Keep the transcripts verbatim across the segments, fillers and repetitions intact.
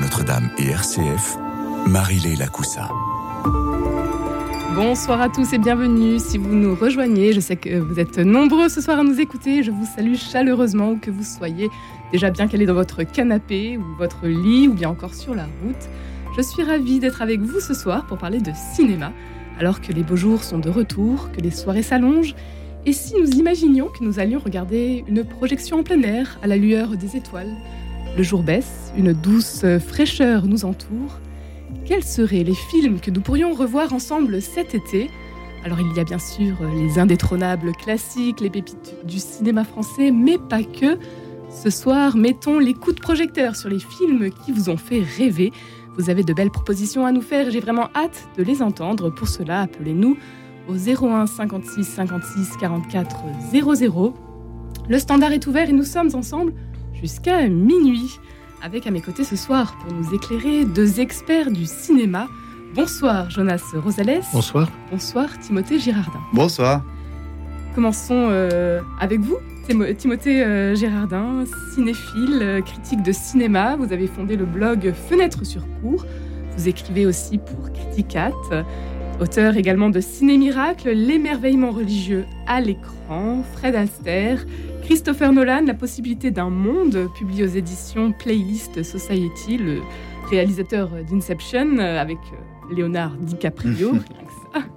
Notre-Dame et R C F, Marie-Léla Coussa. Bonsoir à tous et bienvenue. Si vous nous rejoignez, je sais que vous êtes nombreux ce soir à nous écouter. Je vous salue chaleureusement, où que vous soyez déjà bien calé dans votre canapé ou votre lit ou bien encore sur la route. Je suis ravie d'être avec vous ce soir pour parler de cinéma, alors que les beaux jours sont de retour, que les soirées s'allongent. Et si nous imaginions que nous allions regarder une projection en plein air à la lueur des étoiles? Le jour baisse, une douce fraîcheur nous entoure. Quels seraient les films que nous pourrions revoir ensemble cet été? Alors il y a bien sûr les indétrônables classiques, les pépites du cinéma français, mais pas que. Ce soir, mettons les coups de projecteur sur les films qui vous ont fait rêver. Vous avez de belles propositions à nous faire et j'ai vraiment hâte de les entendre. Pour cela, appelez-nous au zéro un cinquante-six cinquante-six quarante-quatre zéro zéro. Le standard est ouvert et nous sommes ensemble jusqu'à minuit. Avec à mes côtés ce soir, pour nous éclairer, deux experts du cinéma. Bonsoir Jonas Rosales. Bonsoir. Bonsoir Timothée Girardin. Bonsoir. Commençons euh, avec vous, Timothée euh, Girardin, cinéphile, euh, critique de cinéma. Vous avez fondé le blog Fenêtre sur cour. Vous écrivez aussi pour Criticat. Auteur également de Ciné Miracle, l'émerveillement religieux à l'écran, Fred Astaire, Christopher Nolan, La possibilité d'un monde, publié aux éditions Playlist Society, le réalisateur d'Inception, avec Leonardo DiCaprio. Rien que ça.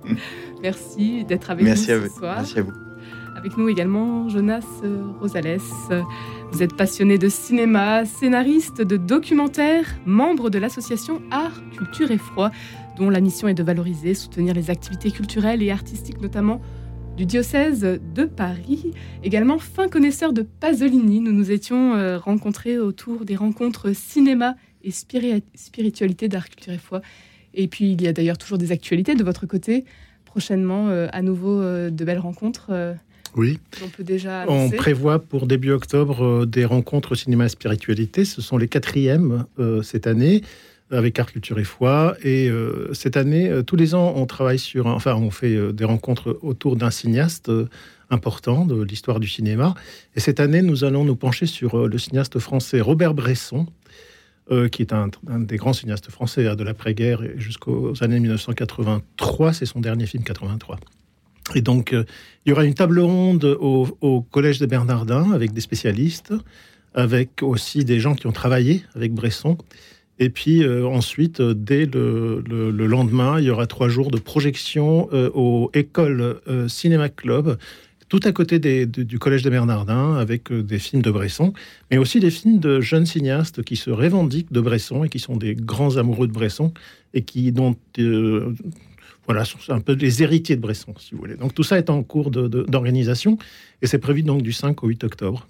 Merci d'être avec Merci nous à ce vous. soir. Merci à vous. Avec nous également Jonas Rosales. Vous êtes passionné de cinéma, scénariste de documentaires, membre de l'association Art, Culture et Froid, dont la mission est de valoriser, soutenir les activités culturelles et artistiques, notamment du diocèse de Paris. Également fin connaisseur de Pasolini, nous nous étions euh, rencontrés autour des rencontres cinéma et spiri- spiritualité d'Art, Culture et Foi. Et puis il y a d'ailleurs toujours des actualités de votre côté. Prochainement, euh, à nouveau, euh, de belles rencontres. Euh, oui, on peut déjà on annoncer. prévoit pour début octobre euh, des rencontres cinéma et spiritualité. Ce sont les quatrièmes euh, cette année, avec Art, Culture et Foi. Et euh, cette année, euh, tous les ans, on travaille sur... Un, enfin, on fait euh, des rencontres autour d'un cinéaste euh, important de l'histoire du cinéma. Et cette année, nous allons nous pencher sur euh, le cinéaste français Robert Bresson, euh, qui est un, un des grands cinéastes français hein, de l'après-guerre jusqu'aux années dix-neuf cent quatre-vingt-trois. C'est son dernier film, quatre-vingt-trois. Et donc, euh, il y aura une table ronde au, au Collège des Bernardins avec des spécialistes, avec aussi des gens qui ont travaillé avec Bresson. Et puis euh, ensuite, euh, dès le, le, le lendemain, il y aura trois jours de projection euh, au École euh, Cinéma Club, tout à côté des, de, du Collège des Bernardins, avec euh, des films de Bresson, mais aussi des films de jeunes cinéastes qui se revendiquent de Bresson et qui sont des grands amoureux de Bresson et qui dont euh, voilà, sont un peu les héritiers de Bresson, si vous voulez. Donc tout ça est en cours de, de, d'organisation et c'est prévu donc du cinq au huit octobre.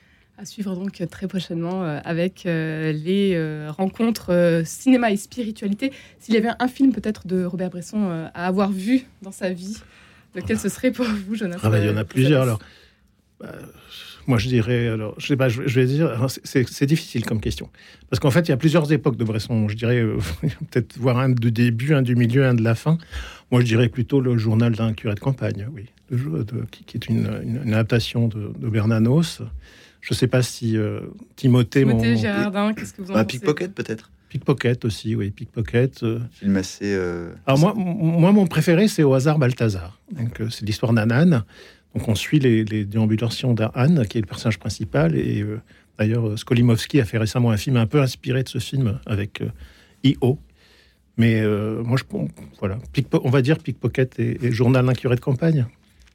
À suivre donc très prochainement euh, avec euh, les euh, rencontres euh, cinéma et spiritualité. S'il y avait un film peut-être de Robert Bresson euh, à avoir vu dans sa vie, lequel ce serait pour vous, Jonas? Ah bah, il y en a plusieurs. Alors, bah, moi je dirais, alors, je sais pas, je, je vais dire, c'est, c'est, c'est difficile comme question. Parce qu'en fait, il y a plusieurs époques de Bresson. Je dirais, euh, peut-être voir un du début, un du milieu, un de la fin. Moi je dirais plutôt le journal d'un curé de campagne, oui, de, de, qui, qui est une, une, une adaptation de, de Bernanos. Je ne sais pas si euh, Timothée... Timothée mon... Girardin, qu'est-ce que vous en bah, pensez? Pickpocket, peut-être. Pickpocket aussi, oui, Pickpocket. Euh... Film assez... Euh... Alors moi, moi, mon préféré, c'est Au hasard Balthazar. Donc, euh, c'est l'histoire d'un âne. Donc on suit les, les déambulations d'un âne, qui est le personnage principal. Et euh, d'ailleurs, Skolimowski a fait récemment un film un peu inspiré de ce film, avec euh, I O. Mais euh, moi, je, bon, voilà, Pickpo- on va dire Pickpocket et, et Journal d'un curé de campagne.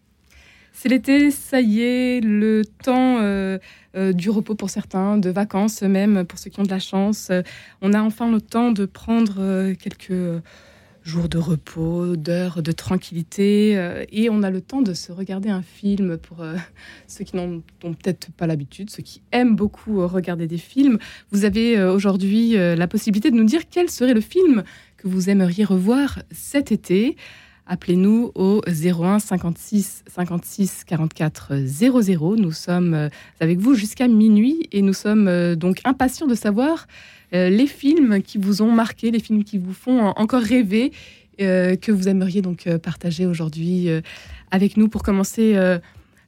C'est l'été, ça y est, le temps euh, euh, du repos pour certains, de vacances même pour ceux qui ont de la chance. Euh, on a enfin le temps de prendre euh, quelques jours de repos, d'heures de tranquillité, euh, et on a le temps de se regarder un film pour euh, ceux qui n'en ont peut-être pas l'habitude, ceux qui aiment beaucoup euh, regarder des films. Vous avez euh, aujourd'hui euh, la possibilité de nous dire quel serait le film que vous aimeriez revoir cet été. Appelez-nous au zéro un cinquante-six cinquante-six quarante-quatre zéro zéro. Nous sommes avec vous jusqu'à minuit et nous sommes donc impatients de savoir les films qui vous ont marqué, les films qui vous font encore rêver, que vous aimeriez donc partager aujourd'hui avec nous. Pour commencer, euh,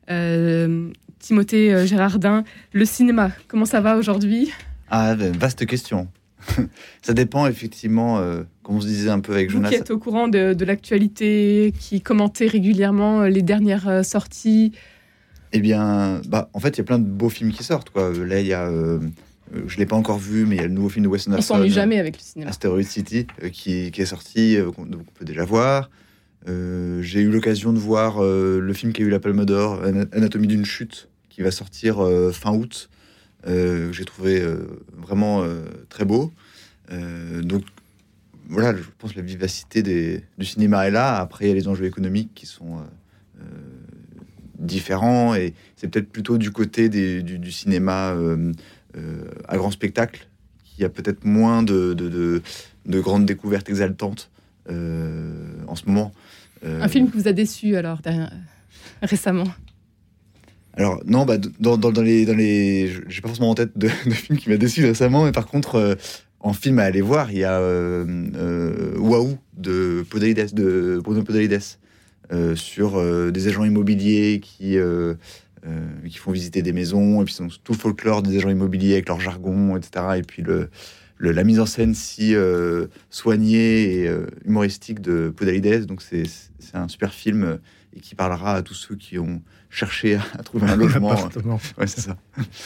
euh, Timothée Girardin, le cinéma, comment ça va aujourd'hui ? Ah, vaste question. Ça dépend effectivement, euh, comme on se disait un peu avec Jonas. Vous qui êtes au courant de, de l'actualité, qui commentez régulièrement les dernières sorties. Eh bien, bah, en fait, il y a plein de beaux films qui sortent, quoi. Là, il y a, euh, je l'ai pas encore vu, mais il y a le nouveau film de Wes Anderson. On s'ennuie jamais avec le cinéma. Asteroid City, euh, qui, qui est sorti, euh, qu'on, qu'on peut déjà voir. Euh, j'ai eu l'occasion de voir euh, le film qui a eu la Palme d'Or, Anatomie d'une chute, qui va sortir euh, fin août. Euh, que j'ai trouvé euh, vraiment euh, très beau. Euh, donc voilà, je pense que la vivacité des, du cinéma est là. Après, il y a les enjeux économiques qui sont euh, euh, différents, et c'est peut-être plutôt du côté des, du, du cinéma euh, euh, à grand spectacle qu'il y a peut-être moins de, de, de, de grandes découvertes exaltantes euh, en ce moment. Euh, Un film qui vous a déçu alors derrière, récemment? Alors non, bah, dans, dans, dans les, dans les, j'ai pas forcément en tête de, de film qui m'a déçu récemment, mais par contre, euh, en film à aller voir, il y a euh, euh, Waouh de Podalides, de Bruno Podalides, euh, sur euh, des agents immobiliers qui euh, euh, qui font visiter des maisons, et puis c'est tout le folklore des agents immobiliers avec leur jargon, et cetera. Et puis le, le la mise en scène si euh, soignée et euh, humoristique de Podalides. Donc c'est c'est un super film, euh, et qui parlera à tous ceux qui ont cherché à, à trouver un logement. Ouais, c'est ça.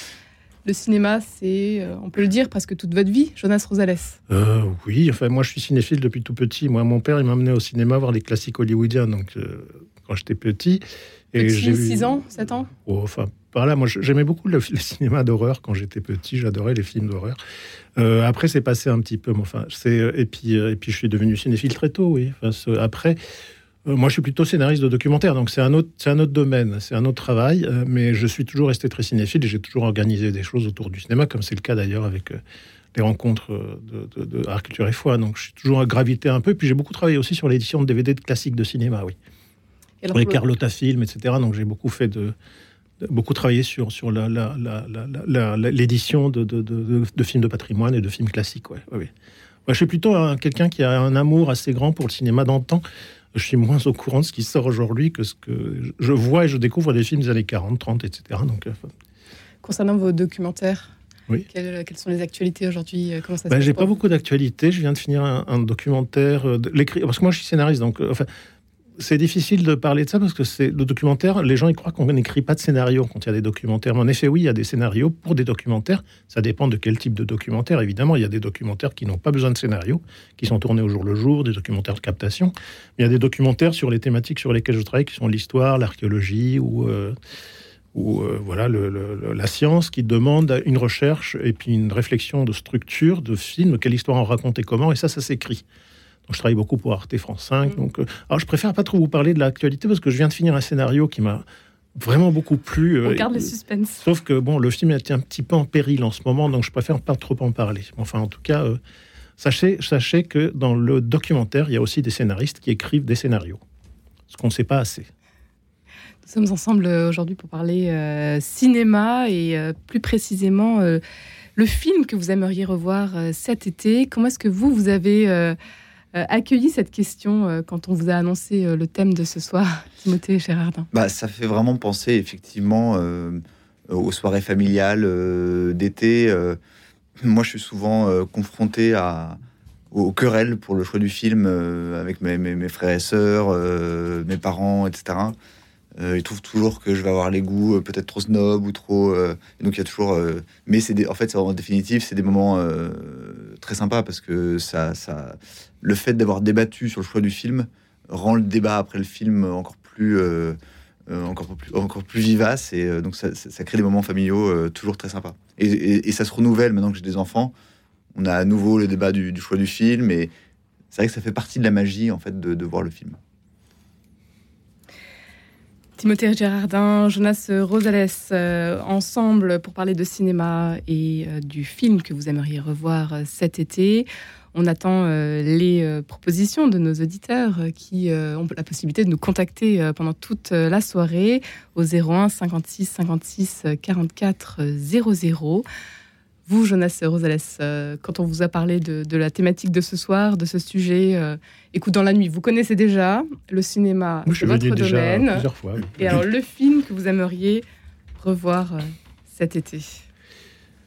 Le cinéma, c'est, euh, on peut le dire, presque toute votre vie, Jonas Rosales. Euh, oui, enfin, moi je suis cinéphile depuis tout petit. Moi, mon père, il m'amenait au cinéma voir des classiques hollywoodiens, donc euh, quand j'étais petit. Et petit, j'ai six ans, sept ans oh, enfin, par là, moi j'aimais beaucoup le, le cinéma d'horreur quand j'étais petit, j'adorais les films d'horreur. Euh, après, c'est passé un petit peu, mais enfin, c'est, et, puis, et puis je suis devenu cinéphile très tôt, oui. Enfin, ce, après. Euh, moi, je suis plutôt scénariste de documentaire, donc c'est un autre, c'est un autre domaine, c'est un autre travail, euh, mais je suis toujours resté très cinéphile et j'ai toujours organisé des choses autour du cinéma, comme c'est le cas d'ailleurs avec euh, les rencontres de, de, de Art, Culture et Foi. Donc, je suis toujours gravité un peu. Puis, j'ai beaucoup travaillé aussi sur l'édition de D V D de classiques de cinéma, oui. Et alors, avec le... Carlotta Film, et cetera. Donc, j'ai beaucoup fait de, de beaucoup travaillé sur sur la, la, la, la, la, la, l'édition de, de, de, de, de films de patrimoine et de films classiques, ouais, ouais, ouais. Moi, je suis plutôt un, quelqu'un qui a un amour assez grand pour le cinéma d'antan. Je suis moins au courant de ce qui sort aujourd'hui que ce que je vois, et je découvre des films des années quarante, trente, et cetera. Donc, euh... Concernant vos documentaires, oui. quelles, quelles sont les actualités aujourd'hui? Comment ça se ben, passe? J'ai pas beaucoup d'actualités. Je viens de finir un, un documentaire. Euh, de l'écrit... Parce que moi, je suis scénariste, donc euh, enfin, c'est difficile de parler de ça parce que c'est le documentaire. Les gens ils croient qu'on n'écrit pas de scénario quand il y a des documentaires. Mais en effet, oui, il y a des scénarios pour des documentaires. Ça dépend de quel type de documentaire. Évidemment, il y a des documentaires qui n'ont pas besoin de scénario, qui sont tournés au jour le jour, des documentaires de captation. Mais il y a des documentaires sur les thématiques sur lesquelles je travaille, qui sont l'histoire, l'archéologie ou euh, ou euh, voilà le, le, la science, qui demande une recherche et puis une réflexion de structure, de film, quelle histoire en raconte et comment. Et ça, ça s'écrit. Donc, je travaille beaucoup pour Arte France cinq. Mmh. Donc, euh, alors, je préfère pas trop vous parler de l'actualité parce que je viens de finir un scénario qui m'a vraiment beaucoup plu. Euh, On garde le suspense. Sauf que, bon, le film est un petit peu en péril en ce moment, donc je préfère pas trop en parler. Enfin, en tout cas, euh, sachez, sachez que dans le documentaire, il y a aussi des scénaristes qui écrivent des scénarios. Ce qu'on ne sait pas assez. Nous sommes ensemble aujourd'hui pour parler euh, cinéma et euh, plus précisément euh, le film que vous aimeriez revoir euh, cet été. Comment est-ce que vous, vous avez... Euh, Euh, accueilli cette question euh, quand on vous a annoncé euh, le thème de ce soir, Timothée Gérardin? Bah, ça fait vraiment penser effectivement euh, aux soirées familiales euh, d'été. Euh, moi, je suis souvent euh, confronté à, aux querelles pour le choix du film euh, avec mes, mes, mes frères et sœurs, euh, mes parents, et cetera. Euh, ils trouvent toujours que je vais avoir les goûts euh, peut-être trop snob ou trop. Euh, et donc il y a toujours. Euh, mais c'est des, en fait, c'est en définitive, c'est des moments euh, très sympas parce que ça, ça, le fait d'avoir débattu sur le choix du film rend le débat après le film encore plus, euh, euh, encore plus, encore plus vivace. Et euh, donc ça, ça, ça crée des moments familiaux euh, toujours très sympas. Et, et, et ça se renouvelle maintenant que j'ai des enfants. On a à nouveau le débat du, du choix du film. Et c'est vrai que ça fait partie de la magie en fait de, de voir le film. Timothée Gérardin, Jonas Rosales, euh, ensemble pour parler de cinéma et euh, du film que vous aimeriez revoir euh, cet été. On attend euh, les euh, propositions de nos auditeurs euh, qui euh, ont la possibilité de nous contacter euh, pendant toute euh, la soirée au zéro un cinquante-six cinquante-six quarante-quatre zéro zéro. Vous, Jonas Rosales, euh, quand on vous a parlé de, de la thématique de ce soir, de ce sujet, euh, Écoute dans la nuit, vous connaissez déjà le cinéma, oui, c'est votre domaine. Plusieurs fois, oui. Et alors, le film que vous aimeriez revoir euh, cet été?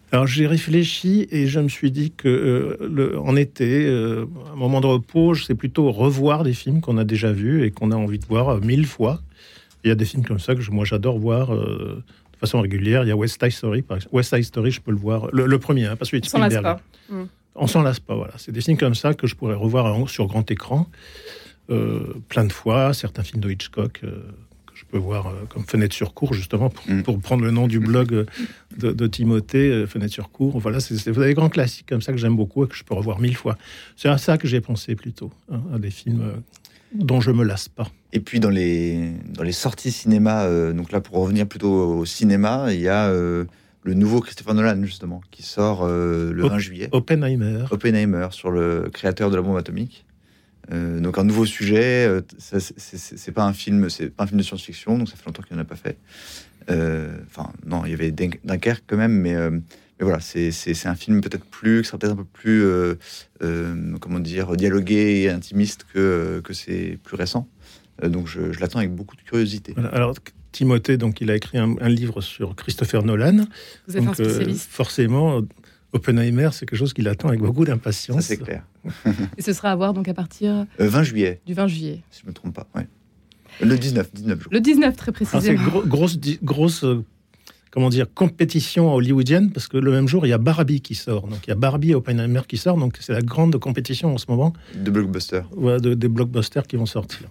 Alors j'ai réfléchi et je me suis dit que euh, le, en été, euh, un moment de repos, c'est plutôt revoir des films qu'on a déjà vus et qu'on a envie de voir euh, mille fois. Il y a des films comme ça que je, moi j'adore voir euh, de façon régulière. Il y a West Side Story, par exemple. West Side Story, je peux le voir. Le, le premier, hein, pas celui de On s'en lasse Spielberg. pas. Mm. On s'en lasse pas, voilà. C'est des films comme ça que je pourrais revoir en- sur grand écran euh, plein de fois. Certains films de Hitchcock euh, que je peux voir euh, comme Fenêtre sur cour, justement, pour, Mm. pour prendre le nom du blog euh, de, de Timothée, euh, Fenêtre sur cour. Voilà, c'est, c'est des grands classiques comme ça que j'aime beaucoup et que je peux revoir mille fois. C'est à ça que j'ai pensé plutôt, hein, à des films euh, dont je me lasse pas. Et puis dans les, dans les sorties cinéma, euh, donc là pour revenir plutôt au cinéma, il y a euh, le nouveau Christopher Nolan justement qui sort euh, le Op- vingt juillet. Oppenheimer. Oppenheimer sur le créateur de la bombe atomique. Euh, donc un nouveau sujet. euh, ça, c'est, c'est, c'est pas un film, c'est pas un film de science-fiction, donc ça fait longtemps qu'il n'en a pas fait. Euh, Enfin non, il y avait Dun- Dunkerque quand même, mais euh, mais voilà, c'est, c'est, c'est un film peut-être plus, qui sera peut-être un peu plus, euh, euh, comment dire, dialogué et intimiste que que c'est plus récent. Euh, donc je, je l'attends avec beaucoup de curiosité. Voilà. Alors, Timothée, donc, il a écrit un, un livre sur Christopher Nolan. Vous êtes Donc, un euh, spécialiste. forcément, Oppenheimer, c'est quelque chose qu'il attend avec beaucoup Ça d'impatience. c'est clair. Et ce sera à voir donc à partir Euh, vingt juillet, du vingt juillet. si je me trompe pas. Ouais. Le dix-neuf, dix-neuf jours. Le dix-neuf, très Alors, c'est précisément. gro- grosse, di- grosse euh, comment dire, compétition hollywoodienne, parce que le même jour, il y a Barbie qui sort. Donc, il y a Barbie et Oppenheimer qui sort. Donc, c'est la grande compétition en ce moment, De blockbuster. voilà, de- des blockbusters qui vont sortir.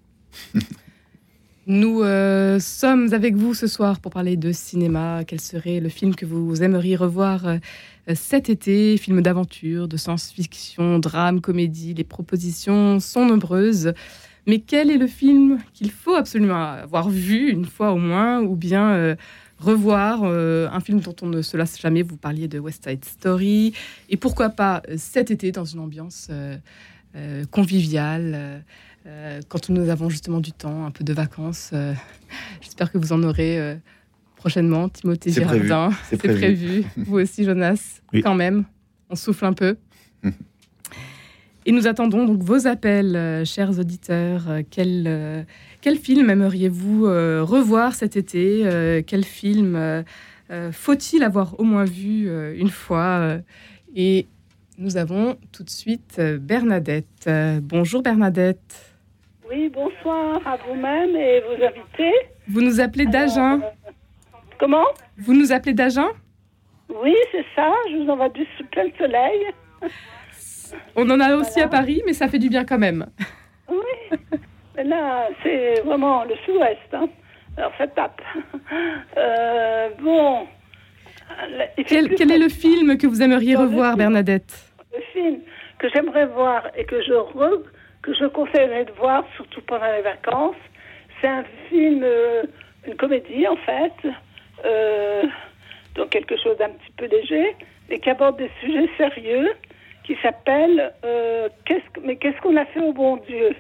Nous euh, sommes avec vous ce soir pour parler de cinéma. Quel serait le film que vous aimeriez revoir euh, cet été? Film d'aventure, de science-fiction, drame, comédie. Les propositions sont nombreuses. Mais quel est le film qu'il faut absolument avoir vu une fois au moins, ou bien euh, revoir euh, un film dont on ne se lasse jamais? Vous parliez de West Side Story. Et pourquoi pas euh, cet été dans une ambiance euh, euh, conviviale euh, Euh, quand nous avons justement du temps, un peu de vacances. euh, j'espère que vous en aurez euh, prochainement, Timothée C'est prévu. Girardin. C'est C'est prévu. prévu. Vous aussi, Jonas, Oui. quand même. On souffle un peu. Et nous attendons donc vos appels, euh, chers auditeurs. Euh, quel, euh, quel film aimeriez-vous euh, revoir cet été? Euh, Quel film euh, euh, faut-il avoir au moins vu euh, une fois? euh, Et nous avons tout de suite euh, Bernadette. Euh, bonjour Bernadette. Oui, bonsoir à vous-même et vos invités. Vous nous appelez d'Agen. Alors, euh, Comment? Vous nous appelez d'Agen? Oui, c'est ça. Je vous envoie du sou- plein de soleil. On en a aussi à Paris, mais ça fait du bien quand même. Oui. Mais là, c'est vraiment le sud-ouest. Hein. Alors, ça tape. Euh, bon. Il fait Quel, plus quel est le frais. film que vous aimeriez Dans le revoir, film. Bernadette? Le film que j'aimerais voir et que je re- que je conseillerais de voir, surtout pendant les vacances, c'est un film, euh, une comédie en fait, euh, donc quelque chose d'un petit peu léger, et qui aborde des sujets sérieux, qui s'appelle euh, qu'est-ce que- mais qu'est-ce qu'on a fait au bon Dieu?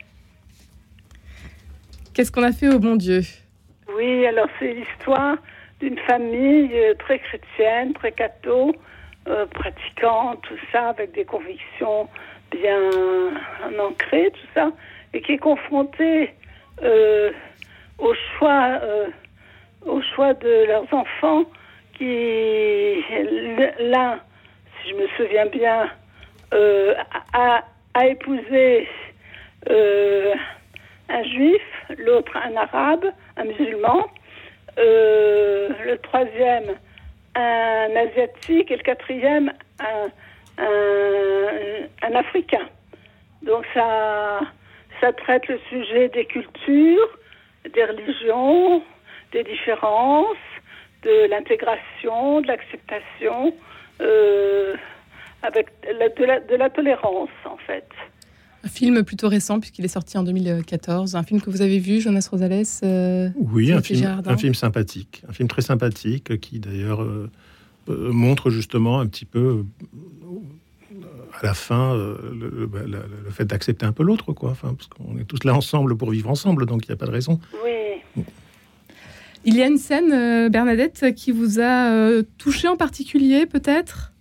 Qu'est-ce qu'on a fait au bon Dieu? Oui, alors c'est l'histoire d'une famille euh, très chrétienne, très catho, euh, pratiquant, tout ça, avec des convictions bien ancrées, tout ça, et qui est confrontée euh, au choix, euh, au choix de leurs enfants, qui l'un, si je me souviens bien, euh, a, a épousé euh, un juif, l'autre un arabe, un musulman, euh, le troisième un asiatique et le quatrième un, un, un africain. Donc ça, ça traite le sujet des cultures, des religions, des différences, de l'intégration, de l'acceptation, euh, avec la, de, la, de la tolérance en fait. Un film plutôt récent, puisqu'il est sorti en deux mille quatorze. Un film que vous avez vu, Jonas Rosales euh, Oui, un Timothée film, Girardin. un film sympathique. Un film très sympathique qui, d'ailleurs, euh, euh, montre justement un petit peu, euh, à la fin, euh, le, le- bah, la- le fait d'accepter un peu l'autre, quoi. Enfin, parce qu'on est tous là ensemble pour vivre ensemble, donc il n'y a pas de raison. Oui. Il y a une scène, euh, Bernadette, qui vous a euh, touché en particulier, peut-être?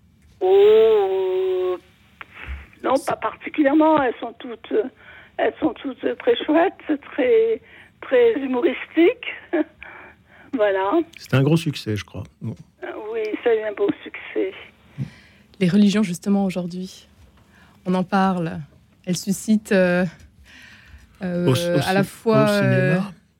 Oh, non, pas particulièrement. Elles sont toutes, euh, elles sont toutes très chouettes, très, très humoristiques. Voilà. C'était un gros succès, je crois. Bon. Euh, Oui, ça a eu un beau succès. Les religions, justement, aujourd'hui, on en parle. Elles suscitent euh, euh, Au, au, à la fois... Au cinéma, euh,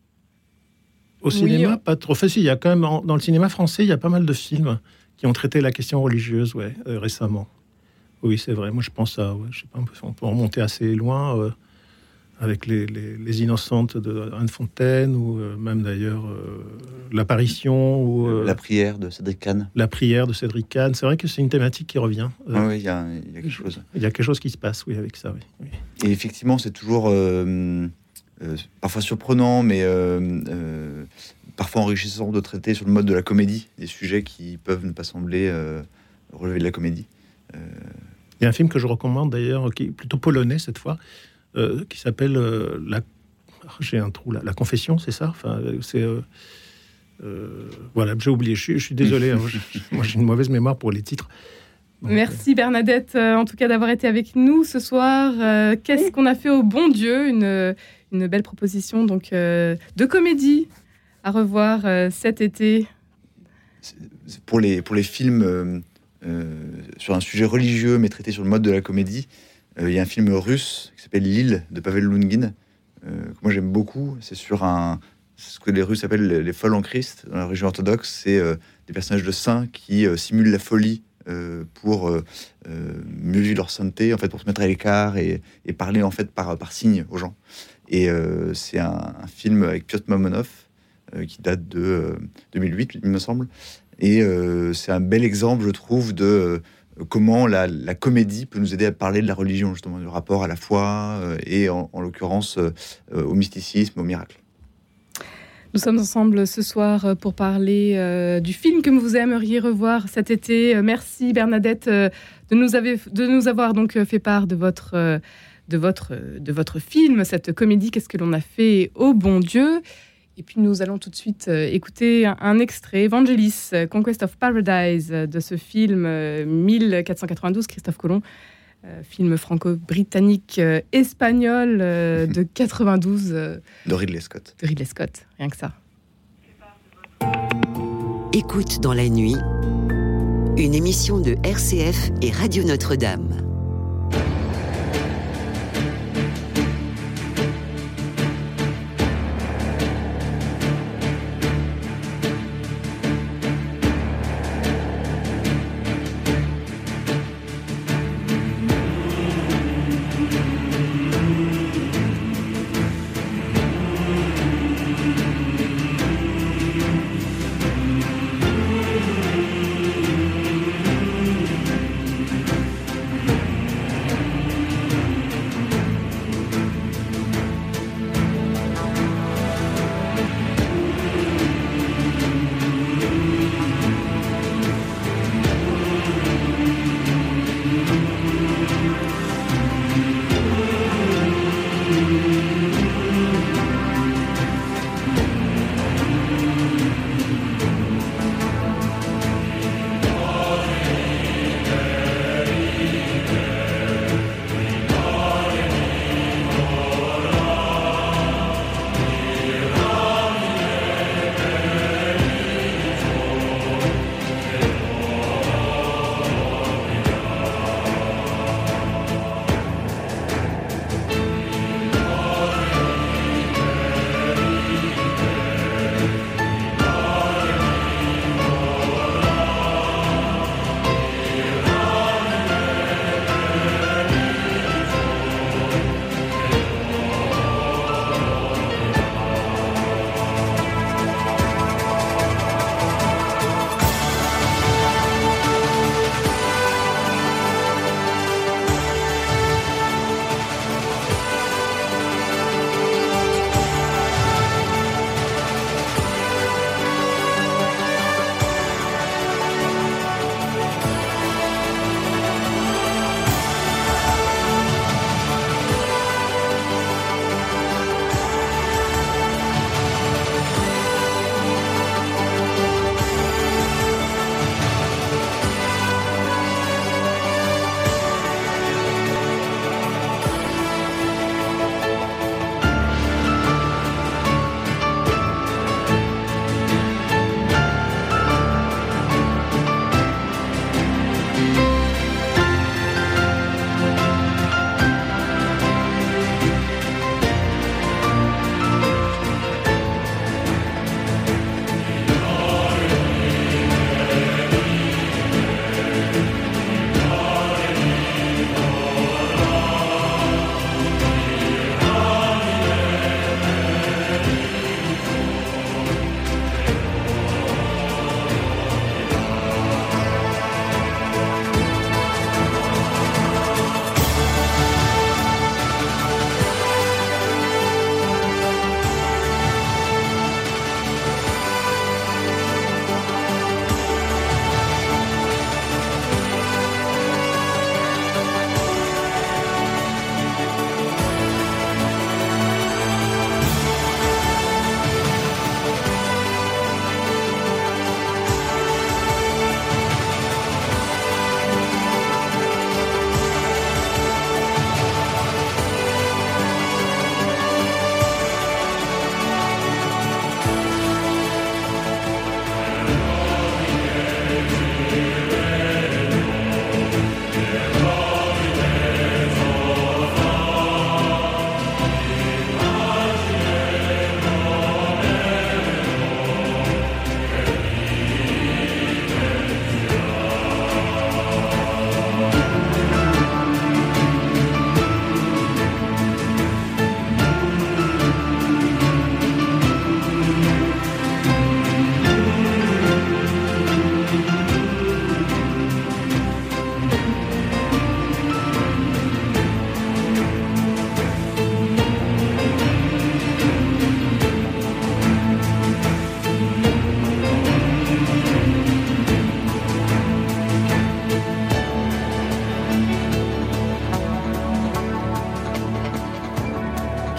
au cinéma oui, pas trop facile. Il y a quand même, en, dans le cinéma français, il y a pas mal de films qui ont traité la question religieuse, ouais, euh, récemment. Oui, c'est vrai. Moi, je pense à... Ouais, je sais pas, on peut remonter assez loin... Euh, avec les, les, les Innocentes de Anne Fontaine, ou euh, même d'ailleurs euh, l'apparition, ou euh, la prière de Cédric Kahn. La prière de Cédric Kahn. C'est vrai que c'est une thématique qui revient. Euh, ah oui, il y, y a quelque chose. Il y a quelque chose qui se passe, oui, avec ça. Oui, oui. Et effectivement, c'est toujours euh, euh, parfois surprenant, mais euh, euh, parfois enrichissant de traiter sur le mode de la comédie des sujets qui peuvent ne pas sembler euh, relever de la comédie. Euh... Il y a un film que je recommande d'ailleurs, qui est plutôt polonais cette fois. Euh, qui s'appelle euh, la... j'ai un trou là, la confession, c'est ça, enfin, c'est euh, euh, voilà, j'ai oublié, je suis, je suis désolé, hein, je, moi j'ai une mauvaise mémoire pour les titres. Donc, merci Bernadette, euh, en tout cas d'avoir été avec nous ce soir. Euh, qu'est-ce qu'on a fait au bon Dieu, une, une belle proposition donc euh, de comédie à revoir euh, cet été. C'est, c'est pour les pour les films euh, euh, sur un sujet religieux mais traité sur le mode de la comédie. Il euh, y a un film russe qui s'appelle L'île de Pavel Lungin, euh, que moi j'aime beaucoup. C'est sur un, c'est ce que les Russes appellent les, les folles en Christ. Dans la religion orthodoxe, c'est euh, des personnages de saints qui euh, simulent la folie euh, pour euh, euh, mieux vivre leur sainteté, en fait, pour se mettre à l'écart et, et parler en fait par, par signe aux gens. Et euh, c'est un, un film avec Piotr Mamonov euh, qui date de euh, deux mille huit, il me semble. Et euh, c'est un bel exemple, je trouve, de euh, comment la, la comédie peut nous aider à parler de la religion, justement, du rapport à la foi euh, et en, en l'occurrence euh, au mysticisme, au miracle. Nous sommes ensemble ce soir pour parler euh, du film que vous aimeriez revoir cet été. Merci Bernadette euh, de, nous avez, de nous avoir donc fait part de votre, euh, de, votre, de votre film, cette comédie « Qu'est-ce que l'on a fait au bon Dieu ?» Et puis nous allons tout de suite euh, écouter un, un extrait, Vangelis, euh, Conquest of Paradise, euh, de ce film euh, mille quatre cent quatre-vingt-douze, Christophe Colomb, euh, film franco-britannique euh, espagnol euh, de quatre-vingt-douze. Euh, de Ridley Scott. De Ridley Scott, rien que ça. Écoute dans la nuit, une émission de R C F et Radio Notre-Dame.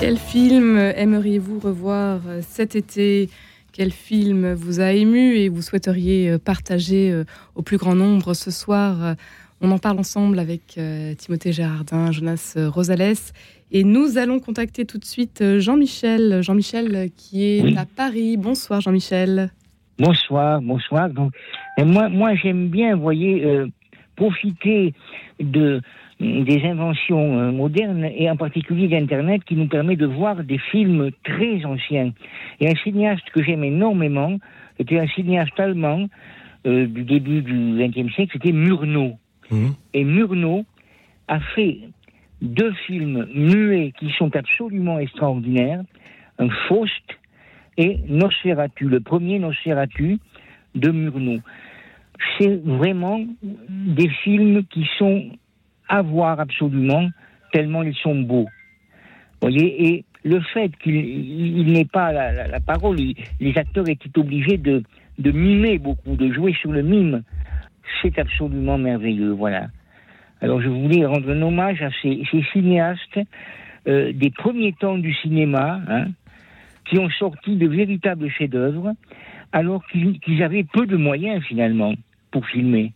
Quel film aimeriez-vous revoir cet été ? Quel film vous a ému et vous souhaiteriez partager au plus grand nombre ce soir ? On en parle ensemble avec Timothée Gérardin, Jonas Rosales. Et nous allons contacter tout de suite Jean-Michel. Jean-Michel qui est oui. à Paris. Bonsoir Jean-Michel. Bonsoir, bonsoir. Donc, moi, moi, j'aime bien, vous voyez, euh, profiter de... des inventions euh, modernes et en particulier d'Internet qui nous permet de voir des films très anciens. Et un cinéaste que j'aime énormément, c'était un cinéaste allemand euh, du début du vingtième siècle, c'était Murnau. Mmh. Et Murnau a fait deux films muets qui sont absolument extraordinaires, un Faust et Nosferatu, le premier Nosferatu de Murnau. C'est vraiment des films qui sont à voir absolument, tellement ils sont beaux. Vous voyez, et le fait qu'il il n'ait pas la, la, la parole, il, les acteurs étaient obligés de, de mimer beaucoup, de jouer sur le mime. C'est absolument merveilleux, voilà. Alors je voulais rendre un hommage à ces, ces cinéastes euh, des premiers temps du cinéma, hein, qui ont sorti de véritables chefs-d'œuvre, alors qu'ils, qu'ils avaient peu de moyens finalement pour filmer.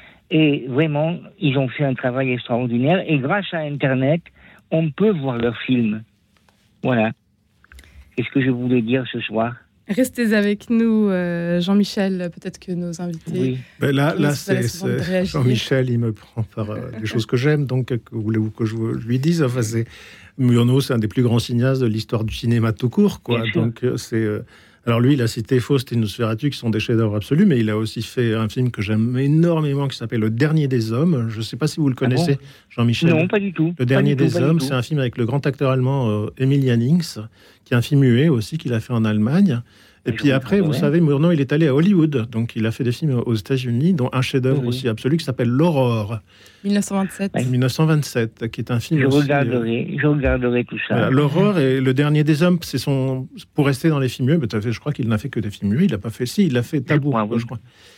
Et vraiment, ils ont fait un travail extraordinaire. Et grâce à Internet, on peut voir leurs films. Voilà. C'est ce que je voulais dire ce soir. Restez avec nous, euh, Jean-Michel. Peut-être que nos invités... Oui. Ben là, là c'est, c'est Jean-Michel, il me prend par euh, des choses que j'aime. Donc, que voulez-vous que je lui dise ? Enfin, c'est... Murnau, c'est un des plus grands cinéastes de l'histoire du cinéma tout court, quoi. Donc, c'est... Euh... Alors lui, il a cité Faust et Nosferatu qui sont des chefs-d'œuvre absolus, mais il a aussi fait un film que j'aime énormément qui s'appelle Le Dernier des Hommes. Je ne sais pas si vous le connaissez, ah bon Jean-Michel. Non, pas du tout. Le Dernier des Hommes, c'est un film avec le grand acteur allemand euh, Emil Jannings, qui est un film muet aussi qu'il a fait en Allemagne. Et puis après, vous savez, Murnau, il est allé à Hollywood, donc il a fait des films aux États-Unis, dont un chef-d'œuvre oui. aussi absolu qui s'appelle L'Aurore. dix-neuf cent vingt-sept. dix-neuf cent vingt-sept, qui est un film je aussi... Regarderai, euh... Je regarderai tout ça. Voilà, L'Aurore et Le Dernier des Hommes, c'est son... Pour rester dans les films muets, je crois qu'il n'a fait que des films muets, il n'a pas fait... Si, il a fait Tabou, je crois. Oui. Je crois.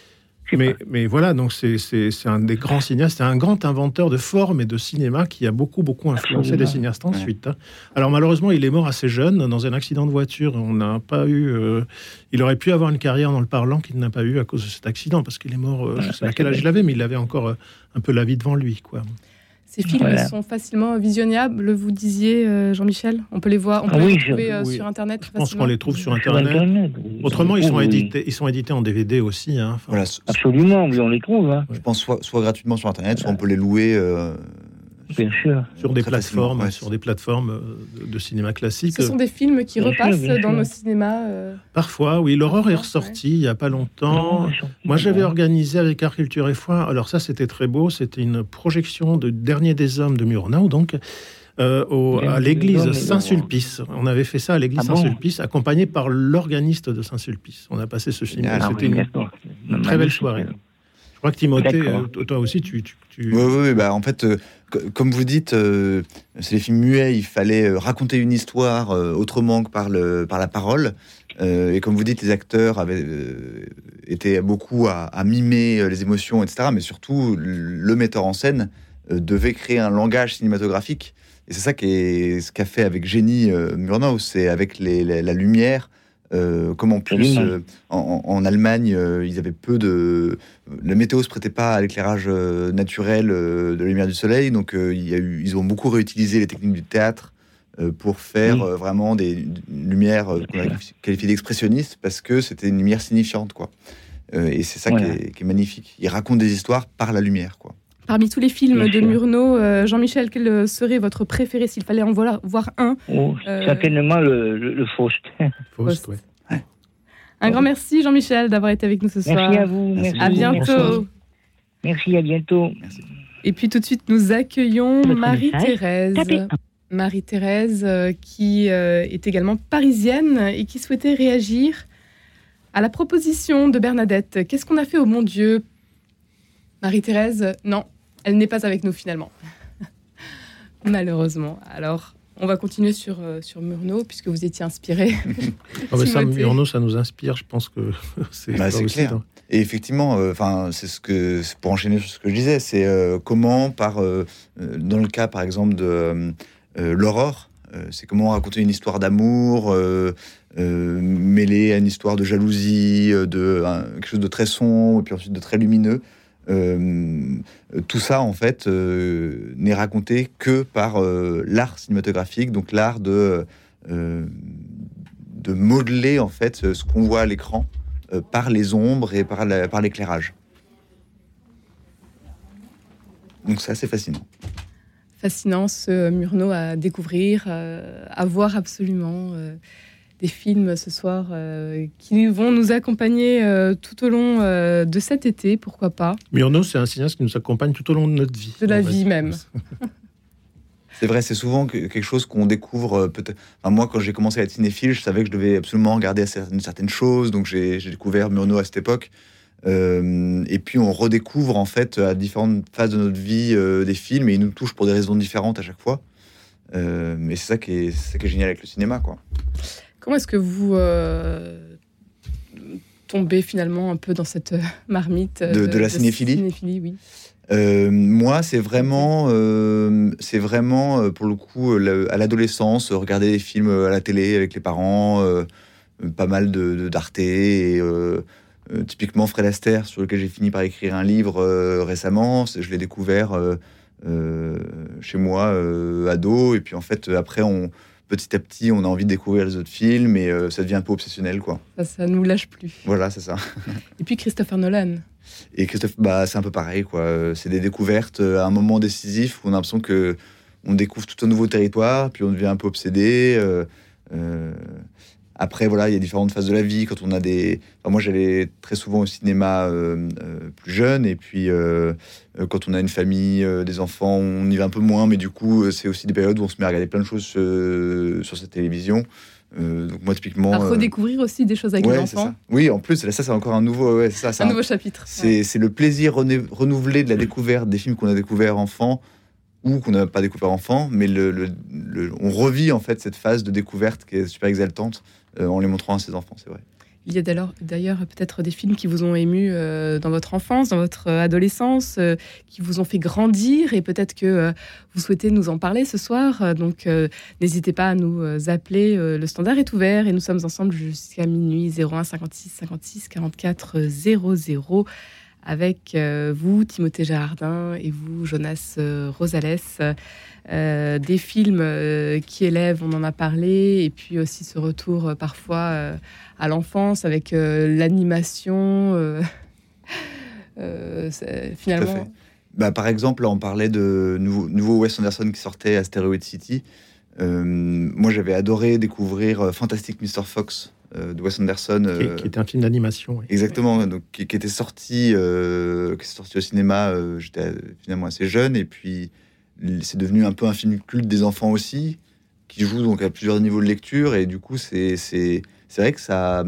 Mais, mais voilà, donc c'est, c'est, c'est un des grands cinéastes, c'est un grand inventeur de forme et de cinéma qui a beaucoup, beaucoup influencé Absolument. les cinéastes ensuite. Ouais. Alors malheureusement, il est mort assez jeune dans un accident de voiture. On n'a pas eu... Euh, il aurait pu avoir une carrière dans le parlant qu'il n'a pas eu à cause de cet accident, parce qu'il est mort, euh, ouais, je ne sais pas quel âge il avait, mais il avait encore euh, un peu la vie devant lui, quoi. Ces films voilà. sont facilement visionnables, vous disiez, euh, Jean-Michel. On peut les voir, on peut ah les oui, trouver je, euh, oui. sur Internet. Je pense qu'on les trouve sur Internet. Sur Internet oui. Autrement, ils sont, oui. édités, ils sont édités en D V D aussi. Hein. Enfin, voilà. Absolument, oui, on les trouve. Hein. Je pense soit, soit gratuitement sur Internet, soit on peut les louer. Euh, bien sûr. Sur des plateformes, ouais. sur des plateformes de, de cinéma classique. Ce sont des films qui bien repassent sûr, dans sûr. nos cinémas. Euh... Parfois, oui. L'Aurore est ressorti ouais. il y a pas longtemps. Non, Moi, j'avais ouais. organisé avec Art Culture et Foi. Alors ça, c'était très beau. C'était une projection de Dernier des Hommes de Murnau, donc. Euh, au, à l'église Saint-Sulpice. On avait fait ça à l'église ah Saint-Sulpice, bon accompagné par l'organiste de Saint-Sulpice. On a passé ce film. Ah, C'était oui, une, une très belle soirée. Je crois que Timothée, euh, toi aussi, tu... tu, tu... Oui, oui, bah, en fait, euh, c- comme vous dites, euh, c'est les films muets, il fallait euh, raconter une histoire euh, autrement que par, le, par la parole. Euh, et comme vous dites, les acteurs avaient euh, été beaucoup à, à mimer euh, les émotions, et cetera. Mais surtout, le metteur en scène euh, devait créer un langage cinématographique. Et c'est ça qui est, ce qu'a fait avec génie euh, Murnau, c'est avec les, les, la lumière. Euh, comme en plus, euh, en, en Allemagne, euh, ils avaient peu de... La météo ne se prêtait pas à l'éclairage euh, naturel euh, de la lumière du soleil, donc euh, il y a eu, ils ont beaucoup réutilisé les techniques du théâtre euh, pour faire oui. euh, vraiment des lumières euh, qu'on a qualifiées d'expressionnistes, parce que c'était une lumière signifiante, quoi. Euh, et c'est ça ouais. qui, est, qui est magnifique. Ils racontent des histoires par la lumière, quoi. Parmi tous les films de Murnau, euh, Jean-Michel, quel serait votre préféré s'il fallait en voir, voir un oh, euh... Certainement le, le, le Faust. Faust, oui. Ouais. Un grand merci, Jean-Michel, d'avoir été avec nous ce soir. Merci à vous. Merci. À bientôt. Merci, à bientôt. Merci. Et puis tout de suite, nous accueillons Marie-Thérèse. Marie-Thérèse, euh, qui euh, est également parisienne et qui souhaitait réagir à la proposition de Bernadette. Qu'est-ce qu'on a fait au mon Dieu ? Marie-Thérèse, non, elle n'est pas avec nous finalement. Malheureusement. Alors, on va continuer sur, euh, sur Murnau, puisque vous étiez inspiré. oh, mais ça, Murnau, ça nous inspire, je pense que c'est, bah, c'est clair. Dans... Et effectivement, euh, c'est ce que, c'est pour enchaîner sur ce que je disais, c'est euh, comment, par, euh, dans le cas par exemple de euh, l'Aurore, Euh, c'est comment raconter une histoire d'amour euh, euh, mêlée à une histoire de jalousie, de un, quelque chose de très sombre, et puis ensuite de très lumineux. Euh, tout ça, en fait, euh, n'est raconté que par euh, l'art cinématographique, donc l'art de, euh, de modeler, en fait, ce qu'on voit à l'écran euh, par les ombres et par, la, par l'éclairage. Donc c'est assez fascinant. Fascinant, ce Murnau à découvrir, euh, à voir absolument. Euh, des films ce soir euh, qui vont nous accompagner euh, tout au long euh, de cet été, pourquoi pas. Murnau, c'est un cinéaste qui nous accompagne tout au long de notre vie. De la vie même. C'est vrai, c'est souvent quelque chose qu'on découvre peut-être. Enfin, moi, quand j'ai commencé à être cinéphile, je savais que je devais absolument regarder certaines, certaines choses, donc j'ai, j'ai découvert Murnau à cette époque. Euh, et puis on redécouvre en fait à différentes phases de notre vie euh, des films, et ils nous touchent pour des raisons différentes à chaque fois. Euh, mais c'est ça qui est, c'est ça qui est génial avec le cinéma, quoi. Comment est-ce que vous euh, tombez finalement un peu dans cette marmite de, de, de la cinéphilie, cinéphilie oui. euh, Moi, c'est vraiment, euh, c'est vraiment pour le coup à l'adolescence, regarder des films à la télé avec les parents, euh, pas mal de, de d'Arte et euh, euh, typiquement Fred Astaire, sur lequel j'ai fini par écrire un livre euh, récemment. Je l'ai découvert euh, euh, chez moi euh, ado, et puis en fait après on petit à petit, on a envie de découvrir les autres films, et euh, ça devient un peu obsessionnel, quoi. Ça, ça nous lâche plus. Voilà, c'est ça. Et puis Christopher Nolan. Et Christophe, bah, c'est un peu pareil, quoi. C'est des découvertes à un moment décisif où on a l'impression que on découvre tout un nouveau territoire, puis on devient un peu obsédé. Euh, euh, après, voilà, il y a différentes phases de la vie. Quand on a des, enfin, moi, j'allais très souvent au cinéma euh, euh, plus jeune, et puis euh, quand on a une famille, euh, des enfants, on y va un peu moins. Mais du coup, c'est aussi des périodes où on se met à regarder plein de choses euh, sur cette télévision. Euh, donc moi, typiquement, à redécouvrir euh... aussi des choses avec ouais, les enfants. Oui, en plus, là, ça, c'est encore un nouveau, ouais, ça, c'est un, un un nouveau chapitre. C'est, ouais. c'est le plaisir rené- renouvelé de la découverte des films qu'on a découvert enfant ou qu'on n'a pas découvert enfant, mais le, le, le, on revit en fait cette phase de découverte qui est super exaltante euh, en les montrant à ses enfants, c'est vrai. Il y a d'ailleurs, d'ailleurs peut-être des films qui vous ont ému euh, dans votre enfance, dans votre adolescence, euh, qui vous ont fait grandir, et peut-être que euh, vous souhaitez nous en parler ce soir. Donc euh, n'hésitez pas à nous appeler. Euh, le standard est ouvert et nous sommes ensemble jusqu'à minuit. Zéro un cinquante-six cinquante-six quarante-quatre zéro zéro avec euh, vous, Timothée Jardin, et vous, Jonas euh, Rosales. Euh, des films euh, qui élèvent, on en a parlé, et puis aussi ce retour euh, parfois euh, à l'enfance avec euh, l'animation. Euh, euh, finalement. Bah, par exemple, là, on parlait de nouveau, nouveau Wes Anderson qui sortait, Asteroid City. Euh, moi, j'avais adoré découvrir Fantastic mister Fox euh, de Wes Anderson, euh, qui, qui était un film d'animation. Oui. Exactement, donc qui, qui était sorti, euh, qui est sorti au cinéma. Euh, j'étais finalement assez jeune, et puis c'est devenu un peu un film culte des enfants aussi, qui joue donc à plusieurs niveaux de lecture, et du coup c'est c'est c'est vrai que ça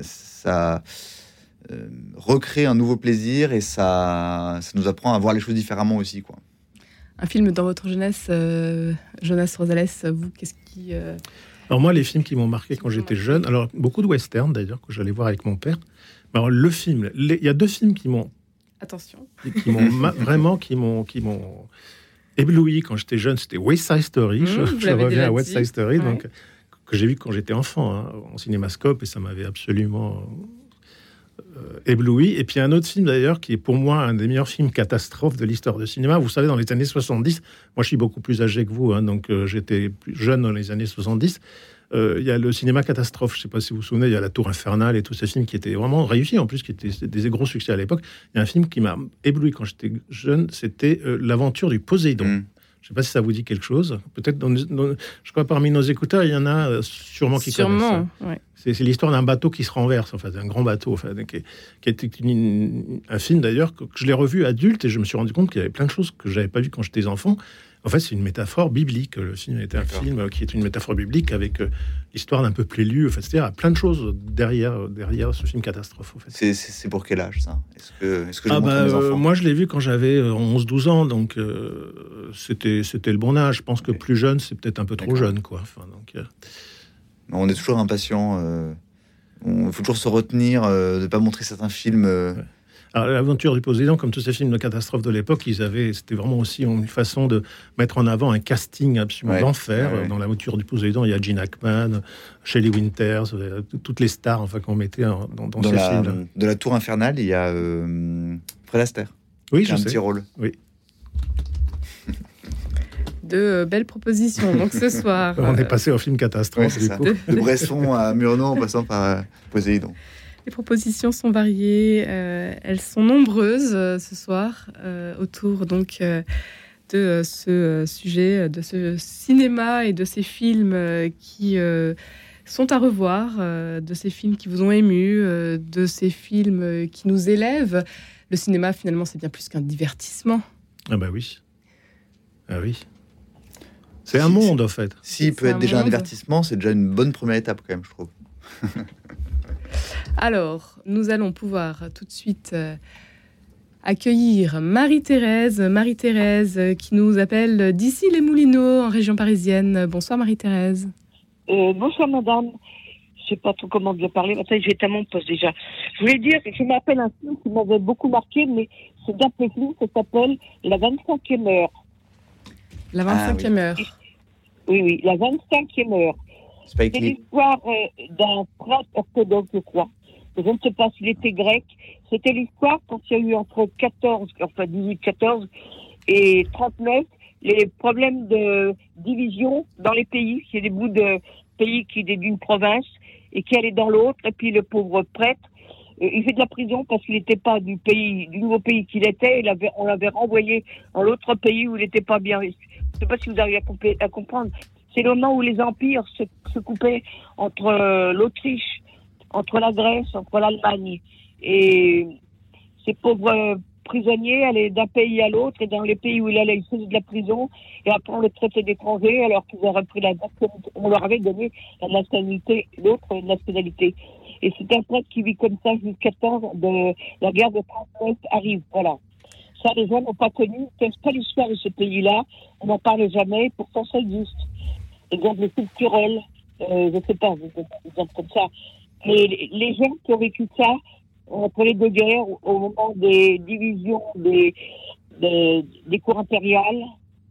ça euh, recrée un nouveau plaisir, et ça ça nous apprend à voir les choses différemment aussi, quoi. Un film dans votre jeunesse, euh, Jonas Rosales, vous, qu'est-ce qui euh... Alors moi, les films qui m'ont marqué quand j'étais jeune, alors beaucoup de western d'ailleurs que j'allais voir avec mon père. Alors le film, les, il y a deux films qui m'ont attention, qui m'ont ma, vraiment qui m'ont qui m'ont ébloui quand j'étais jeune, c'était West Side Story. Mmh, je je reviens à West Side Story, ouais. donc, que j'ai vu quand j'étais enfant, hein, en cinémascope, et ça m'avait absolument euh, ébloui. Et puis un autre film d'ailleurs, qui est pour moi un des meilleurs films catastrophes de l'histoire du cinéma. Vous savez, dans les années soixante-dix, moi je suis beaucoup plus âgé que vous, hein, donc euh, j'étais plus jeune dans les années soixante-dix. Il euh, y a le cinéma catastrophe, je ne sais pas si vous vous souvenez, il y a La Tour Infernale et tous ces films qui étaient vraiment réussis, en plus, qui étaient des gros succès à l'époque. Il y a un film qui m'a ébloui quand j'étais jeune, c'était euh, L'aventure du Poséidon. Mmh. Je ne sais pas si ça vous dit quelque chose. Peut-être, dans, dans, je crois parmi nos écouteurs, il y en a euh, sûrement qui sûrement, connaissent ça. Ouais. C'est, c'est l'histoire d'un bateau qui se renverse, enfin, un grand bateau, enfin, qui, qui était une, un film d'ailleurs que, que je l'ai revu adulte, et je me suis rendu compte qu'il y avait plein de choses que je n'avais pas vues quand j'étais enfant. En fait, c'est une métaphore biblique. Le film est un D'accord. film qui est une métaphore biblique avec euh, l'histoire d'un peuple élu. En fait, c'est-à-dire plein de choses derrière, derrière ce film catastrophe. En fait. c'est, c'est, c'est pour quel âge, ça ? Est-ce que, est-ce que je ah montre bah, à mes enfants ? euh, Moi, je l'ai vu quand j'avais onze douze ans, donc euh, c'était, c'était le bon âge. Je pense que okay. plus jeune, c'est peut-être un peu trop D'accord. jeune, quoi. Enfin, donc, euh... On est toujours impatient. Euh, il faut toujours se retenir euh, de ne pas montrer certains films... Euh... Ouais. Alors, l'aventure du Poséidon, comme tous ces films de catastrophe de l'époque, ils avaient, c'était vraiment aussi une façon de mettre en avant un casting absolument Ouais. d'enfer. Ouais, ouais. Dans l'aventure du Poséidon, il y a Gene Hackman, Shelley Winters, euh, toutes les stars enfin, qu'on mettait en- dans, dans, Dans ces la, films. de la Tour Infernale, il y a euh, Fred Astaire Oui, qui a je un sais. petit rôle. Oui. De euh, belles propositions. Donc ce soir. On est euh, passé au film catastrophe. Ouais, c'est du ça. coup. De Bresson à Murnau en passant par euh, Poséidon. Les propositions sont variées, euh, elles sont nombreuses euh, ce soir euh, autour donc euh, de euh, ce euh, sujet, de ce cinéma et de ces films euh, qui euh, sont à revoir, euh, de ces films qui vous ont ému, euh, de ces films euh, qui nous élèvent. Le cinéma finalement c'est bien plus qu'un divertissement. Ah bah oui. Ah oui. C'est un monde, en fait. S'il peut C'est être un déjà un monde. divertissement, c'est déjà une bonne première étape quand même, je trouve. Alors, nous allons pouvoir tout de suite euh, accueillir Marie-Thérèse, Marie-Thérèse euh, qui nous appelle d'ici les Moulineaux, en région parisienne. Bonsoir Marie-Thérèse. Euh, bonsoir madame. Je sais pas trop comment bien parler. Attends, j'étais à mon poste déjà. Je voulais dire que je m'appelle un film qui m'avait beaucoup marqué, mais c'est d'un peu film, ça s'appelle La vingt-cinquième heure. La vingt-cinquième heure. Oui, oui, La vingt-cinquième heure. Spike C'est Lee. l'histoire euh, d'un prêtre orthodoxe, je crois. Je ne sais pas s'il était grec. C'était l'histoire quand il y a eu entre quatorze, enfin dix-huit quatorze et trente-neuf, les problèmes de division dans les pays. Il y a des bouts de pays qui étaient d'une province et qui allaient dans l'autre. Et puis le pauvre prêtre, euh, il fait de la prison parce qu'il n'était pas du pays, du nouveau pays qu'il était. Il avait, on l'avait renvoyé dans l'autre pays où il n'était pas bien. Je ne sais pas si vous arrivez à, comp- à comprendre. C'est le moment où les empires se, se coupaient entre euh, l'Autriche, entre la Grèce, entre l'Allemagne. Et ces pauvres euh, prisonniers allaient d'un pays à l'autre, et dans les pays où il allait, ils faisaient de la prison, et après on les traitait d'étrangers, alors qu'ils auraient pris la nationalité, on leur avait donné la nationalité, l'autre nationalité. Et c'est un prêtre qui vit comme ça jusqu'à temps de la guerre de trente-neuf arrive, voilà. Ça, les gens n'ont pas connu, c'est pas l'histoire de ce pays-là, on n'en parle jamais, pourtant ça existe. Exemple, le culturel, euh, je sais pas, des exemples comme ça. Mais les, les gens qui ont vécu ça, entre les deux guerres, au moment des divisions des, des, des cours impériales,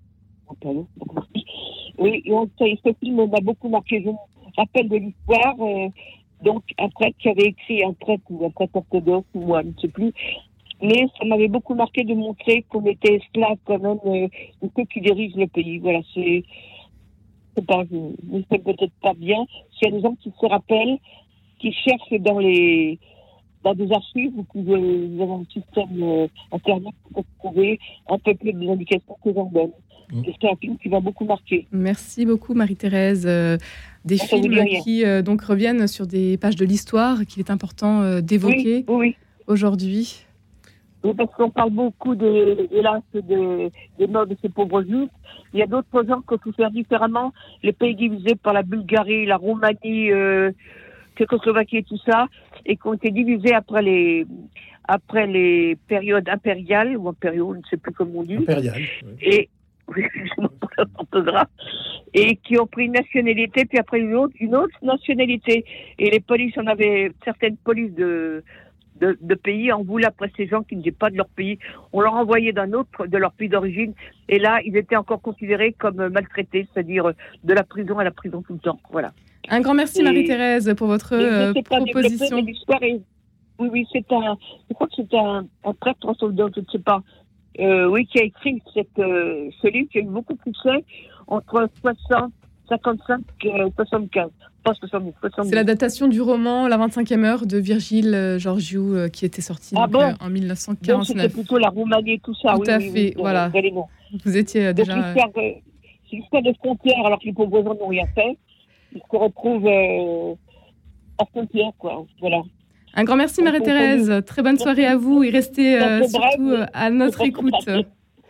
oui, et on, ce film m'a beaucoup marqué. Je me rappelle de l'histoire, euh, donc un prêtre qui avait écrit, un prêtre ou un prêtre orthodoxe, ou moi, je ne sais plus, mais ça m'avait beaucoup marqué de montrer qu'on était esclave quand même, euh, de ceux qui dirigent le pays. Voilà, c'est... Je sais pas, je ne sais peut-être pas bien. S'il y a des gens qui se rappellent, qui cherchent dans les dans des archives ou qui euh, dans un système euh, internet pour trouver un peu plus des indications que j'en donne. Mmh. C'est un film qui m'a beaucoup marqué. Merci beaucoup Marie-Thérèse. Euh, des Ça vous dit films rien. qui euh, donc reviennent sur des pages de l'histoire qu'il est important euh, d'évoquer Oui, oui, aujourd'hui. oui, parce qu'on parle beaucoup de, hélas, de, des morts de ces pauvres juifs. Il y a d'autres gens qui ont pu faire différemment. Les pays divisés par la Bulgarie, la Roumanie, euh, Tchécoslovaquie et tout ça, et qui ont été divisés après les, après les périodes impériales, ou impériaux, je ne sais plus comment on dit. Impérial. Oui. Et, oui, je m'en rappelle l'orthographe, et qui ont pris une nationalité, puis après une autre, une autre nationalité. Et les polices, on avait certaines polices de, de, de pays, en voulaient après ces gens qui n'étaient pas de leur pays. On leur envoyait d'un autre, de leur pays d'origine, et là, ils étaient encore considérés comme maltraités, c'est-à-dire de la prison à la prison tout le temps. Voilà. Un grand merci Et- Marie-Thérèse pour votre Et je euh, sais pas développer, proposition. mais l'histoire est... Oui, oui, c'est un... Je crois que c'est un, un prêtre orthodoxe, je ne sais pas. Euh, oui, qui a écrit cette, euh, ce livre qui a eu beaucoup de succès entre soixante, cinquante-cinq et soixante-quinze. Pas soixante-dix, soixante-dix. C'est l'adaptation du roman La vingt-cinquième heure de Virgile euh, Georgiou euh, qui était sorti Ah donc, bon euh, en mille neuf cent Donc c'était quarante-neuf. plutôt la Roumanie et tout ça. Tout oui, à oui, fait, oui, voilà. vous avez les noms. Vous étiez euh, Donc déjà... euh, l'histoire de, c'est l'histoire de frontières, alors que les pauvres gens n'ont rien fait. Ils se retrouvent euh, hors frontières, quoi. Voilà. Un grand merci Donc, Marie-Thérèse. Très bonne soirée à vous et restez euh, C'est bref, surtout euh, à notre c'est écoute. bref.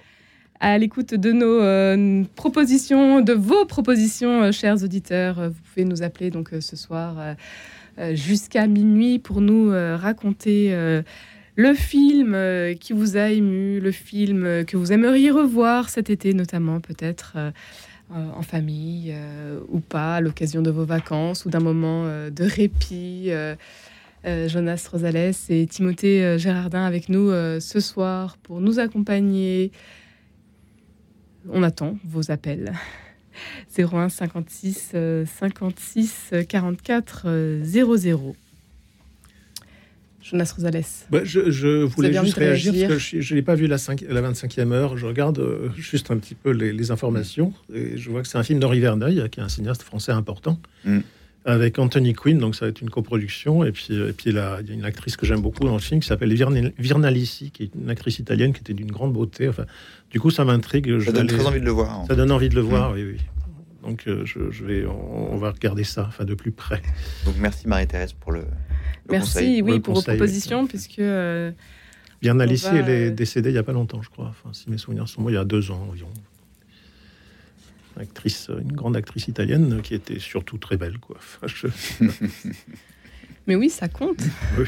À l'écoute de nos euh, propositions, de vos propositions, euh, chers auditeurs. Euh, Vous pouvez nous appeler donc euh, ce soir euh, euh, jusqu'à minuit pour nous euh, raconter euh, le film euh, qui vous a ému, le film euh, que vous aimeriez revoir cet été, notamment peut-être euh, euh, en famille euh, ou pas, à l'occasion de vos vacances ou d'un moment euh, de répit. euh, Euh, Jonas Rosales et Timothée euh, Gérardin avec nous euh, ce soir pour nous accompagner. On attend vos appels. zéro un cinquante-six euh, cinquante-six quarante-quatre euh, zéro zéro. Jonas Rosales. Bah, je, je voulais juste réagir, réagir parce que je n'ai pas vu la, cinq, la vingt-cinquième heure. Je regarde euh, juste un petit peu les, les informations et je vois que c'est un film d'Henri Verneuil, qui est un cinéaste français important, mm. avec Anthony Quinn, donc ça va être une coproduction. Et puis, et puis là, il y a une actrice que j'aime beaucoup dans le film qui s'appelle Virna, Virna Lisi, qui est une actrice italienne qui était d'une grande beauté. Enfin, du coup, ça m'intrigue. Ça je donne aller... très envie de le voir. Ça donne envie de le voir, mm. oui, oui. Donc euh, je, je vais, on, on va regarder ça, enfin de plus près. Donc merci Marie-Thérèse pour le. Le Merci, conseil. oui, le pour conseil, vos propositions, oui. puisque... Euh, Virna Lisi, va, elle est euh... décédée il n'y a pas longtemps, je crois. Enfin, si mes souvenirs sont bons, il y a deux ans environ. Actrice, une grande actrice italienne qui était surtout très belle, quoi. Enfin, je... Mais oui, ça compte. Oui.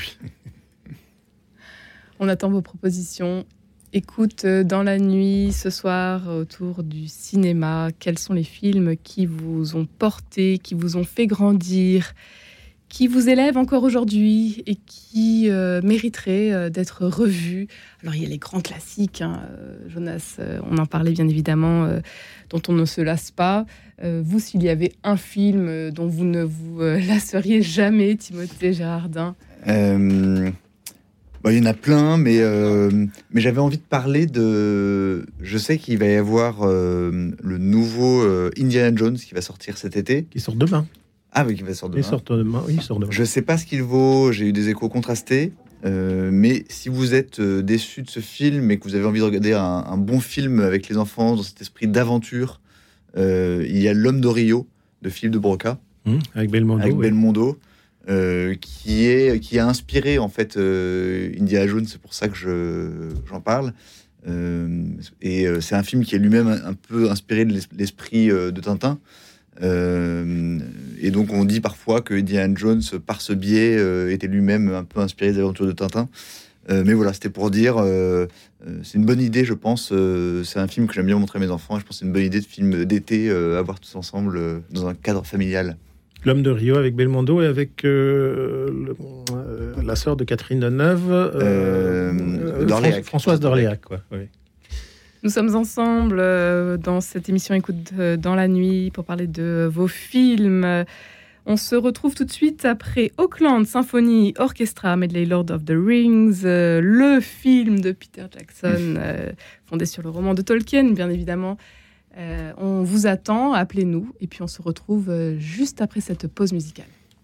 On attend vos propositions. Écoute dans la nuit ce soir autour du cinéma. Quels sont les films qui vous ont porté, qui vous ont fait grandir, qui vous élèvent encore aujourd'hui et qui euh, mériteraient euh, d'être revus. Alors il y a les grands classiques, hein, euh, Jonas, euh, on en parlait bien évidemment, euh, dont on ne se lasse pas. Euh, vous, s'il y avait un film euh, dont vous ne vous euh, lasseriez jamais, Timothée Gérardin euh, bah, il y en a plein, mais, euh, mais j'avais envie de parler de... Je sais qu'il va y avoir euh, le nouveau euh, Indiana Jones qui va sortir cet été. Qui sort demain. Ah oui, qui va sortir demain. Il sort demain, oui, il sort demain. Je ne sais pas ce qu'il vaut, j'ai eu des échos contrastés, euh, mais si vous êtes euh, déçu de ce film et que vous avez envie de regarder un, un bon film avec les enfants, dans cet esprit d'aventure, euh, il y a L'Homme de Rio, de Philippe de Broca. Mmh, avec Belmondo. Avec oui. Belmondo, euh, qui, est, qui a inspiré en fait euh, Indiana Jones, c'est pour ça que je, j'en parle. Euh, et euh, c'est un film qui est lui-même un, un peu inspiré de l'esprit euh, de Tintin. Euh, et donc on dit parfois que Indiana Jones par ce biais euh, était lui-même un peu inspiré des aventures de Tintin, euh, mais voilà, c'était pour dire euh, euh, c'est une bonne idée, je pense. Euh, c'est un film que j'aime bien montrer à mes enfants et je pense que c'est une bonne idée de film d'été euh, à voir tous ensemble euh, dans un cadre familial. L'Homme de Rio avec Belmondo et avec euh, le, euh, la sœur de Catherine Deneuve, euh, euh, d'Orléac. Françoise d'Orléac, quoi. Oui. Nous sommes ensemble euh, dans cette émission Écoute euh, dans la nuit pour parler de vos films. On se retrouve tout de suite après Auckland Symphony Orchestra Medley Lord of the Rings, euh, le film de Peter Jackson, euh, fondé sur le roman de Tolkien, bien évidemment. Euh, on vous attend, appelez-nous, et puis on se retrouve euh, juste après cette pause musicale.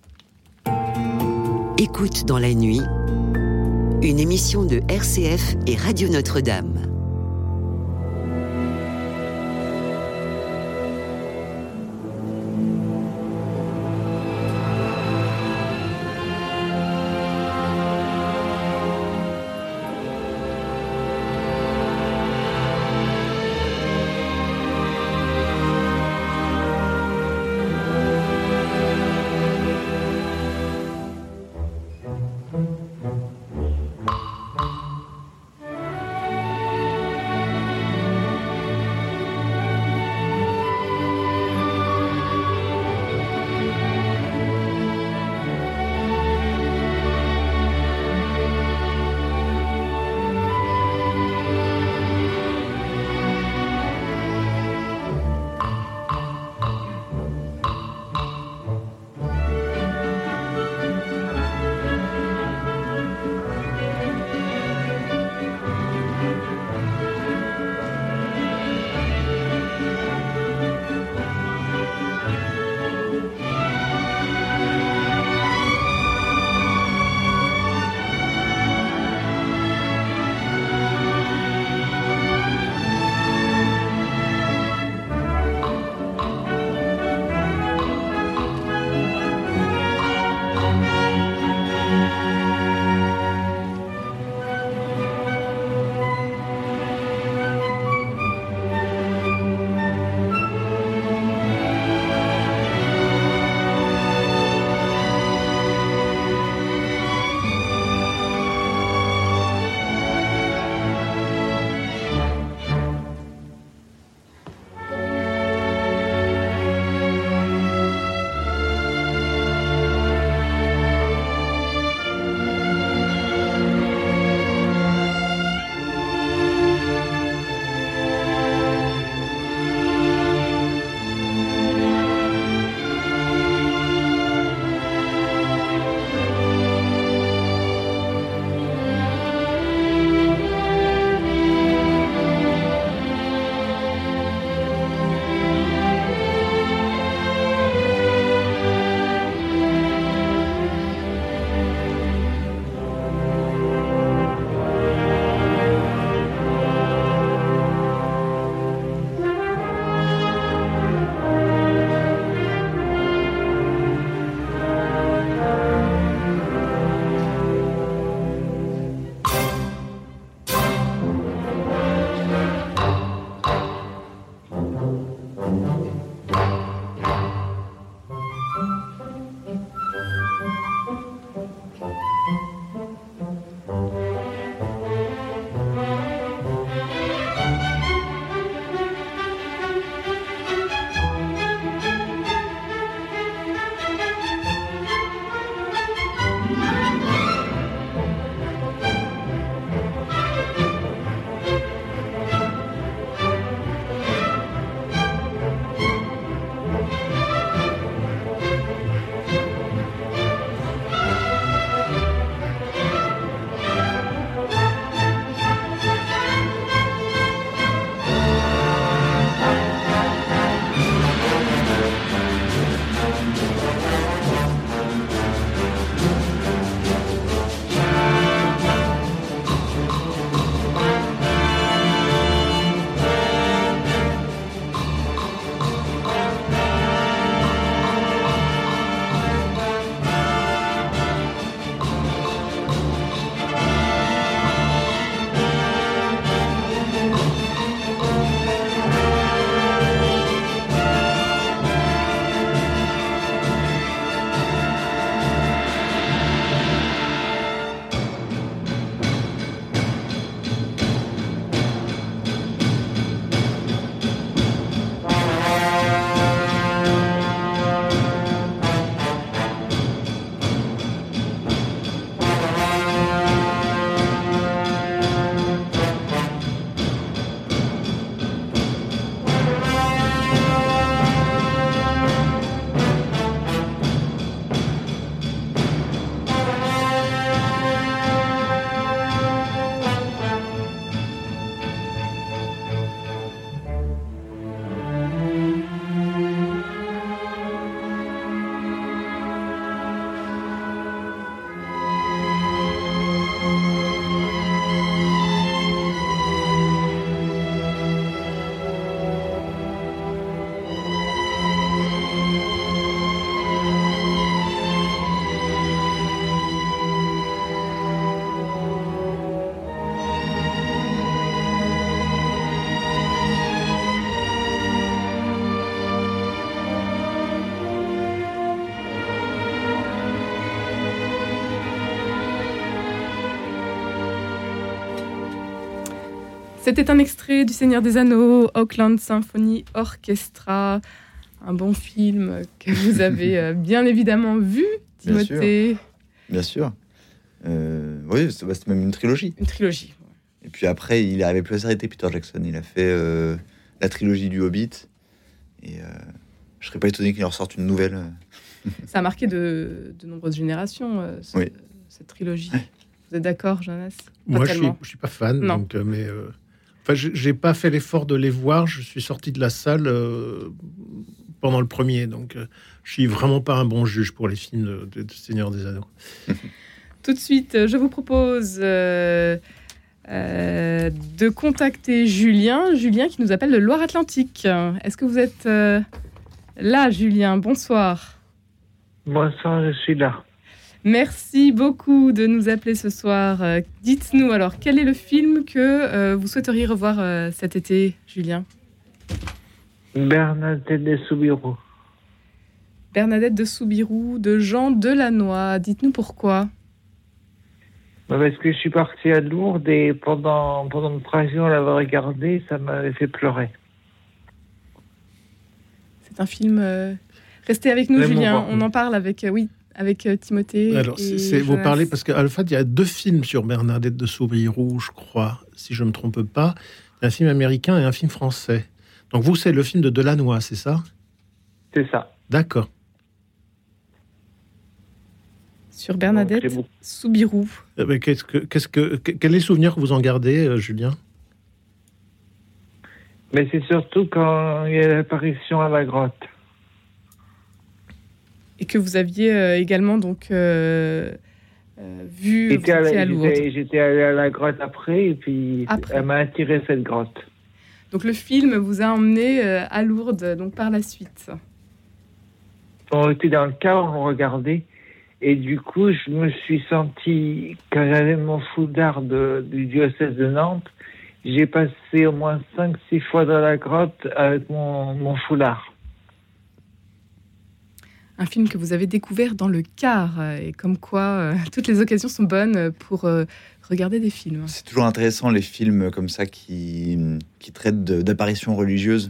Écoute dans la nuit, une émission de R C F et Radio Notre-Dame. C'était un extrait du Seigneur des Anneaux, Auckland Symphony Orchestra, un bon film que vous avez bien évidemment vu, Timothée. Bien sûr. Bien sûr. Euh, oui, c'est, bah, c'est même une trilogie. Une trilogie. Et puis après, il est arrivé plus arrêté, Peter Jackson. Il a fait euh, la trilogie du Hobbit. Et euh, je serais pas étonné qu'il en ressorte une nouvelle. Ça a marqué de, de nombreuses générations, euh, ce, oui. cette trilogie. Vous êtes d'accord, Jonas? Moi, je suis, je suis pas fan. Non. Donc, euh, mais, euh, enfin, j'ai pas fait l'effort de les voir. Je suis sorti de la salle euh, pendant le premier. Donc, euh, je suis vraiment pas un bon juge pour les films de, de, de Seigneur des Anneaux. Tout de suite, je vous propose euh, euh, de contacter Julien. Julien qui nous appelle de Loire-Atlantique. Est-ce que vous êtes euh, là, Julien? Bonsoir. Bonsoir, je suis là. Merci beaucoup de nous appeler ce soir. Euh, dites-nous alors, quel est le film que euh, vous souhaiteriez revoir euh, cet été, Julien? Bernadette de Soubirous. Bernadette de Soubirous, de Jean Delannoy. Dites-nous pourquoi. Parce que je suis parti à Lourdes et pendant, pendant le trajet, on l'avait regardé, ça m'avait fait pleurer. C'est un film... Euh... Restez avec nous, Le Julien. mouvement. On en parle avec... Euh, oui. Avec euh, Timothée. Alors, et c'est, vous Jonas. parlez parce qu'en fait, il y a deux films sur Bernadette de Soubirous, je crois, si je ne me trompe pas. Il y a un film américain et un film français. Donc, vous, c'est le film de Delannoy, c'est ça? C'est ça. D'accord. Sur Bernadette Donc, Soubirous. Eh ben, qu'est-ce que, qu'est-ce que, quel est le souvenir que vous en gardez, euh, Julien? Mais c'est surtout quand il y a l'apparition à la grotte. Et que vous aviez euh, également donc euh, euh, vu J'étais, vous étiez à, à Lourdes. j'étais, j'étais allé à la grotte après et puis Après. elle m'a attiré cette grotte. Donc le film vous a emmené euh, à Lourdes donc par la suite. On était dans le car, on regardait et du coup je me suis senti, quand j'avais mon foulard de, du diocèse de Nantes, j'ai passé au moins cinq six fois dans la grotte avec mon, mon foulard. Un film que vous avez découvert dans le car, euh, et comme quoi euh, toutes les occasions sont bonnes pour euh, regarder des films. C'est toujours intéressant les films comme ça qui, qui traitent de, d'apparitions religieuses.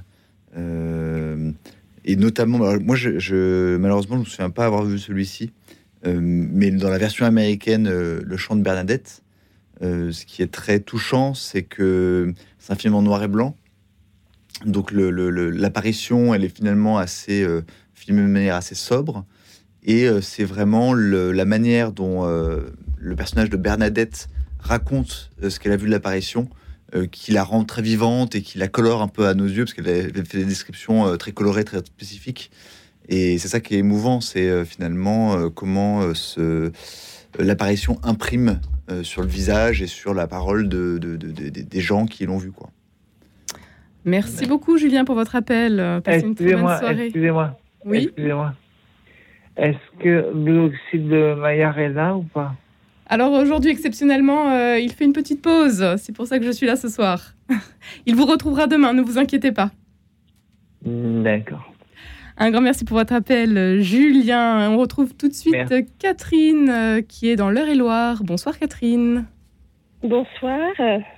Euh, et notamment, alors, moi je, je, malheureusement je ne me souviens pas avoir vu celui-ci, euh, mais dans la version américaine, euh, Le chant de Bernadette, euh, ce qui est très touchant, c'est que c'est un film en noir et blanc. Donc le, le, le, l'apparition, elle est finalement assez... Euh, filmé de manière assez sobre, et euh, c'est vraiment le, la manière dont euh, le personnage de Bernadette raconte euh, ce qu'elle a vu de l'apparition, euh, qui la rend très vivante et qui la colore un peu à nos yeux, parce qu'elle a fait des descriptions euh, très colorées, très spécifiques, et c'est ça qui est émouvant, c'est euh, finalement euh, comment euh, ce, euh, l'apparition imprime euh, sur le visage et sur la parole de, de, de, de, de, des gens qui l'ont vu, quoi. Merci ouais. beaucoup Julien pour votre appel. Passez une très bonne soirée. Excusez-moi. Oui. Excusez-moi. Est-ce que l'oxyde de Maillard est là ou pas? Alors aujourd'hui, exceptionnellement, euh, il fait une petite pause. C'est pour ça que je suis là ce soir. Il vous retrouvera demain, ne vous inquiétez pas. D'accord. Un grand merci pour votre appel, Julien. On retrouve tout de suite merci. Catherine, euh, qui est dans l'Eure-et-Loire. Bonsoir Catherine. Bonsoir.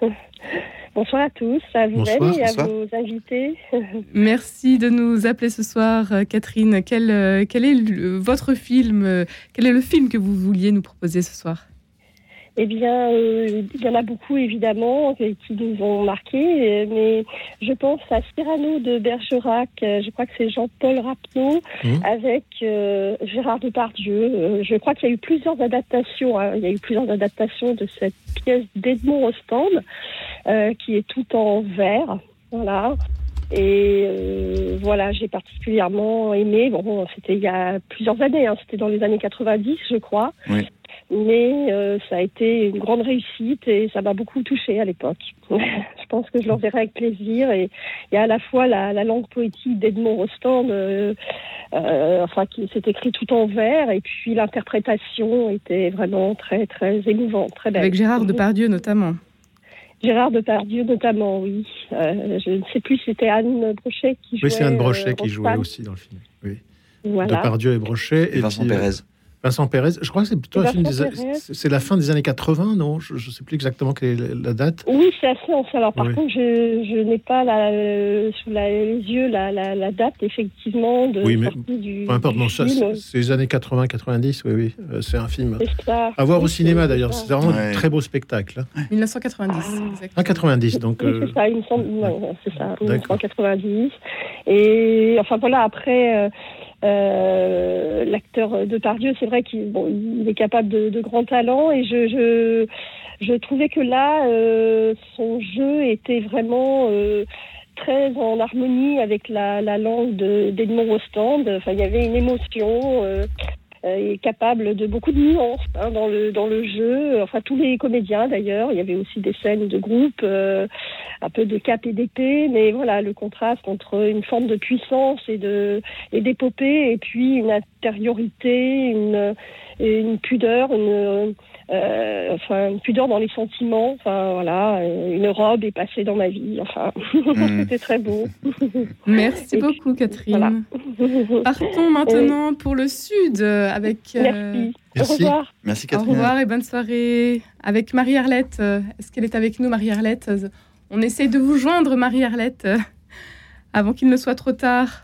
Bonsoir à tous, à vous-même et à vos invités. Merci de nous appeler ce soir, Catherine. Quel, quel est le, votre film Quel est le film que vous vouliez nous proposer ce soir? Eh bien, euh, il y en a beaucoup, évidemment, qui nous ont marqués, mais je pense à Cyrano de Bergerac, je crois que c'est Jean-Paul Rapneau, mmh. avec euh, Gérard Depardieu. Je crois qu'il y a eu plusieurs adaptations, hein. Il y a eu plusieurs adaptations de cette pièce d'Edmond Rostand, euh, qui est tout en vers, voilà. Et euh, voilà, j'ai particulièrement aimé. Bon, c'était il y a plusieurs années, hein, c'était dans les années quatre-vingt-dix, je crois. Oui. Mais euh, ça a été une grande réussite et ça m'a beaucoup touchée à l'époque. Je pense que je le reverrai avec plaisir. Et il y a à la fois la, la langue poétique d'Edmond Rostand, euh, euh, enfin, qui s'est écrit tout en vers, et puis l'interprétation était vraiment très, très émouvante, très belle. Avec Gérard Depardieu notamment. Gérard Depardieu notamment, oui. Euh, je ne sais plus si c'était Anne Brochet qui jouait. Oui, c'est Anne Brochet euh, qui jouait aussi dans le film. Oui. Voilà. Depardieu et Brochet. Et, et Vincent puis, Pérez. Vincent Pérez, je crois que c'est plutôt un film des, Pérez. c'est la fin des années quatre-vingts, non? Je ne sais plus exactement quelle est la date. Oui, c'est assez ancien. Alors, par Oui. contre, je, je n'ai pas la, euh, sous la, les yeux la, la, la date, effectivement, de Oui, mais sortie du, peu importe, du non, ça, film. c'est, c'est les années quatre-vingts quatre-vingt-dix, oui, oui. Euh, c'est un film C'est ça. à voir au Oui, cinéma, c'est d'ailleurs. ça. C'est vraiment Ouais. un très beau spectacle. Hein. dix-neuf cent quatre-vingt-dix, exactement. Ah, quatre-vingt-dix, donc... Oui, euh, c'est ça, il me semble. Non, c'est ça, D'accord. dix-neuf cent quatre-vingt-dix. Et enfin, voilà, après... Euh, Euh, l'acteur Depardieu, c'est vrai qu'il bon, il est capable de, de grands talents et je, je, je trouvais que là, euh, son jeu était vraiment euh, très en harmonie avec la, la langue de, d'Edmond Rostand. Enfin, il y avait une émotion euh, euh, et capable de beaucoup de nuances hein, dans le dans le jeu. Enfin, tous les comédiens d'ailleurs. Il y avait aussi des scènes de groupe. Euh, un peu de cap et d'épée, mais voilà, le contraste entre une forme de puissance et de et d'épopée, et puis une intériorité, une, une pudeur, une, euh, enfin, une pudeur dans les sentiments, enfin voilà, une robe est passée dans ma vie, enfin, mmh. C'était très beau. Merci et beaucoup, puis, Catherine. Voilà. Partons maintenant pour le Sud avec... Euh... Merci. Merci. Au revoir. Merci, Catherine. Au revoir et bonne soirée avec Marie-Arlette. Est-ce qu'elle est avec nous, Marie-Arlette? On essaie de vous joindre, Marie-Arlette, euh, avant qu'il ne soit trop tard.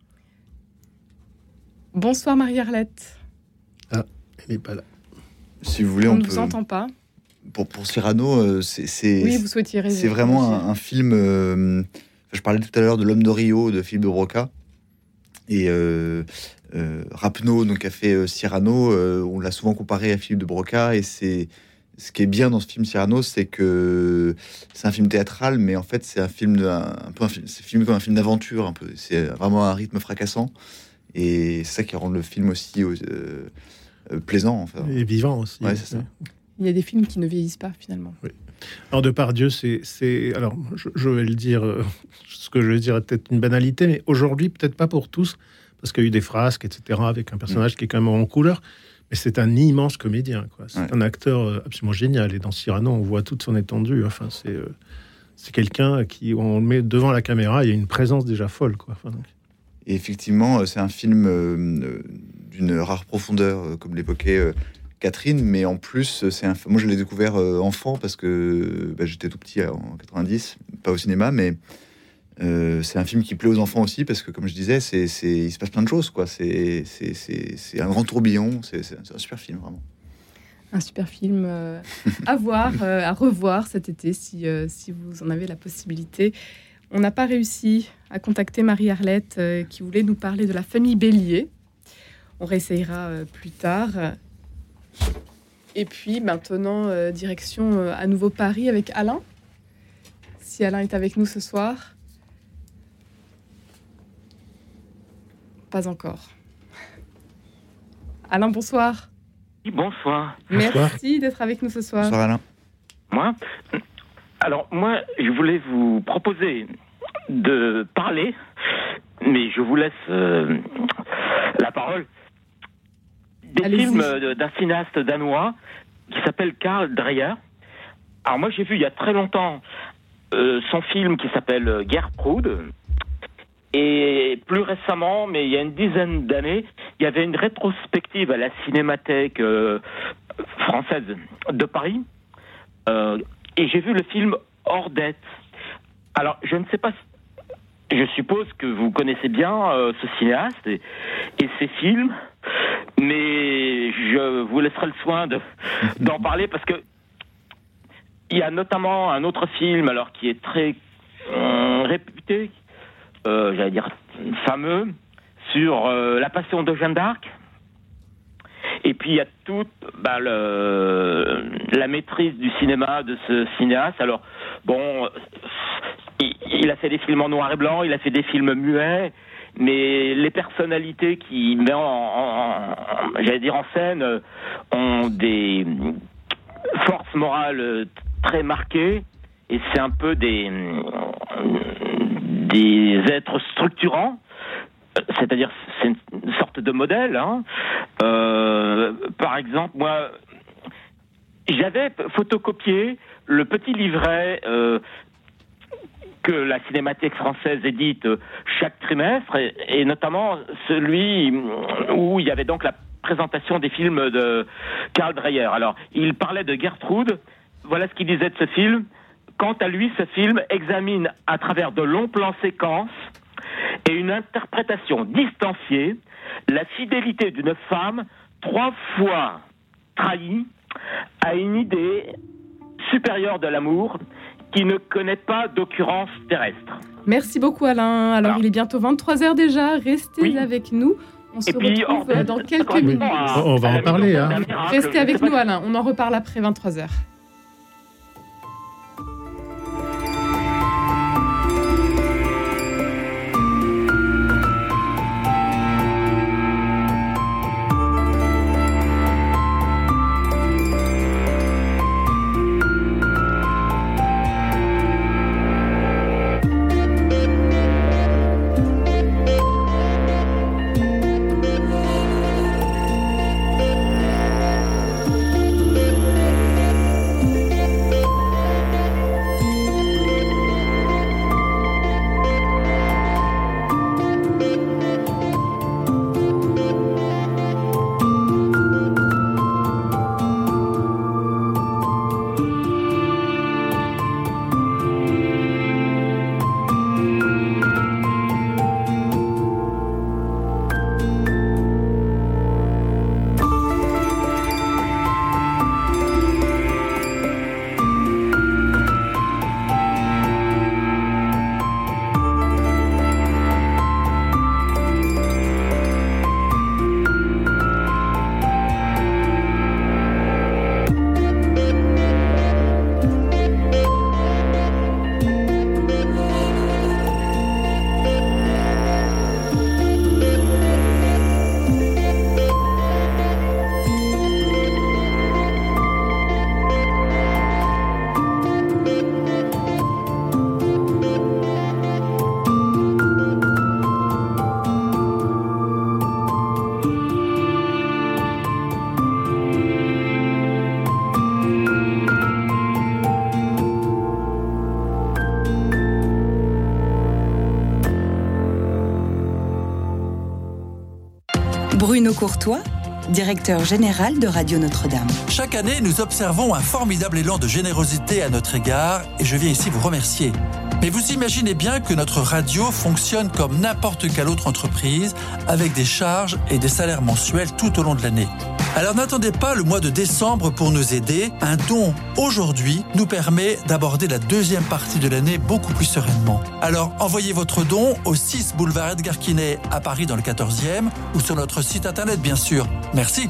Bonsoir, Marie-Arlette. Ah, elle n'est pas là. Si vous voulez, on, on ne peut... vous entend pas. Pour, pour Cyrano, euh, c'est, c'est, oui, vous souhaitiez résumer. C'est vraiment un, un film... Euh, je parlais tout à l'heure de L'Homme de Rio, de Philippe de Broca. Et euh, euh, Rapneau, donc, a fait euh, Cyrano. Euh, on l'a souvent comparé à Philippe de Broca. Et c'est... Ce qui est bien dans ce film Cyrano, c'est que c'est un film théâtral, mais en fait, c'est un film, de, un, un peu un film, c'est filmé comme un film d'aventure, un peu. C'est vraiment un rythme fracassant, et c'est ça qui rend le film aussi euh, euh, plaisant, enfin. Et vivant aussi. Ouais, c'est ça. Il y a des films qui ne vieillissent pas finalement. Oui. Alors Depardieu, c'est, c'est, alors je, je vais le dire, euh, ce que je vais dire est peut-être une banalité, mais aujourd'hui peut-être pas pour tous, parce qu'il y a eu des frasques, et cetera, avec un personnage mmh. qui est quand même en couleur. Mais c'est un immense comédien, quoi. C'est ouais. un acteur absolument génial. Et dans Cyrano, on voit toute son étendue. Enfin, c'est, euh, c'est quelqu'un qui, on le met devant la caméra, il y a une présence déjà folle, quoi. Enfin, donc... Et effectivement, c'est un film euh, d'une rare profondeur, euh, comme l'évoquait euh, Catherine. Mais en plus, c'est un... moi, je l'ai découvert euh, enfant parce que bah, j'étais tout petit en quatre-vingt-dix, pas au cinéma, mais Euh, c'est un film qui plaît aux enfants aussi parce que, comme je disais, c'est, c'est, il se passe plein de choses, quoi. C'est, c'est, c'est, c'est un grand tourbillon. C'est, c'est, c'est un super film, vraiment. Un super film euh, à voir, euh, à revoir cet été, si, euh, si vous en avez la possibilité. On n'a pas réussi à contacter Marie-Arlette, euh, qui voulait nous parler de la famille Bélier. On réessayera euh, plus tard. Et puis, maintenant, euh, direction euh, à nouveau Paris avec Alain. Si Alain est avec nous ce soir... Pas encore. Alain, bonsoir. Bonsoir. Merci bonsoir. d'être avec nous ce soir. Bonsoir Alain. Moi, alors moi, je voulais vous proposer de parler, mais je vous laisse euh, la parole, des Allez-y. films d'un cinéaste danois qui s'appelle Karl Dreyer. Alors moi, j'ai vu il y a très longtemps euh, son film qui s'appelle Gertrude. Et plus récemment, mais il y a une dizaine d'années, il y avait une rétrospective à la Cinémathèque euh, française de Paris. Euh, et j'ai vu le film Ordette. Alors, je ne sais pas, je suppose que vous connaissez bien euh, ce cinéaste et, et ses films, mais je vous laisserai le soin de, d'en parler parce que il y a notamment un autre film, alors qui est très euh, réputé, Euh, j'allais dire fameux, sur euh, la passion de Jeanne d'Arc. Et puis il y a toute bah, le, la maîtrise du cinéma de ce cinéaste. Alors bon, il, il a fait des films en noir et blanc, il a fait des films muets, mais les personnalités qu'il met en, en, en j'allais dire en scène euh, ont des forces morales très marquées. Et c'est un peu des, des êtres structurants, c'est-à-dire c'est une sorte de modèle. Hein. Euh, par exemple, moi, j'avais photocopié le petit livret euh, que la Cinémathèque française édite chaque trimestre, et, et notamment celui où il y avait donc la présentation des films de Karl Dreyer. Alors, il parlait de Gertrude. Voilà ce qu'il disait de ce film. Quant à lui, ce film examine à travers de longs plans séquences et une interprétation distanciée la fidélité d'une femme trois fois trahie à une idée supérieure de l'amour qui ne connaît pas d'occurrence terrestre. Merci beaucoup Alain. Alors, Alors il est bientôt vingt-trois heures déjà, restez oui. avec nous. On se puis, retrouve on, dans quelques minutes. À, on va en parler. Hein. Restez avec nous Alain, on en reparle après vingt-trois heures. Bruno Courtois, directeur général de Radio Notre-Dame. Chaque année, nous observons un formidable élan de générosité à notre égard et je viens ici vous remercier. Mais vous imaginez bien que notre radio fonctionne comme n'importe quelle autre entreprise avec des charges et des salaires mensuels tout au long de l'année. Alors n'attendez pas le mois de décembre pour nous aider. Un don aujourd'hui nous permet d'aborder la deuxième partie de l'année beaucoup plus sereinement. Alors envoyez votre don au six boulevard Edgar Quinet à Paris dans le quatorzième ou sur notre site internet bien sûr. Merci.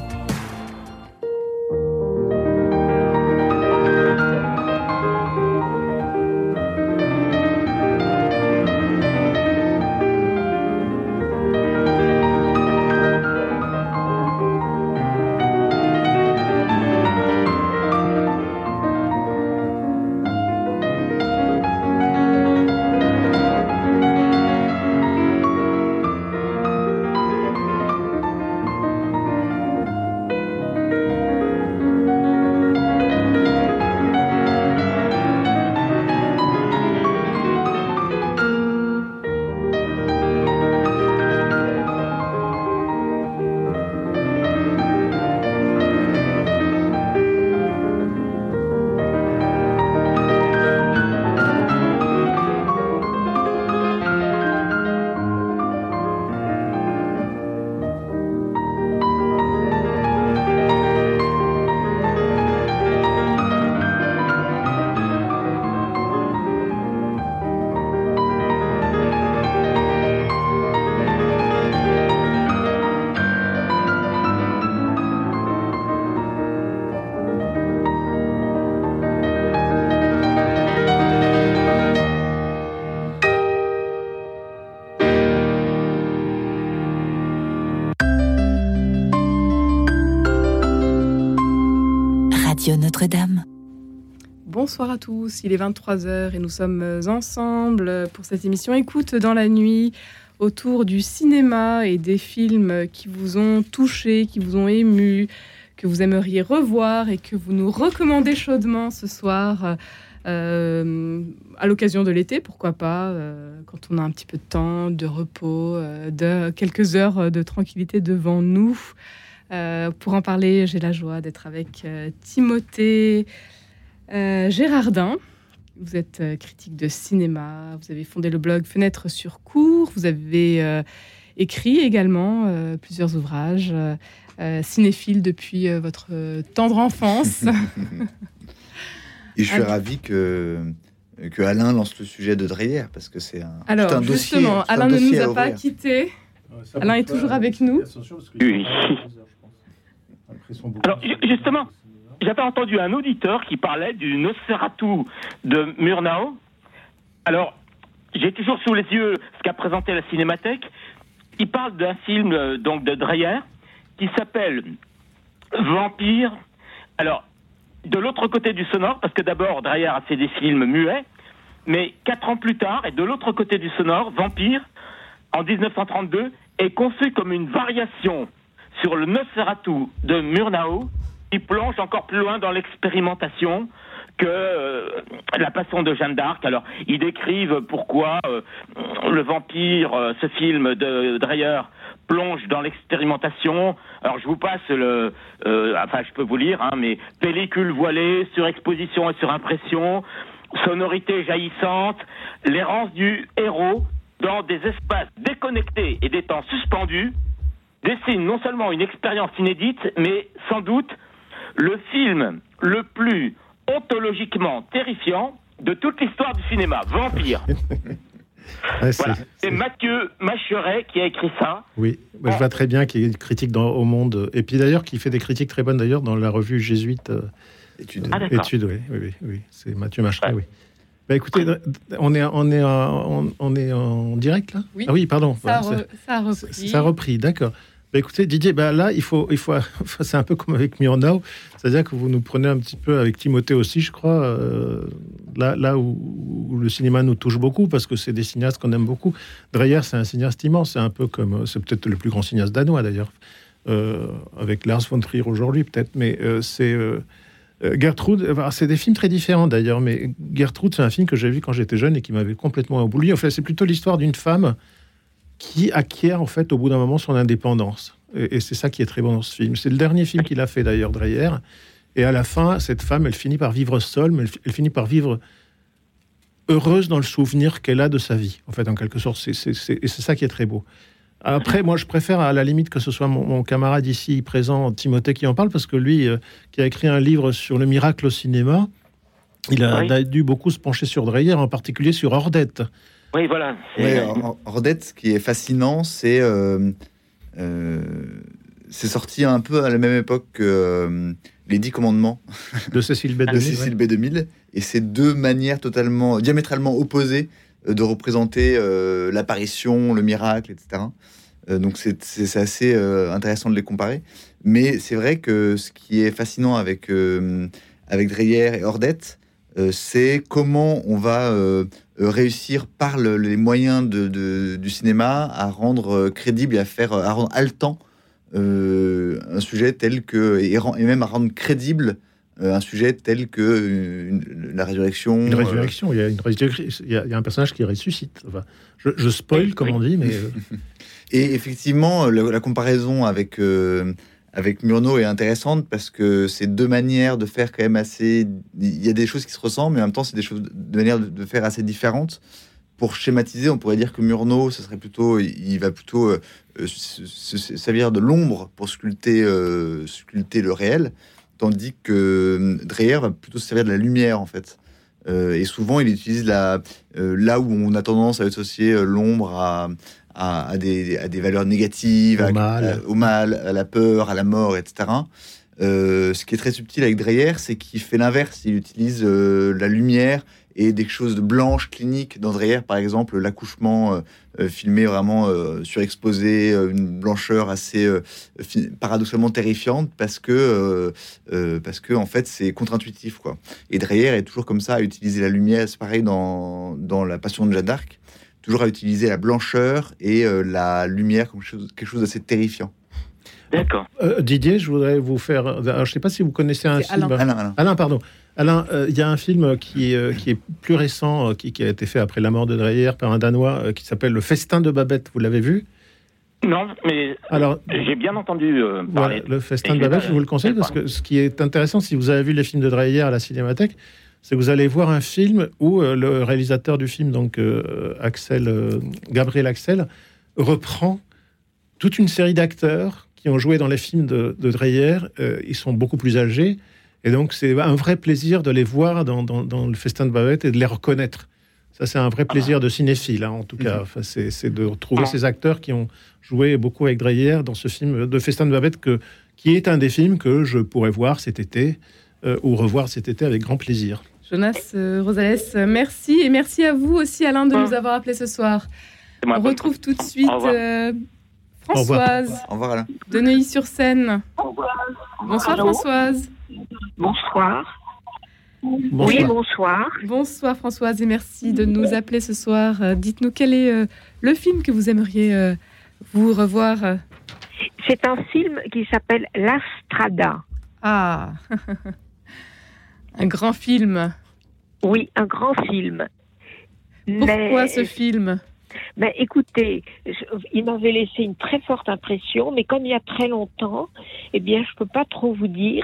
Notre-Dame. Bonsoir à tous, il est vingt-trois heures et nous sommes ensemble pour cette émission Écoute dans la nuit autour du cinéma et des films qui vous ont touché, qui vous ont ému, que vous aimeriez revoir et que vous nous recommandez chaudement ce soir euh, à l'occasion de l'été, pourquoi pas, euh, quand on a un petit peu de temps, de repos, euh, de quelques heures de tranquillité devant nous. Euh, pour en parler, j'ai la joie d'être avec euh, Timothée euh, Gérardin. Vous êtes euh, critique de cinéma, vous avez fondé le blog Fenêtre sur cour, vous avez euh, écrit également euh, plusieurs ouvrages, euh, euh, cinéphile depuis euh, votre euh, tendre enfance. Et je suis Alors, ravi que, que Alain lance le sujet de Dreyer, parce que c'est un, Alors, un justement, dossier, Alain un ne dossier nous a pas quittés. Ouais, Alain est toujours avec nous. Oui. Alors, justement, j'avais entendu un auditeur qui parlait du Nosferatu de Murnau. Alors, j'ai toujours sous les yeux ce qu'a présenté la Cinémathèque. Il parle d'un film euh, donc de Dreyer qui s'appelle Vampire. Alors, de l'autre côté du sonore, parce que d'abord, Dreyer a fait des films muets, mais quatre ans plus tard, et de l'autre côté du sonore, Vampire, en dix-neuf cent trente-deux, est conçu comme une variation sur le Nosferatu de Murnau, qui plonge encore plus loin dans l'expérimentation que euh, la Passion de Jeanne d'Arc. Alors, ils décrivent pourquoi euh, le Vampire, euh, ce film de Dreyer, plonge dans l'expérimentation. Alors, je vous passe le... Euh, enfin, je peux vous lire, hein, mais pellicule voilée, surexposition et surimpression, sonorité jaillissante, l'errance du héros dans des espaces déconnectés et des temps suspendus dessine non seulement une expérience inédite, mais sans doute le film le plus ontologiquement terrifiant de toute l'histoire du cinéma, Vampire. Ouais, voilà. C'est Mathieu Macheret qui a écrit ça. Oui, bah, je vois très bien qu'il y a une critique dans, au Monde. Et puis d'ailleurs, qui fait des critiques très bonnes d'ailleurs dans la revue jésuite euh, Études. Ah, Études, oui, oui, oui, oui. C'est Mathieu Macheret, ouais. oui. Bah, écoutez, on est, on, est, on, on est en direct là. Oui. Ah oui, pardon. Ça, voilà, re, ça a repris. Ça a repris, d'accord. Bah, écoutez, Didier, bah, là, il faut, il faut, c'est un peu comme avec Murnau, c'est-à-dire que vous nous prenez un petit peu, avec Timothée aussi, je crois, euh, là, là où, où le cinéma nous touche beaucoup, parce que c'est des cinéastes qu'on aime beaucoup. Dreyer, c'est un cinéaste immense, c'est un peu comme, c'est peut-être le plus grand cinéaste danois d'ailleurs, euh, avec Lars von Trier aujourd'hui peut-être, mais euh, c'est... Euh, Gertrude, c'est des films très différents d'ailleurs, mais Gertrude, c'est un film que j'ai vu quand j'étais jeune et qui m'avait complètement ébloui. En fait, c'est plutôt l'histoire d'une femme qui acquiert en fait au bout d'un moment son indépendance. Et, et c'est ça qui est très bon dans ce film. C'est le dernier film qu'il a fait d'ailleurs, Dreyer. Et à la fin, cette femme, elle finit par vivre seule, mais elle, elle finit par vivre heureuse dans le souvenir qu'elle a de sa vie. En fait, en quelque sorte, c'est, c'est, c'est, et c'est ça qui est très beau. Après, moi, je préfère à la limite que ce soit mon, mon camarade ici présent, Timothée, qui en parle, parce que lui, euh, qui a écrit un livre sur le miracle au cinéma, il a, oui. a dû beaucoup se pencher sur Dreyer, en particulier sur Ordette. Oui, voilà. Ouais, Ordette, ce qui est fascinant, c'est euh, euh, c'est sorti un peu à la même époque que euh, Les Dix Commandements de Cécile B. de Cécile B. DeMille, et c'est deux manières totalement diamétralement opposées de représenter euh, l'apparition, le miracle, et cetera. Euh, donc c'est, c'est, c'est assez euh, intéressant de les comparer. Mais c'est vrai que ce qui est fascinant avec, euh, avec Dreyer et Ordette, euh, c'est comment on va euh, réussir par le, les moyens de, de, du cinéma à rendre crédible et à faire à rendre haletant euh, un sujet tel que et, et même à rendre crédible un sujet tel que une, la résurrection. Une résurrection, euh... il, y a une résurrection il, y a, il y a un personnage qui ressuscite. Enfin, je, je spoil, comme on dit, mais... Et effectivement, la, la comparaison avec, euh, avec Murnau est intéressante parce que c'est deux manières de faire quand même assez... Il y a des choses qui se ressemblent, mais en même temps, c'est des choses de manière de, de faire assez différentes. Pour schématiser, on pourrait dire que Murnau, ce serait plutôt... Il va plutôt euh, se, se, se servir de l'ombre pour sculpter, euh, sculpter le réel, tandis que Dreyer va plutôt se servir de la lumière, en fait. Euh, et souvent, il utilise la, euh, là où on a tendance à associer euh, l'ombre à, à, à, des, à des valeurs négatives, au, à, mal. À, au mal, à la peur, à la mort, et cetera. Euh, ce qui est très subtil avec Dreyer, c'est qu'il fait l'inverse. Il utilise euh, la lumière et des choses de blanche clinique. Dans Dreyer, par exemple, l'accouchement euh, filmé vraiment euh, surexposé, euh, une blancheur assez euh, fi- paradoxalement terrifiante parce que, euh, euh, parce que en fait, c'est contre-intuitif, quoi. Et Dreyer est toujours comme ça à utiliser la lumière. C'est pareil dans, dans La Passion de Jeanne d'Arc, toujours à utiliser la blancheur et euh, la lumière comme chose, quelque chose d'assez terrifiant. D'accord. Euh, Didier, je voudrais vous faire... Alors, je ne sais pas si vous connaissez un c'est film... Alain. Alain, Alain. Alain, pardon. Alain, il euh, y a un film qui, euh, qui est plus récent, euh, qui, qui a été fait après la mort de Dreyer par un Danois, euh, qui s'appelle Le Festin de Babette. Vous l'avez vu ? Non, mais Alors, j'ai bien entendu euh, parler. Voilà, le Festin de Babette, je vous le conseille parce que ce qui est intéressant, si vous avez vu les films de Dreyer à la Cinémathèque, c'est que vous allez voir un film où euh, le réalisateur du film, donc euh, Axel, euh, Gabriel Axel, reprend toute une série d'acteurs qui ont joué dans les films de, de Dreyer. Euh, ils sont beaucoup plus âgés, et donc c'est un vrai plaisir de les voir dans, dans, dans le Festin de Babette et de les reconnaître. Ça, c'est un vrai plaisir de cinéphile, hein, en tout cas. Enfin, c'est, c'est de retrouver ces acteurs qui ont joué beaucoup avec Dreyer dans ce film de Festin de Babette, que, qui est un des films que je pourrais voir cet été, euh, ou revoir cet été avec grand plaisir. Jonas euh, Rosales, merci. Et merci à vous aussi, Alain, de nous avoir appelés ce soir. On retrouve tout de suite euh, Françoise Au revoir, Alain. de Neuilly-sur-Seine. Au revoir. Bonsoir, Allô Françoise. Bonsoir. Bonsoir. Oui, bonsoir. Bonsoir, Françoise, et merci de nous appeler ce soir. Euh, dites-nous quel est euh, le film que vous aimeriez euh, vous revoir. C'est un film qui s'appelle La Strada. Ah, un grand film. Oui, un grand film. Pourquoi mais... ce film? Ben, écoutez, je, il m'avait laissé une très forte impression, mais comme il y a très longtemps, eh bien, je peux pas trop vous dire.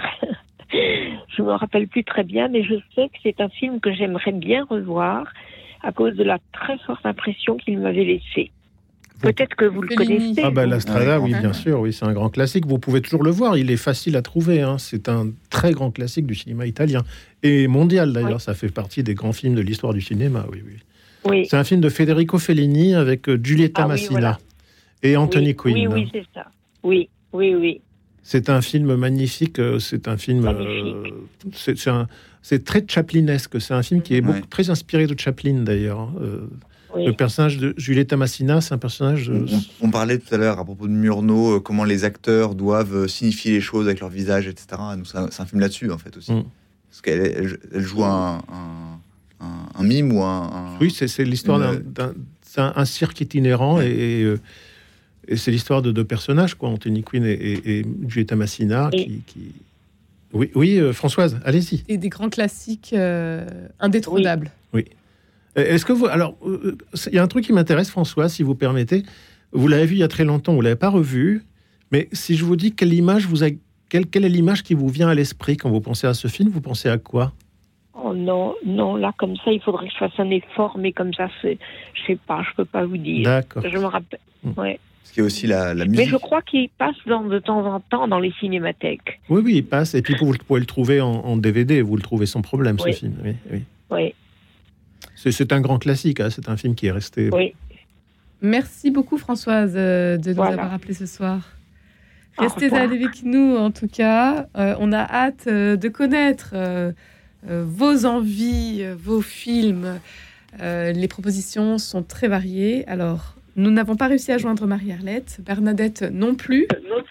Je me rappelle plus très bien, mais je sais que c'est un film que j'aimerais bien revoir à cause de la très forte impression qu'il m'avait laissée. Peut-être que vous le connaissez. Ah ben, La Strada, oui, bien sûr, oui, c'est un grand classique. Vous pouvez toujours le voir, il est facile à trouver. Hein. C'est un très grand classique du cinéma italien et mondial d'ailleurs. Oui. Ça fait partie des grands films de l'histoire du cinéma. Oui, oui. Oui. C'est un film de Federico Fellini avec Giulietta ah, Massina oui, voilà. et Anthony oui, Quinn. Oui, oui, c'est ça. Oui, oui, oui. C'est un film magnifique. C'est un film. Euh, c'est, c'est, un, c'est très chaplinesque. C'est un film qui est beaucoup, ouais. très inspiré de Chaplin d'ailleurs. Euh, oui. Le personnage de Giulietta Massina, c'est un personnage. De... On, on parlait tout à l'heure à propos de Murnau, euh, comment les acteurs doivent signifier les choses avec leur visage, et cetera. Donc c'est un, c'est un film là-dessus en fait aussi. Mm. Parce qu'elle elle, elle joue un, un, un, un mime ou un. un oui, c'est, c'est l'histoire une... d'un, d'un c'est un, un cirque itinérant ouais. et. et euh, Et c'est l'histoire de deux personnages, quoi, Anthony Quinn et, et, et Giulietta Massina, et... qui, qui... Oui, oui euh, Françoise, allez-y. Et des grands classiques euh, indétrônables. Oui. oui. Est-ce que vous... Alors, il euh, y a un truc qui m'intéresse, Françoise, si vous permettez. Vous l'avez vu il y a très longtemps, vous ne l'avez pas revu. Mais si je vous dis quelle image vous a... quelle, quelle est l'image qui vous vient à l'esprit quand vous pensez à ce film, vous pensez à quoi ? Oh non, non, là, comme ça, il faudrait que je fasse un effort, mais comme ça, c'est... je sais pas, je peux pas vous dire. D'accord. Je me rappelle... Mmh. Ouais. Parce qu'il y a aussi la, la musique. Mais je crois qu'il passe dans, de temps en temps dans les cinémathèques. Oui, oui, il passe. Et puis, vous pouvez le trouver en, en D V D. Vous le trouvez sans problème, oui. ce film. Oui, oui. oui. C'est, c'est un grand classique. Hein. C'est un film qui est resté... Oui. Merci beaucoup, Françoise, euh, de nous voilà. avoir appelés ce soir. Restez avec nous, en tout cas. Euh, on a hâte euh, de connaître euh, euh, vos envies, euh, vos films. Euh, les propositions sont très variées. Alors... Nous n'avons pas réussi à joindre Marie-Arlette. Bernadette non plus.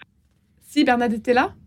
Si, Bernadette est là.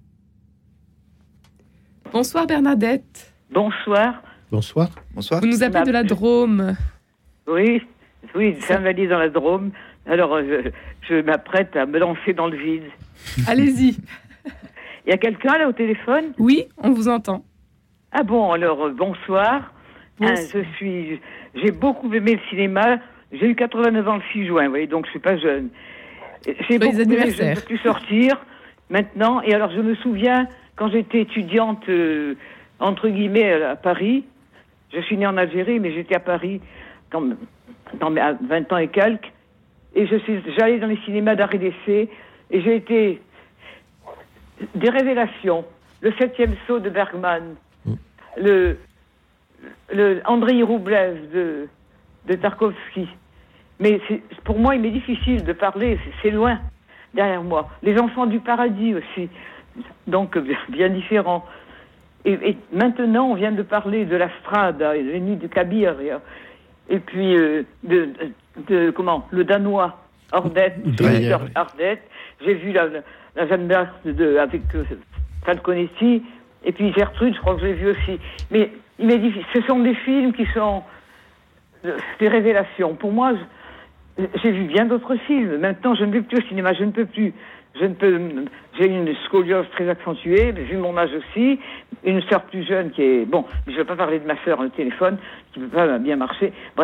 Bonsoir, Bernadette. Bonsoir. Bonsoir. Bonsoir. Vous nous appelez de la Drôme. Oui, oui, Saint-Vallier dans la Drôme. Alors, je, je m'apprête à me lancer dans le vide. Allez-y. Il y a quelqu'un là au téléphone ? Oui, on vous entend. Ah bon, alors, euh, bonsoir. bonsoir. Hein, je suis, j'ai beaucoup aimé le cinéma. J'ai eu quatre-vingt-neuf ans le six juin, vous voyez, donc je suis pas jeune. J'ai beaucoup aimé, je ne peux plus sortir maintenant. Et alors, je me souviens, quand j'étais étudiante, euh, entre guillemets, à Paris, je suis née en Algérie, mais j'étais à Paris quand, dans, à vingt ans et quelques, et je suis, j'allais dans les cinémas d'art et d'essai, et j'ai été des révélations. Le septième saut de Bergman, mmh. le, le Andrei Roublev de... de Tarkovsky. Mais c'est, pour moi, il m'est difficile de parler, c'est, c'est loin, derrière moi. Les enfants du paradis aussi, donc bien différents. Et, et maintenant, on vient de parler de la Strada, les nuits de Kabir, et puis euh, de, de, de, comment, le Danois, Ordet, Ordet. J'ai vu la, la, la Jeanne d'Arc de, avec euh, Falconetti, et puis Gertrude, je crois que je l'ai vu aussi. Mais il m'est difficile. Ce sont des films qui sont des révélations. Pour moi, je, j'ai vu bien d'autres films. Maintenant, je ne vais plus au cinéma, je ne peux plus. Je ne peux. J'ai une scoliose très accentuée, vu mon âge aussi. Une sœur plus jeune qui est bon. Je ne vais pas parler de ma sœur au téléphone, qui ne peut pas bien marcher. Bref,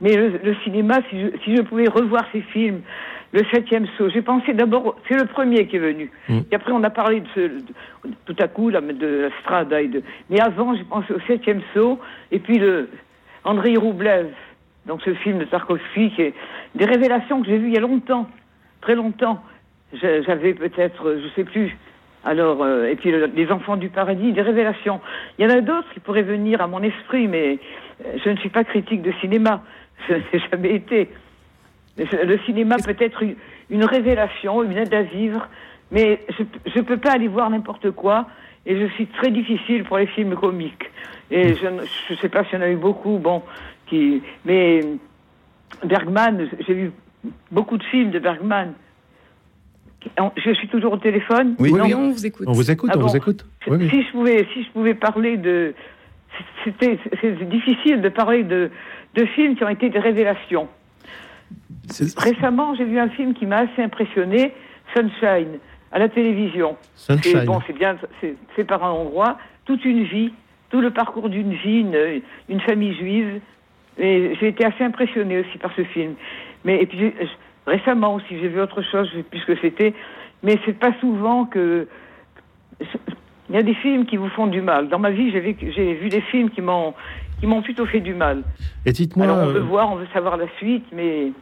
Mais le, le cinéma, si je, si je pouvais revoir ces films, le Septième Saut, j'ai pensé d'abord, c'est le premier qui est venu. Mmh. Et après, on a parlé de, ce, de tout à coup là, de Strada et de. Mais avant, j'ai pensé au Septième Saut et puis le Andrei Roublev, donc ce film de Tarkovsky, qui est des révélations que j'ai vues il y a longtemps, très longtemps. J'avais peut-être, je sais plus. Alors, euh, et puis le, les Enfants du Paradis, des révélations. Il y en a d'autres qui pourraient venir à mon esprit, mais je ne suis pas critique de cinéma. Je n'ai jamais été. Le cinéma peut être une, une révélation, une aide à vivre, mais je ne peux pas aller voir n'importe quoi, et je suis très difficile pour les films comiques. Et je ne sais pas s'il y en a eu beaucoup, bon, qui, mais Bergman, j'ai vu beaucoup de films de Bergman. Je suis toujours au téléphone. Oui, oui, on vous écoute. On vous écoute, ah on bon. vous écoute. Oui, oui. Si je pouvais, si je pouvais parler de, c'était, c'est difficile de parler de, de films qui ont été des révélations. C'est... Récemment, j'ai vu un film qui m'a assez impressionné, Sunshine, à la télévision. Sunshine. C'est, bon, c'est bien, c'est, c'est par un Hongrois, toute une vie, tout le parcours d'une vie, une, une famille juive. Et j'ai été assez impressionnée aussi par ce film. Mais et puis j'ai, récemment aussi, j'ai vu autre chose, je sais plus ce que c'était, mais c'est pas souvent que il y a des films qui vous font du mal. Dans ma vie, j'ai vu, j'ai vu des films qui m'ont qui m'ont plutôt fait du mal. Et dites-moi, alors on veut euh... voir, on veut savoir la suite, mais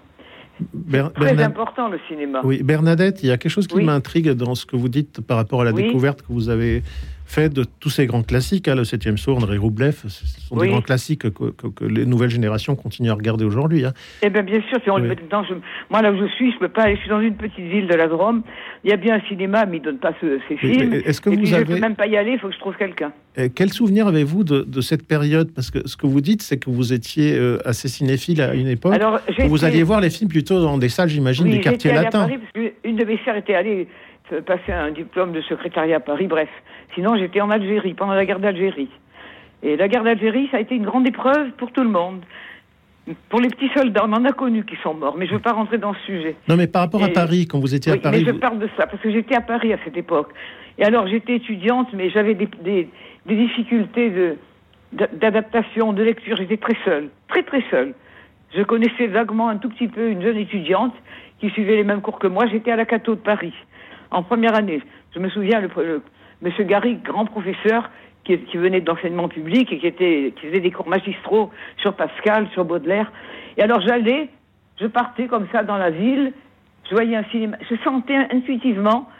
Ber- c'est très Bernad... important le cinéma. Oui, Bernadette, il y a quelque chose qui oui. m'intrigue dans ce que vous dites par rapport à la oui. découverte que vous avez fait de tous ces grands classiques. Hein, le Septième Saut, Andrei Roublev, ce sont oui. des grands classiques que, que, que les nouvelles générations continuent à regarder aujourd'hui. Hein. Eh bien, bien sûr. Puis on oui. le met dedans, je, moi, là où je suis, je peux pas aller. Je suis dans une petite ville de la Drôme. Il y a bien un cinéma, mais il donne pas ce, ces oui, films. Est-ce que et vous puis avez... je peux même pas y aller. Il faut que je trouve quelqu'un. Et quel souvenir avez-vous de, de cette période? Parce que ce que vous dites, c'est que vous étiez euh, assez cinéphile à une époque. Alors, où vous été... alliez voir les films plutôt dans des salles, j'imagine, oui, des quartiers latins. Oui, parce qu'une de mes sœurs était allée passer un diplôme de secrétariat à Paris, bref. Sinon, j'étais en Algérie, pendant la guerre d'Algérie. Et la guerre d'Algérie, ça a été une grande épreuve pour tout le monde. Pour les petits soldats, on en a connu qui sont morts, mais je ne veux pas rentrer dans ce sujet. Non, mais par rapport et... à Paris, quand vous étiez oui, à Paris... mais je vous... parle de ça, parce que j'étais à Paris à cette époque. Et alors, j'étais étudiante, mais j'avais des, des, des difficultés de, d'adaptation, de lecture. J'étais très seule, très très seule. Je connaissais vaguement un tout petit peu une jeune étudiante qui suivait les mêmes cours que moi. J'étais à la Cato de Paris, en première année. Je me souviens, le, le monsieur Garrigue, grand professeur, qui, qui venait de l'enseignement public et qui, était, qui faisait des cours magistraux sur Pascal, sur Baudelaire. Et alors j'allais, je partais comme ça dans la ville, je voyais un cinéma, je sentais intuitivement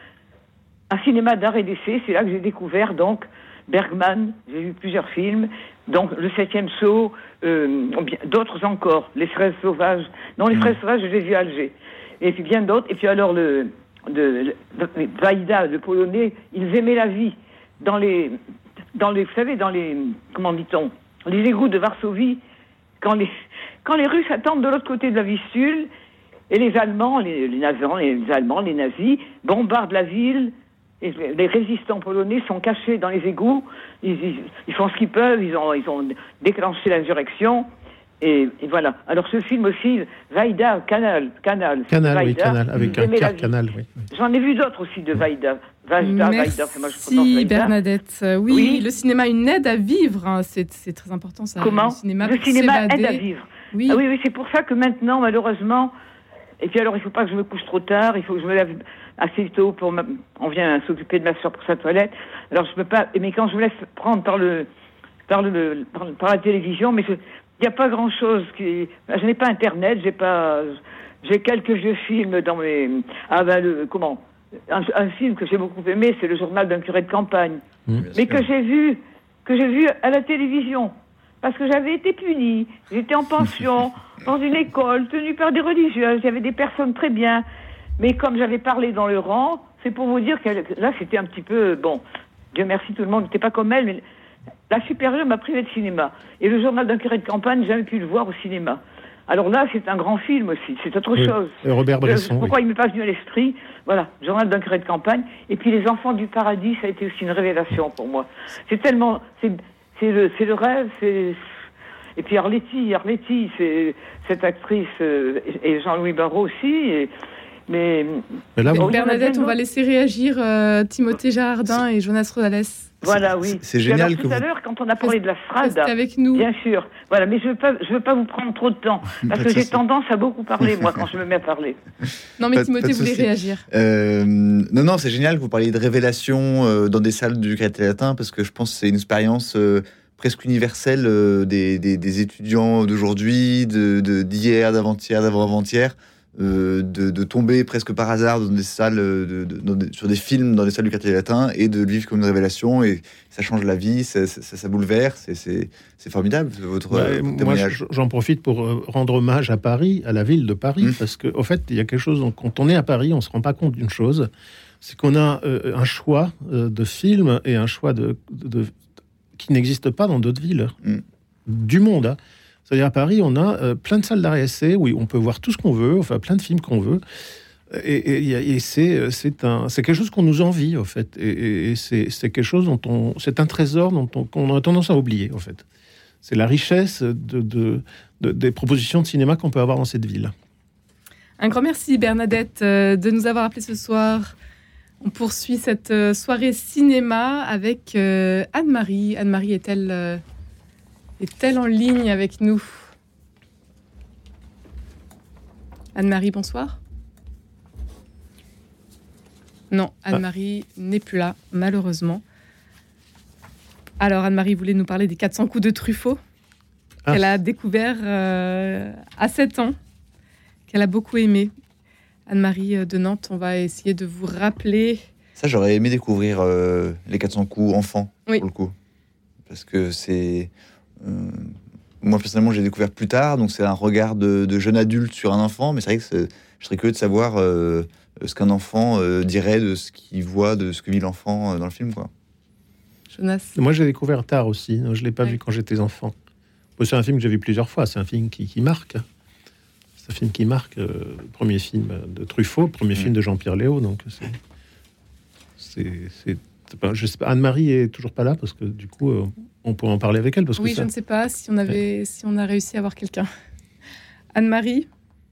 un cinéma d'art et d'essai. C'est là que j'ai découvert donc Bergman, j'ai vu plusieurs films, donc Le Septième Saut, euh, d'autres encore, Les Fraises Sauvages. Non, Les Fraises Sauvages, je les ai vus à Alger. Et puis bien d'autres. Et puis alors le... de, de, de Vaïda, le Polonais, ils aimaient la vie dans les, dans les, vous savez, dans les, comment dit-on, les égouts de Varsovie, quand les, quand les Russes attendent de l'autre côté de la Vistule, et les Allemands, les, les, les, les Allemands, les nazis, bombardent la ville, et les résistants polonais sont cachés dans les égouts, ils, ils, ils font ce qu'ils peuvent, ils ont, ils ont déclenché l'insurrection. Et, et voilà. Alors ce film aussi, Vaïda, Canal, Canal. Canal, Vaïda, oui, Canal, avec un cœur Canal, oui. J'en ai vu d'autres aussi de Vaïda. Vaïda, Merci Vaïda, moi, je Vaïda. Bernadette. Oui, oui, le cinéma, une aide à vivre, hein. c'est, c'est très important ça. Comment? Le cinéma, le cinéma aide à vivre. Oui. Ah, oui, oui, c'est pour ça que maintenant, malheureusement, et puis alors il ne faut pas que je me couche trop tard, il faut que je me lève assez tôt pour ma... on vient s'occuper de ma soeur pour sa toilette. Alors je peux pas, mais quand je me laisse prendre par le, par le, par, par la télévision, mais je... il n'y a pas grand-chose qui... Je n'ai pas Internet, j'ai pas... J'ai quelques vieux films dans mes... Ah ben, le... comment un, un film que j'ai beaucoup aimé, c'est Le Journal d'un curé de campagne. Mmh, mais que j'ai vu, que j'ai vu à la télévision. Parce que j'avais été punie. J'étais en pension, dans une école, tenue par des religieuses. Il y avait des personnes très bien. Mais comme j'avais parlé dans le rang, c'est pour vous dire que là, c'était un petit peu... Bon, Dieu merci, tout le monde n'était pas comme elle, mais... La supérieure m'a privé de cinéma. Et Le Journal d'un curé de campagne, j'ai jamais pu le voir au cinéma. Alors là, c'est un grand film aussi. C'est autre oui. chose. Et Robert Bresson. Euh, pourquoi oui. il m'est pas venu à l'esprit? Voilà, Le Journal d'un curé de campagne. Et puis Les Enfants du Paradis, ça a été aussi une révélation pour moi. C'est tellement... C'est, c'est, le, c'est le rêve, c'est... Et puis Arletty, Arletty, c'est cette actrice, euh, et Jean-Louis Barrault aussi. Et, Mais, mais là, oui. Bernadette, on va laisser réagir euh, Timothée Jarardin et Jonas Rodales. Voilà, oui. C'est, c'est génial. Alors, tout que à vous... l'heure, quand on a parlé de la frade, avec nous. Bien sûr. Voilà, mais je veux pas, je veux pas vous prendre trop de temps parce que j'ai tendance à beaucoup parler moi quand je me mets à parler. Non, mais pas, Timothée voulait réagir. Euh, non, non, c'est génial que vous parliez de révélation euh, dans des salles du Créatel Latin parce que je pense que c'est une expérience euh, presque universelle euh, des, des, des étudiants d'aujourd'hui, de, de, d'hier, d'avant-hier, d'avant-avant-hier. Euh, de, de tomber presque par hasard dans des salles, de, de, dans des, sur des films dans des salles du Quartier Latin et de le vivre comme une révélation et ça change la vie, ça, ça, ça bouleverse, et c'est, c'est formidable votre ouais, témoignage. Moi, j'en profite pour rendre hommage à Paris, à la ville de Paris, mmh. parce qu'au fait, il y a quelque chose, quand on est à Paris, on ne se rend pas compte d'une chose, c'est qu'on a euh, un choix euh, de films et un choix de, de, de, qui n'existe pas dans d'autres villes mmh. du monde, hein. C'est-à-dire à Paris, on a euh, plein de salles d'arrêt-essai où on peut voir tout ce qu'on veut, enfin plein de films qu'on veut. Et, et, et c'est, c'est, un, c'est quelque chose qu'on nous envie, en fait. Et, et c'est, c'est quelque chose dont on... C'est un trésor dont on, qu'on a tendance à oublier, en fait. C'est la richesse de, de, de, des propositions de cinéma qu'on peut avoir dans cette ville. Un grand merci, Bernadette, de nous avoir appelés ce soir. On poursuit cette soirée cinéma avec euh, Anne-Marie. Anne-Marie est-elle... Euh, Est-elle en ligne avec nous? Anne-Marie, bonsoir. Non, Anne-Marie ah. n'est plus là, malheureusement. Alors, Anne-Marie voulait nous parler des quatre cents coups de Truffaut, ah. qu'elle a découvert euh, à sept ans, qu'elle a beaucoup aimé. Anne-Marie de Nantes, on va essayer de vous rappeler... Ça, j'aurais aimé découvrir euh, les quatre cents coups enfants, oui. pour le coup. Parce que c'est... Euh, moi personnellement j'ai découvert plus tard, donc c'est un regard de, de jeune adulte sur un enfant, mais c'est vrai que c'est, je serais curieux de savoir euh, ce qu'un enfant euh, dirait de ce qu'il voit, de ce que vit l'enfant euh, dans le film, quoi. Jonas. Moi j'ai découvert tard aussi, je l'ai pas ouais. vu quand j'étais enfant. C'est un film que j'ai vu plusieurs fois, c'est un film qui, qui marque. C'est un film qui marque, euh, le premier film de Truffaut, le premier mmh. film de Jean-Pierre Léaud, donc c'est, c'est, c'est je sais pas, Anne-Marie est toujours pas là parce que du coup euh, on pourrait en parler avec elle parce oui que ça... je ne sais pas si on avait ouais. si on a réussi à avoir quelqu'un. Anne-Marie,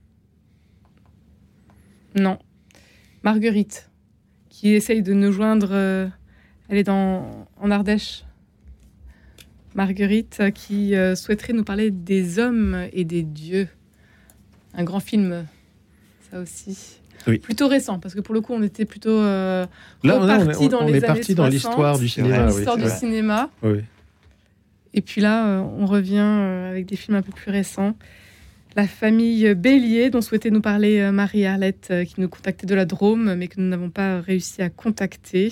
non. Marguerite qui essaye de nous joindre, euh, elle est dans en Ardèche. Marguerite qui euh, souhaiterait nous parler des hommes et des dieux, un grand film, ça aussi. Oui. Plutôt récent, parce que pour le coup, on était plutôt euh, là, reparti on, dans on les est parti dans l'histoire du cinéma. L'histoire oui, du cinéma. Oui. Et puis là, euh, on revient euh, avec des films un peu plus récents. La famille Bélier, dont souhaitait nous parler euh, Marie-Arlette, euh, qui nous contactait de la Drôme, mais que nous n'avons pas réussi à contacter.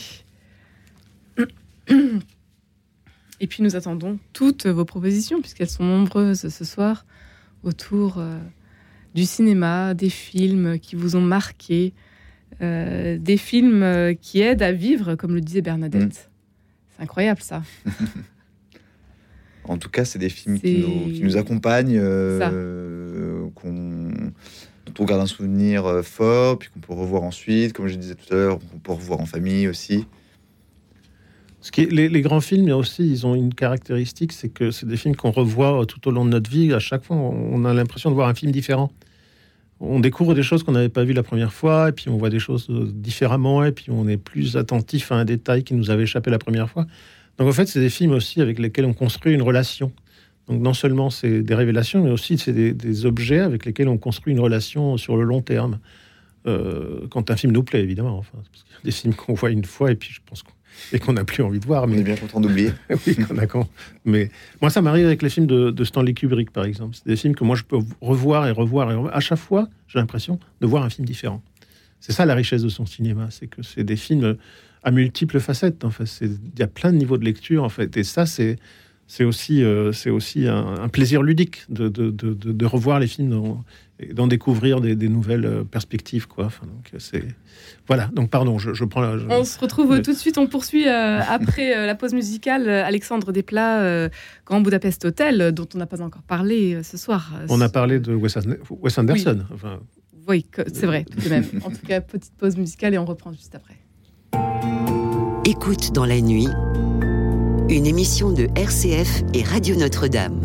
Et puis, nous attendons toutes vos propositions, puisqu'elles sont nombreuses ce soir, autour... Euh, du cinéma, des films qui vous ont marqué, euh, des films qui aident à vivre, comme le disait Bernadette. Mmh. C'est incroyable, ça. En tout cas, c'est des films c'est... Qui, nous, qui nous accompagnent, euh, qu'on, dont on garde un souvenir euh, fort, puis qu'on peut revoir ensuite, comme je disais tout à l'heure, qu'on peut revoir en famille aussi. Ce qui est, les, les grands films, aussi, ils ont une caractéristique, c'est que c'est des films qu'on revoit tout au long de notre vie. À chaque fois, on a l'impression de voir un film différent. On découvre des choses qu'on n'avait pas vues la première fois, et puis on voit des choses différemment, et puis on est plus attentif à un détail qui nous avait échappé la première fois. Donc en fait, c'est des films aussi avec lesquels on construit une relation. Donc non seulement c'est des révélations, mais aussi c'est des, des objets avec lesquels on construit une relation sur le long terme. Euh, quand un film nous plaît, évidemment. Enfin, parce qu'il y a des films qu'on voit une fois, et puis je pense qu'on et qu'on n'a plus envie de voir. Mais... On est bien content d'oublier. oui, qu'on a quand... Mais moi, ça m'arrive avec les films de, de Stanley Kubrick, par exemple. C'est des films que moi, je peux revoir et revoir. Et revoir. À chaque fois, j'ai l'impression de voir un film différent. C'est ça la richesse de son cinéma. C'est que c'est des films à multiples facettes. En fait. C'est... Il y a plein de niveaux de lecture, en fait. Et ça, c'est, c'est aussi, euh, c'est aussi un, un plaisir ludique de, de, de, de, de revoir les films dans, et d'en découvrir des, des nouvelles perspectives, quoi. Enfin, donc, c'est... Voilà, donc pardon, je, je prends la... Je... On se retrouve mais... tout de suite, on poursuit euh, après euh, la pause musicale. Alexandre Desplat, euh, Grand Budapest Hotel, dont on n'a pas encore parlé euh, ce soir. On a parlé de Wes, Wes Anderson. Oui, enfin... oui c'est vrai, tout de même. En tout cas, petite pause musicale et on reprend juste après. Écoute dans la nuit, une émission de R C F et Radio Notre-Dame.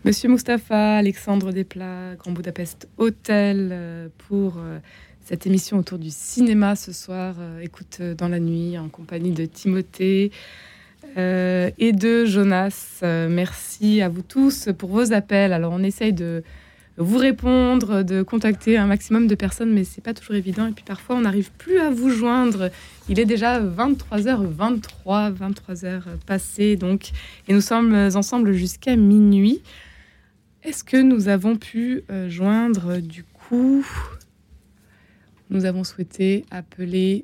Monsieur Mustapha, Alexandre Desplat, Grand Budapest Hotel, euh, pour euh, cette émission autour du cinéma ce soir. Euh, écoute euh, dans la nuit, en compagnie de Timothée euh, et de Jonas. Euh, merci à vous tous pour vos appels. Alors, on essaye de vous répondre, de contacter un maximum de personnes, mais c'est pas toujours évident. Et puis parfois, on n'arrive plus à vous joindre. Il est déjà vingt-trois heures vingt-trois, vingt-trois heures passées, donc, et nous sommes ensemble jusqu'à minuit. Est-ce que nous avons pu euh, joindre, du coup, nous avons souhaité appeler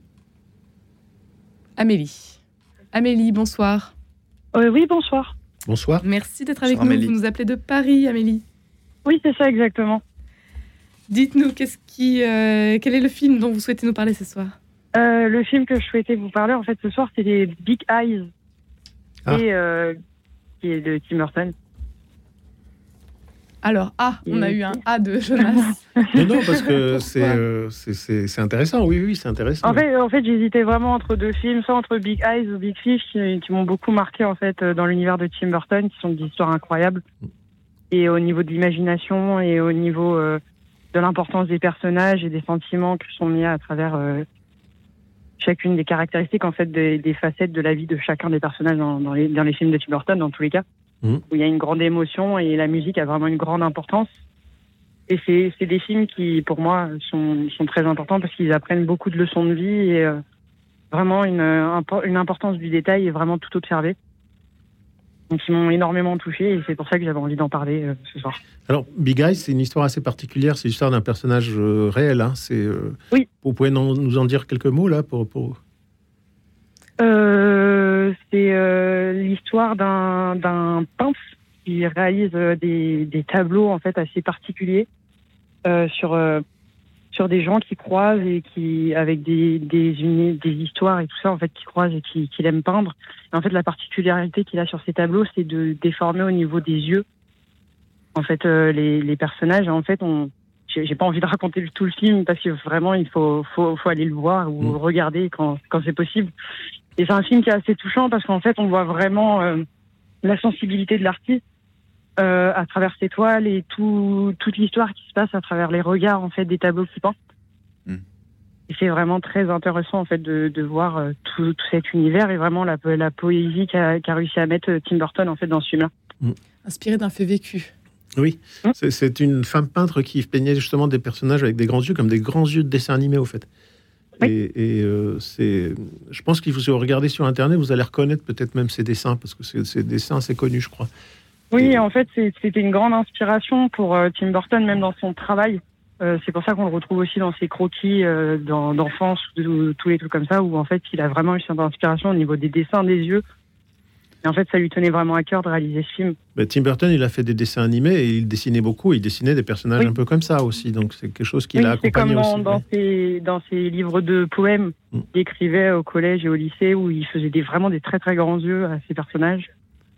Amélie. Amélie, bonsoir. Euh, oui, bonsoir. Bonsoir. Merci d'être avec Bonsoir, nous. Amélie. Vous nous appelez de Paris, Amélie. Oui, c'est ça, exactement. Dites-nous, qu'est-ce qui, euh, quel est le film dont vous souhaitez nous parler ce soir ? Euh, le film que je souhaitais vous parler, en fait, ce soir, c'est les Big Eyes, Ah. et, euh, qui est de Tim Burton. Alors, ah, on a eu un A de Jonas. Non, non, parce que c'est, euh, c'est, c'est, c'est intéressant. Oui, oui, c'est intéressant. En fait, en fait, j'hésitais vraiment entre deux films, soit entre Big Eyes ou Big Fish, qui, qui m'ont beaucoup marqué, en fait, dans l'univers de Tim Burton, qui sont des histoires incroyables. Et au niveau de l'imagination et au niveau euh, de l'importance des personnages et des sentiments qui sont mis à travers euh, chacune des caractéristiques, en fait, des, des facettes de la vie de chacun des personnages dans, dans, les, dans les films de Tim Burton, dans tous les cas, mmh. où il y a une grande émotion et la musique a vraiment une grande importance. Et c'est, c'est des films qui, pour moi, sont, sont très importants parce qu'ils apprennent beaucoup de leçons de vie et euh, vraiment une, une importance du détail et vraiment tout observer. Donc, ils m'ont énormément touché et c'est pour ça que j'avais envie d'en parler euh, ce soir. Alors, Big Eyes, c'est une histoire assez particulière. C'est l'histoire d'un personnage euh, réel. Hein. C'est, euh... Oui. Vous pouvez non, nous en dire quelques mots, là pour, pour... Euh, C'est euh, l'histoire d'un, d'un peintre qui réalise euh, des, des tableaux, en fait, assez particuliers euh, sur... Euh, sur des gens qui croisent et qui, avec des, des, uni, des histoires et tout ça, en fait, qui croisent et qui, qui l'aiment peindre. Et en fait, la particularité qu'il a sur ces tableaux, c'est de déformer au niveau des yeux. En fait, euh, les, les personnages, en fait, on, j'ai, j'ai pas envie de raconter tout le film parce que vraiment, il faut, faut, faut aller le voir ou le regarder quand, quand c'est possible. Et c'est un film qui est assez touchant parce qu'en fait, on voit vraiment euh, la sensibilité de l'artiste. Euh, à travers ses toiles et tout, toute l'histoire qui se passe à travers les regards en fait des tableaux qu'il peint. Mm. Et c'est vraiment très intéressant en fait de, de voir euh, tout, tout cet univers et vraiment la, la poésie qu'a, qu'a réussi à mettre Tim Burton en fait dans ce film-là. Mm. Inspiré d'un fait vécu. Oui, mm. c'est, c'est une femme peintre qui peignait justement des personnages avec des grands yeux, comme des grands yeux de dessin animé au fait. Oui. Et, et euh, c'est, je pense qu'il faut se regarder sur Internet, vous allez reconnaître peut-être même ses dessins parce que c'est, ces dessins c'est connu, je crois. Oui, en fait, c'est, c'était une grande inspiration pour euh, Tim Burton, même dans son travail. Euh, c'est pour ça qu'on le retrouve aussi dans ses croquis euh, dans, d'enfance, ou tous les trucs comme ça, où en fait, il a vraiment eu cette inspiration au niveau des dessins des yeux. Et en fait, ça lui tenait vraiment à cœur de réaliser ce film. Ben, Tim Burton, il a fait des dessins animés et il dessinait beaucoup. Il dessinait des personnages oui. un peu comme ça aussi. Donc, c'est quelque chose qu'il oui, a accompagné c'est comme dans, aussi. Dans, oui. ses, dans ses livres de poèmes mm. qu'il écrivait au collège et au lycée, où il faisait des, vraiment des très très grands yeux à ses personnages.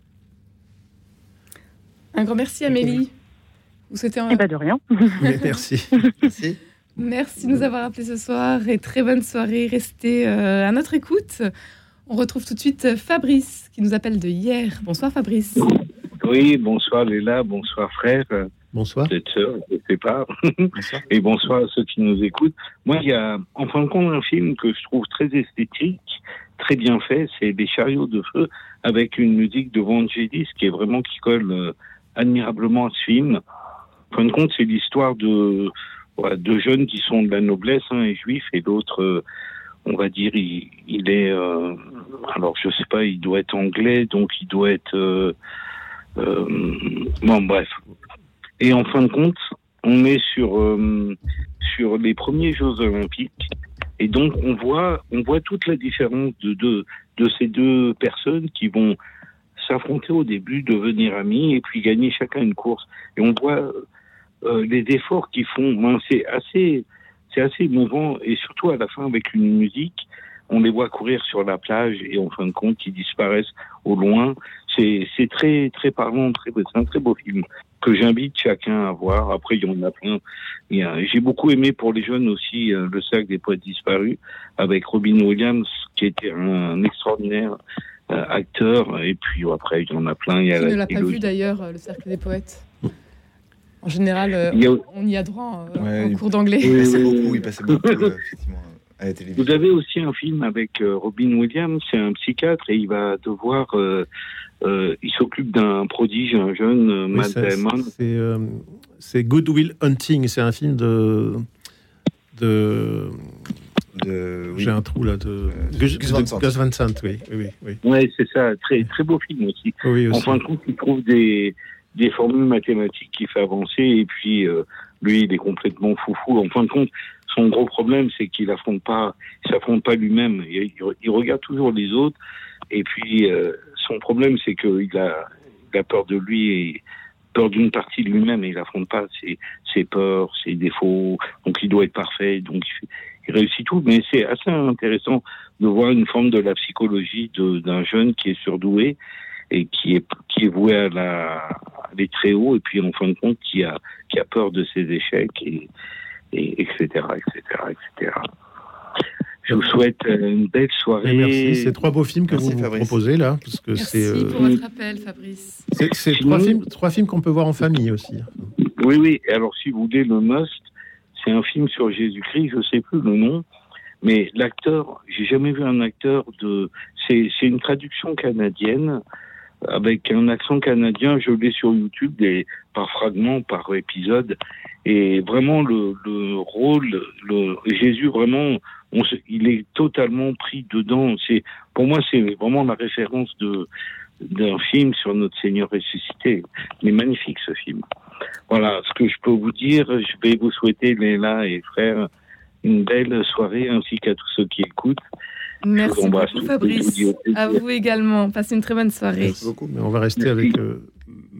Un grand merci Amélie. Vous souhaitez un... Eh ben de rien. Mais merci. Merci. Merci de nous avoir appelés ce soir et très bonne soirée. Restez euh, à notre écoute. On retrouve tout de suite Fabrice qui nous appelle de hier. Bonsoir Fabrice. Oui, bonsoir Léla, bonsoir frère. Bonsoir. Peut-être sœur, je ne sais pas. Bonsoir. Et bonsoir à ceux qui nous écoutent. Moi, il y a en fin de compte un film que je trouve très esthétique, très bien fait, c'est Les Chariots de Feu, avec une musique de Vangelis qui est vraiment qui colle euh, admirablement à ce film. En fin de compte, c'est l'histoire de, ouais, de jeunes qui sont de la noblesse, un est juif et l'autre, euh, on va dire, il, il est... Euh, alors, je sais pas, il doit être anglais, donc il doit être... Euh, euh, bon, bref. Et en fin de compte, on est sur, euh, sur les premiers Jeux Olympiques. Et donc, on voit, on voit toute la différence de, de, de ces deux personnes qui vont s'affronter au début, devenir amis, et puis gagner chacun une course. Et on voit euh, les efforts qu'ils font. Ben, c'est assez, c'est assez émouvant, et surtout à la fin, avec une musique, on les voit courir sur la plage, et en fin de compte, ils disparaissent au loin. C'est, c'est très, très parlant, très, c'est un très beau film que j'invite chacun à voir. Après, il y en a plein. Il y a, j'ai beaucoup aimé pour les jeunes aussi euh, Le Cercle des Poètes Disparus avec Robin Williams, qui était un, un extraordinaire euh, acteur. Et puis après, il y en a plein. Il y a qui la ne l'a trilogie. pas vu d'ailleurs, Le Cercle des Poètes? En général, euh, Il y a- on y a droit euh, Ouais, en il- cours d'anglais. Il Oui, passait oui, beaucoup, oui. il passait beaucoup euh, effectivement, à la télévision. Vous avez aussi un film avec euh, Robin Williams, c'est un psychiatre et il va devoir, euh, euh, il s'occupe d'un prodige, un jeune euh, Oui, Matt c'est, Damon. c'est, euh, c'est Good Will Hunting. C'est un film de de. de oui. J'ai un trou là de Gus, Gus Van Sant. Gus Van Sant, oui, oui, oui. oui. Ouais, c'est ça, très très beau film aussi. Oui, aussi. En fin de compte, il trouve des des formules mathématiques qui fait avancer et puis euh, lui, il est complètement foufou. En fin de compte, son gros problème, c'est qu'il affronte pas, il s'affronte pas lui-même. Il, il, il regarde toujours les autres et puis euh, son problème, c'est qu'il a, il a peur de lui et peur d'une partie de lui-même et il affronte pas ses, ses peurs, ses défauts. Donc il doit être parfait. Donc il, il réussit tout. Mais c'est assez intéressant de voir une forme de la psychologie de, d'un jeune qui est surdoué et qui est qui est voué à la à aller très haut et puis en fin de compte qui a qui a peur de ses échecs et, et etc etc etc. Je vous souhaite une belle soirée. Et merci. C'est trois beaux films que Merci, vous, vous Fabrice. proposez là, parce que Merci c'est euh, pour votre appel, Fabrice. c'est, c'est trois films trois films qu'on peut voir en famille aussi. Oui oui. Alors si vous voulez le must, c'est un film sur Jésus-Christ. Je sais plus le nom. Mais l'acteur, j'ai jamais vu un acteur de. C'est, c'est une traduction canadienne avec un accent canadien. Je l'ai sur YouTube, des, par fragments, par épisode. Et vraiment le, le rôle, le Jésus vraiment, on se, il est totalement pris dedans. C'est pour moi, c'est vraiment la référence de d'un film sur notre Seigneur ressuscité. Il est magnifique ce film. Voilà ce que je peux vous dire. Je vais vous souhaiter, Léla et frères, une belle soirée ainsi qu'à tous ceux qui écoutent. Merci beaucoup, Fabrice. À vous également. Passez une très bonne soirée. Merci beaucoup. Mais on va rester Merci. avec. Euh,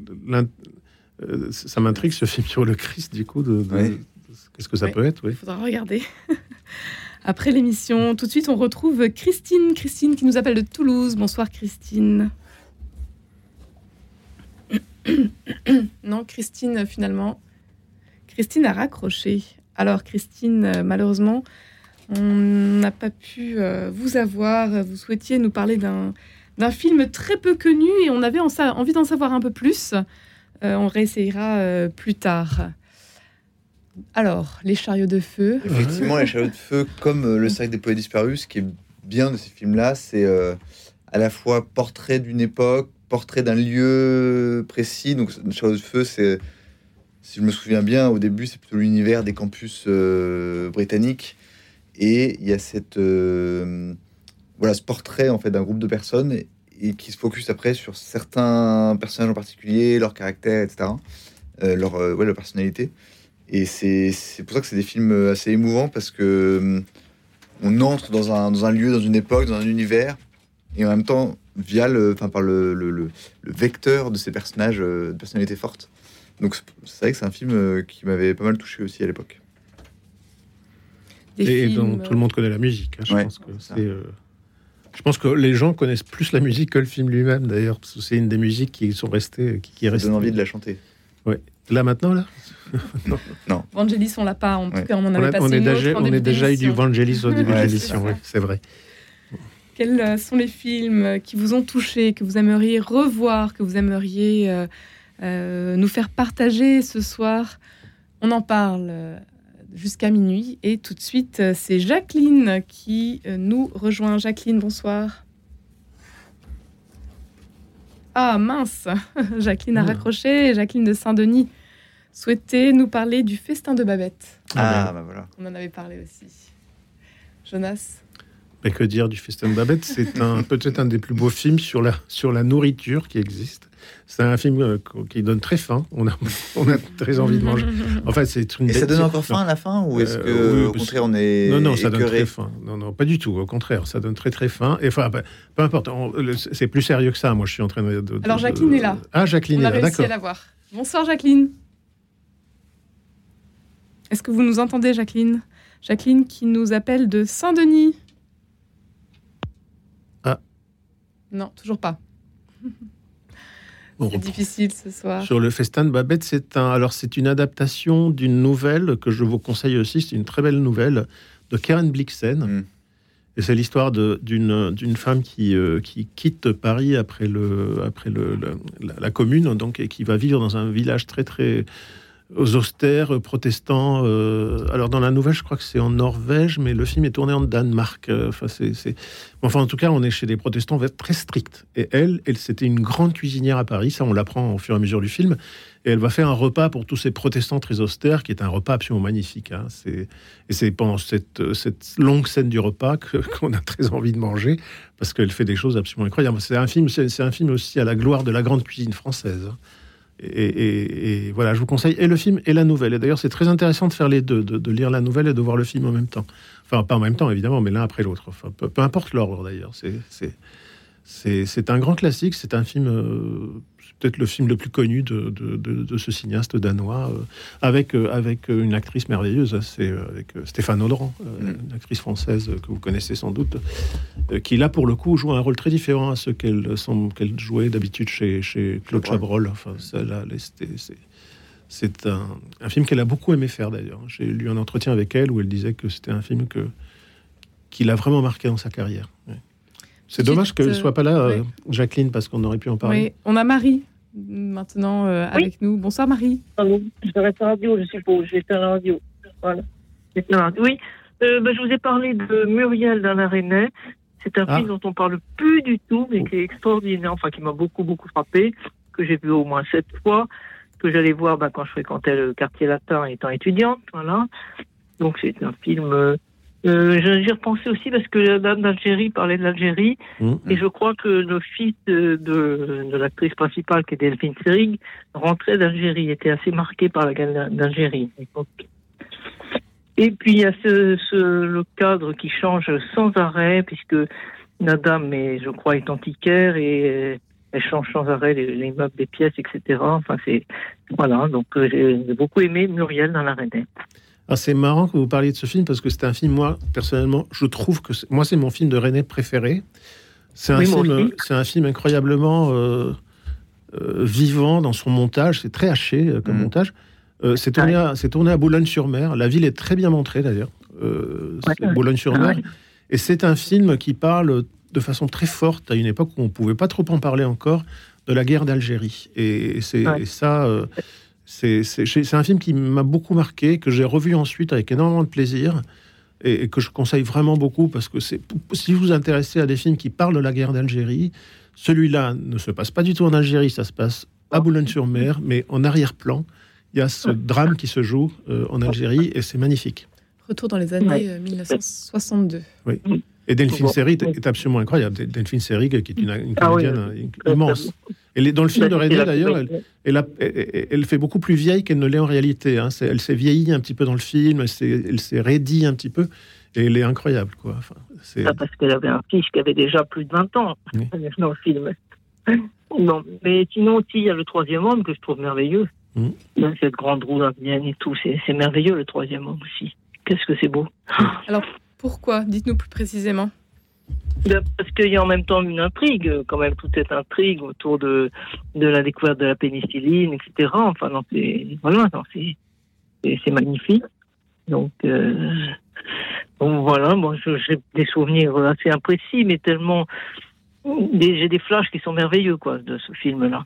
euh, ça m'intrigue ce film sur le Christ, du coup. De, de, oui. de, qu'est-ce que ça oui. peut être, oui. Il faudra regarder. Après l'émission, tout de suite, on retrouve Christine. Christine qui nous appelle de Toulouse. Bonsoir, Christine. Non, Christine, finalement. Christine a raccroché. Alors, Christine, malheureusement, on n'a pas pu euh, vous avoir. Vous souhaitiez nous parler d'un, d'un film très peu connu et on avait en sa- envie d'en savoir un peu plus. Euh, on réessayera euh, plus tard. Alors, Les chariots de feu. Effectivement, Les chariots de feu, comme euh, Le cercle des poètes disparus, ce qui est bien de ces films-là, c'est euh, à la fois portrait d'une époque, portrait d'un lieu précis. Donc, Les chariots de feu, c'est, si je me souviens bien, au début, c'est plutôt l'univers des campus euh, britanniques. Et il y a cette, euh, voilà, ce portrait en fait, d'un groupe de personnes et, et qui se focus après sur certains personnages en particulier, leur caractère, et cetera, euh, leur, euh, ouais, leur personnalité. Et c'est, c'est pour ça que c'est des films assez émouvants parce que euh, on entre dans un, dans un lieu, dans une époque, dans un univers, et en même temps, via le, enfin, par le, le, le, le vecteur de ces personnages, euh, de personnalités fortes. Donc c'est vrai que c'est un film euh, qui m'avait pas mal touché aussi à l'époque. Des et films... dont tout le monde connaît la musique. Hein, je, ouais, pense que c'est, euh... je pense que les gens connaissent plus la musique que le film lui-même, d'ailleurs, parce que c'est une des musiques qui sont restées, qui, qui est restée. Ça donne envie de la chanter. Ouais. Là, maintenant, là non. non. Vangelis, on l'a pas. En tout ouais. cas, on en avait on a, passé on est une déjà, autre en on est déjà eu du Vangelis au début ouais, de l'émission, oui, c'est vrai. Quels sont les films qui vous ont touché, que vous aimeriez revoir, que vous aimeriez euh, euh, nous faire partager ce soir? On en parle jusqu'à minuit. Et tout de suite, c'est Jacqueline qui nous rejoint. Jacqueline, bonsoir. Ah mince, Jacqueline a raccroché. Jacqueline de Saint-Denis souhaitait nous parler du Festin de Babette. Ah, bah voilà. On en avait parlé aussi. Jonas? Mais que dire du Festin de Babette? C'est un, peut-être un des plus beaux films sur la, sur la nourriture qui existe. C'est un film euh, qui donne très faim. On a, on a très envie de manger. En fait, c'est une Et ça donne encore faim à la fin? Ou est-ce que, euh, oui, au contraire, on est Non, non, ça écœuré? donne très faim. Non, non, pas du tout. Au contraire, ça donne très, très faim. Et enfin, peu importe. On, c'est plus sérieux que ça. Moi, je suis en train de... de Alors, Jacqueline de... est là. Ah, Jacqueline on est là, d'accord. On a réussi à la voir. Bonsoir, Jacqueline. Est-ce que vous nous entendez, Jacqueline? Jacqueline qui nous appelle de Saint-Denis. Ah. Non, toujours pas. Bon, c'est difficile ce soir. Sur le Festin de Babette, c'est un, alors c'est une adaptation d'une nouvelle que je vous conseille aussi. C'est une très belle nouvelle de Karen Blixen. Mm. Et c'est l'histoire de, d'une, d'une femme qui, euh, qui quitte Paris après, le, après le, le, la, la commune, donc, et qui va vivre dans un village très très aux austères protestants. Euh, alors dans la nouvelle, je crois que c'est en Norvège, mais le film est tourné en Danemark. Euh, enfin, c'est, c'est... enfin, en tout cas, on est chez des protestants très stricts. Et elle, elle, c'était une grande cuisinière à Paris. Ça, on l'apprend au fur et à mesure du film. Et elle va faire un repas pour tous ces protestants très austères, qui est un repas absolument magnifique. Hein. C'est... Et c'est pendant cette, cette longue scène du repas que, qu'on a très envie de manger, parce qu'elle fait des choses absolument incroyables. C'est un film, c'est, c'est un film aussi à la gloire de la grande cuisine française. Et, et, et voilà, je vous conseille et le film et la nouvelle. Et d'ailleurs, c'est très intéressant de faire les deux, de, de lire la nouvelle et de voir le film en même temps. Enfin, pas en même temps, évidemment, mais l'un après l'autre. Enfin, peu, peu importe l'ordre, d'ailleurs. C'est, c'est, c'est, c'est un grand classique. C'est un film... Euh, peut-être le film le plus connu de, de, de, de ce cinéaste danois, euh, avec, euh, avec une actrice merveilleuse, c'est euh, avec euh, Stéphane Audran, euh, une actrice française que vous connaissez sans doute, euh, qui là pour le coup joue un rôle très différent à ce qu'elle, semble, qu'elle jouait d'habitude chez, chez Claude Chabrol. Enfin, ça, là, c'est, c'est, c'est un, un film qu'elle a beaucoup aimé faire d'ailleurs. J'ai lu un entretien avec elle où elle disait que c'était un film que, qui l'a vraiment marqué dans sa carrière. Ouais. C'est dommage qu'elle ne soit pas là, euh, Jacqueline, parce qu'on aurait pu en parler. Oui, on a Marie maintenant euh, oui. avec nous. Bonsoir Marie. Allô, je reste à la radio, je suppose. J'étais à la radio. Voilà. J'étais à la radio. Oui, euh, bah, je vous ai parlé de Muriel dans la Rennais. C'est un ah. film dont on ne parle plus du tout, mais qui est extraordinaire, enfin qui m'a beaucoup, beaucoup frappé, que j'ai vu au moins sept fois, que j'allais voir bah, quand je fréquentais le quartier latin étant étudiante. Voilà. Donc c'est un film... Euh, Euh, j'y repensais aussi parce que la dame d'Algérie parlait de l'Algérie mmh. et je crois que le fils de, de, de l'actrice principale qui est Delphine Seyrig rentrait d'Algérie, était assez marqué par la guerre d'Algérie. Et puis il y a ce, ce, le cadre qui change sans arrêt puisque la dame est, je crois, est antiquaire et elle change sans arrêt les, les meubles des pièces, et cetera. Enfin c'est voilà, donc euh, j'ai beaucoup aimé Muriel dans la Rennais. Ah, c'est marrant que vous parliez de ce film parce que c'est un film, moi, personnellement, je trouve que c'est, moi, c'est mon film de René préféré. C'est un, oui, film, c'est un film incroyablement euh, euh, vivant dans son montage. C'est très haché euh, comme mmh. montage. Euh, c'est, tourné à, c'est tourné à Boulogne-sur-Mer. La ville est très bien montrée, d'ailleurs. Euh, c'est ouais. Boulogne-sur-Mer. Ouais. Et c'est un film qui parle de façon très forte, à une époque où on ne pouvait pas trop en parler encore, de la guerre d'Algérie. Et, c'est, ouais. et ça... Euh, C'est, c'est, c'est un film qui m'a beaucoup marqué, que j'ai revu ensuite avec énormément de plaisir et, et que je conseille vraiment beaucoup parce que c'est, si vous vous intéressez à des films qui parlent de la guerre d'Algérie, celui-là ne se passe pas du tout en Algérie, ça se passe à Boulogne-sur-Mer, mais en arrière-plan, il y a ce drame qui se joue euh, en Algérie et c'est magnifique. Retour dans les années euh, dix-neuf cent soixante-deux. Oui. Et Delphine Seyrig est absolument incroyable. Delphine Seyrig, qui est une, une comédienne ah oui, immense. Elle est dans le film de René, d'ailleurs, elle, elle, a, elle, elle fait beaucoup plus vieille qu'elle ne l'est en réalité. Hein. C'est, elle s'est vieillie un petit peu dans le film, elle s'est, elle s'est raidie un petit peu, et elle est incroyable, quoi. Enfin, c'est... Ça parce qu'elle avait un fils qui avait déjà plus de vingt ans oui. dans le film. Non, mais sinon aussi, il y a le Troisième Homme que je trouve merveilleux. Mmh. Cette grande roue indienne et tout, c'est, c'est merveilleux, le Troisième Homme aussi. Qu'est-ce que c'est beau. Alors, pourquoi ? Dites-nous plus précisément. Parce qu'il y a en même temps une intrigue, quand même, toute cette intrigue autour de, de la découverte de la pénicilline, et cetera. Enfin, non, c'est, voilà, non, c'est, c'est, c'est magnifique. Donc, euh, donc voilà, moi, je, j'ai des souvenirs assez imprécis, mais tellement, des, j'ai des flashs qui sont merveilleux, quoi, de ce film-là.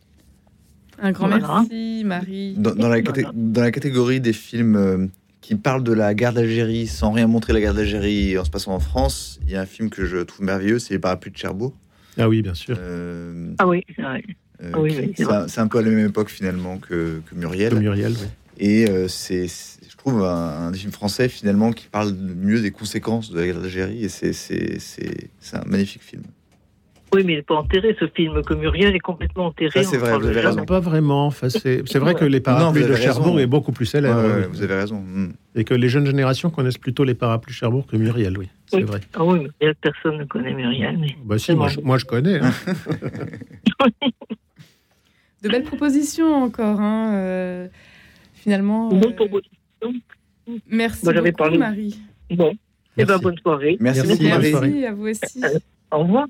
Un grand voilà. merci, Marie. Dans, dans, la, caté- dans la catégorie des films euh, qui parlent de la guerre d'Algérie sans rien montrer la guerre d'Algérie en se passant en France, il y a un film que je trouve merveilleux, c'est Les Parapluies de Cherbourg. Ah oui, bien sûr. Euh, ah oui, c'est vrai. Euh, ah oui, oui, c'est, c'est, c'est un peu à la même époque finalement que, que Muriel. Que Muriel, oui. Et euh, c'est, c'est, je trouve, un, un des films français finalement qui parle mieux des conséquences de la guerre d'Algérie. Et c'est, c'est, c'est, c'est un magnifique film. Oui, mais il n'est pas enterré, ce film, que Muriel est complètement enterré. Ça, c'est vrai, vous avez raison. Pas vraiment. Enfin, c'est, c'est vrai que Les Parapluies non, de Cherbourg raison. Est beaucoup plus célèbre. Ouais, ouais, oui. Vous avez raison. Mm. Et que les jeunes générations connaissent plutôt Les Parapluies de Cherbourg que Muriel, oui. C'est oui. vrai. Ah oui, mais personne ne connaît Muriel. Mais... Bah si, moi, je, moi je connais. Hein. De belles propositions encore, hein, euh, finalement. Bonne euh... proposition. Merci bah, beaucoup, parlé... Marie. Bon, et ben bonne soirée. Merci, Merci, Marie. Merci à vous aussi. Euh, au revoir.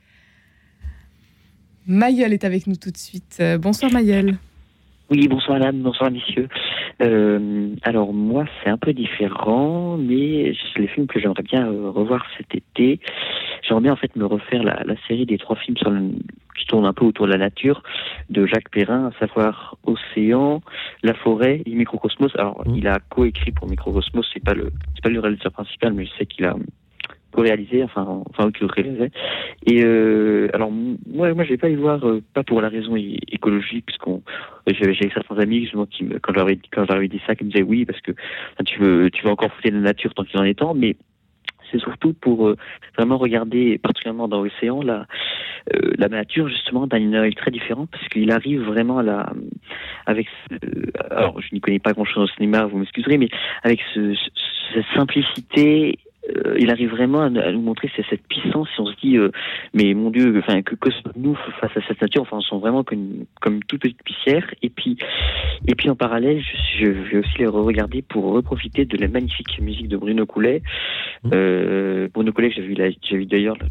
Maïel est avec nous tout de suite. Euh, bonsoir Maïel. Oui, bonsoir madame, bonsoir messieurs. Euh, alors moi c'est un peu différent, mais c'est le film que j'aimerais bien euh, revoir cet été. j'aimerais bien en fait me refaire la, la série des trois films sur le, qui tournent un peu autour de la nature de Jacques Perrin, à savoir Océan, La Forêt et Microcosmos. Alors mmh. il a coécrit pour Microcosmos, c'est pas le c'est pas le réalisateur principal, mais je sais qu'il a co-réalisé, enfin enfin qui le réalisait. Et euh, alors moi moi je vais pas y voir euh, pas pour la raison é- écologique, parce qu'on j'avais, j'avais certains amis justement qui me, quand j'avais quand j'avais dit ça, qui me disaient oui parce que enfin, tu veux tu veux encore foutre la nature tant qu'il en est temps, mais c'est surtout pour euh, vraiment regarder, particulièrement dans l'océan, la, euh, la nature justement d'un œil très différent, parce qu'il arrive vraiment à la, avec, ce, alors je n'y connais pas grand-chose au cinéma, vous m'excuserez, mais avec ce, ce, cette simplicité, euh, il arrive vraiment à, à nous montrer cette, cette puissance. Si on se dit, euh, mais mon Dieu, enfin que, que sommes-nous face à cette nature, enfin on sent vraiment comme, comme une toute petite poussière. Et puis, et puis en parallèle, je, je vais aussi les re-regarder pour reprofiter de la magnifique musique de Bruno Coulet. Mmh. Euh, Bruno Coulet, j'ai vu, la, j'ai vu d'ailleurs. Le...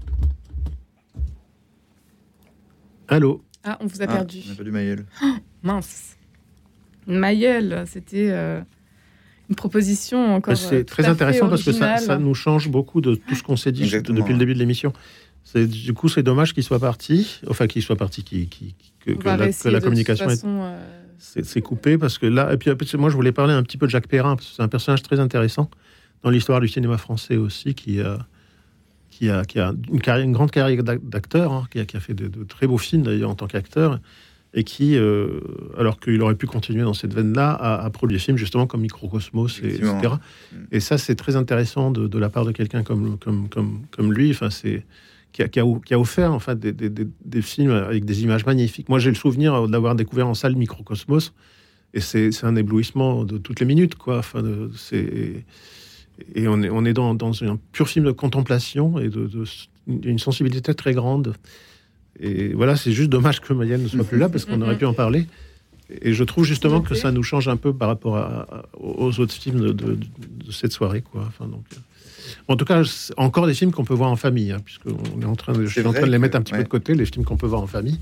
Allô. Ah, on vous a perdu. Ah, on a perdu Maëlle. Oh, mince. Maëlle, c'était. Euh... Une proposition encore. C'est très intéressant parce que ça, ça nous change beaucoup de tout ce qu'on s'est dit Exactement. depuis le début de l'émission. C'est, du coup, c'est dommage qu'il soit parti, enfin qu'il soit parti, qu'il, qu'il, que, que, la, que la communication façon, est, euh... c'est, c'est coupée parce que là. Et puis moi, je voulais parler un petit peu de Jacques Perrin parce que c'est un personnage très intéressant dans l'histoire du cinéma français aussi, qui a, qui a, qui a une, carrière, une grande carrière d'acteur, hein, qui, a, qui a fait de, de très beaux films d'ailleurs en tant qu'acteur. Et qui, euh, alors qu'il aurait pu continuer dans cette veine-là, a, a produit des films justement comme Microcosmos, et, et cetera. Et ça, c'est très intéressant de, de la part de quelqu'un comme, comme, comme, comme lui, enfin, c'est, qui, a, qui, a, qui a offert en fait, des, des, des, des films avec des images magnifiques. Moi, j'ai le souvenir d'avoir découvert en salle Microcosmos, et c'est, c'est un éblouissement de toutes les minutes, quoi. Enfin, de, c'est, et on est, on est dans, dans un pur film de contemplation et de, de, une sensibilité très grande. Et voilà, c'est juste dommage que Maëlle ne soit plus là parce qu'on aurait pu en parler. Et je trouve justement que ça nous change un peu par rapport à, à, aux autres films de, de, de cette soirée, quoi. Enfin, donc, euh... en tout cas, c'est encore des films qu'on peut voir en famille, hein, puisqu'on est en train de, je suis en train de les mettre un petit ouais. peu de côté, les films qu'on peut voir en famille.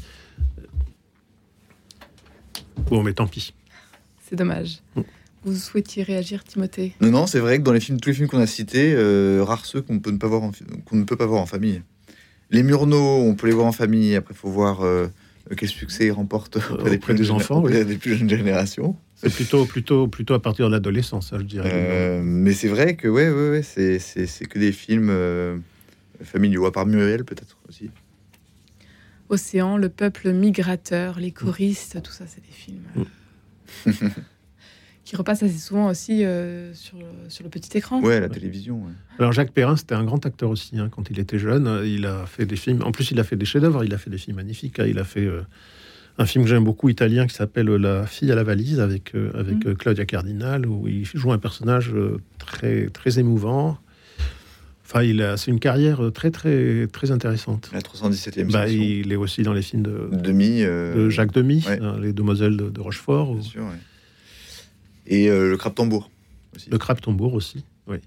Bon, mais tant pis. C'est dommage. Mm. Vous souhaitiez réagir, Timothée ? Non, non, c'est vrai que dans les films, tous les films qu'on a cités, euh, rares ceux qu'on peut ne pas voir en, qu'on ne peut pas voir en famille. Les Murnau, on peut les voir en famille. Après, il faut voir euh, quel succès ils remportent auprès, des, auprès des enfants, auprès oui. des plus jeunes générations. C'est plutôt, plutôt, plutôt à partir de l'adolescence, ça, je dirais. Euh, mais c'est vrai que ouais, ouais, ouais, c'est, c'est, c'est que des films euh, familiaux, à part Muriel, peut-être aussi. Océan, Le Peuple Migrateur, Les Choristes, tout ça, c'est des films... qui repasse assez souvent aussi euh, sur, sur le petit écran. Ouais, la télévision. Ouais. Alors Jacques Perrin, c'était un grand acteur aussi, hein, quand il était jeune. Il a fait des films. En plus, il a fait des chefs-d'œuvre. Il a fait des films magnifiques. Hein. Il a fait euh, un film que j'aime beaucoup, italien, qui s'appelle La fille à la valise, avec euh, avec mmh. Claudia Cardinal, où il joue un personnage euh, très très émouvant. Enfin, il a, c'est une carrière très très très intéressante. La trois cent dix-septième bah, il est aussi dans les films de Demy, euh... de Jacques Demy, ouais. hein, Les Demoiselles de, de Rochefort. Bien ou... sûr, ouais. Et euh, le crabe-tambour aussi. Le crabe-tambour aussi, oui.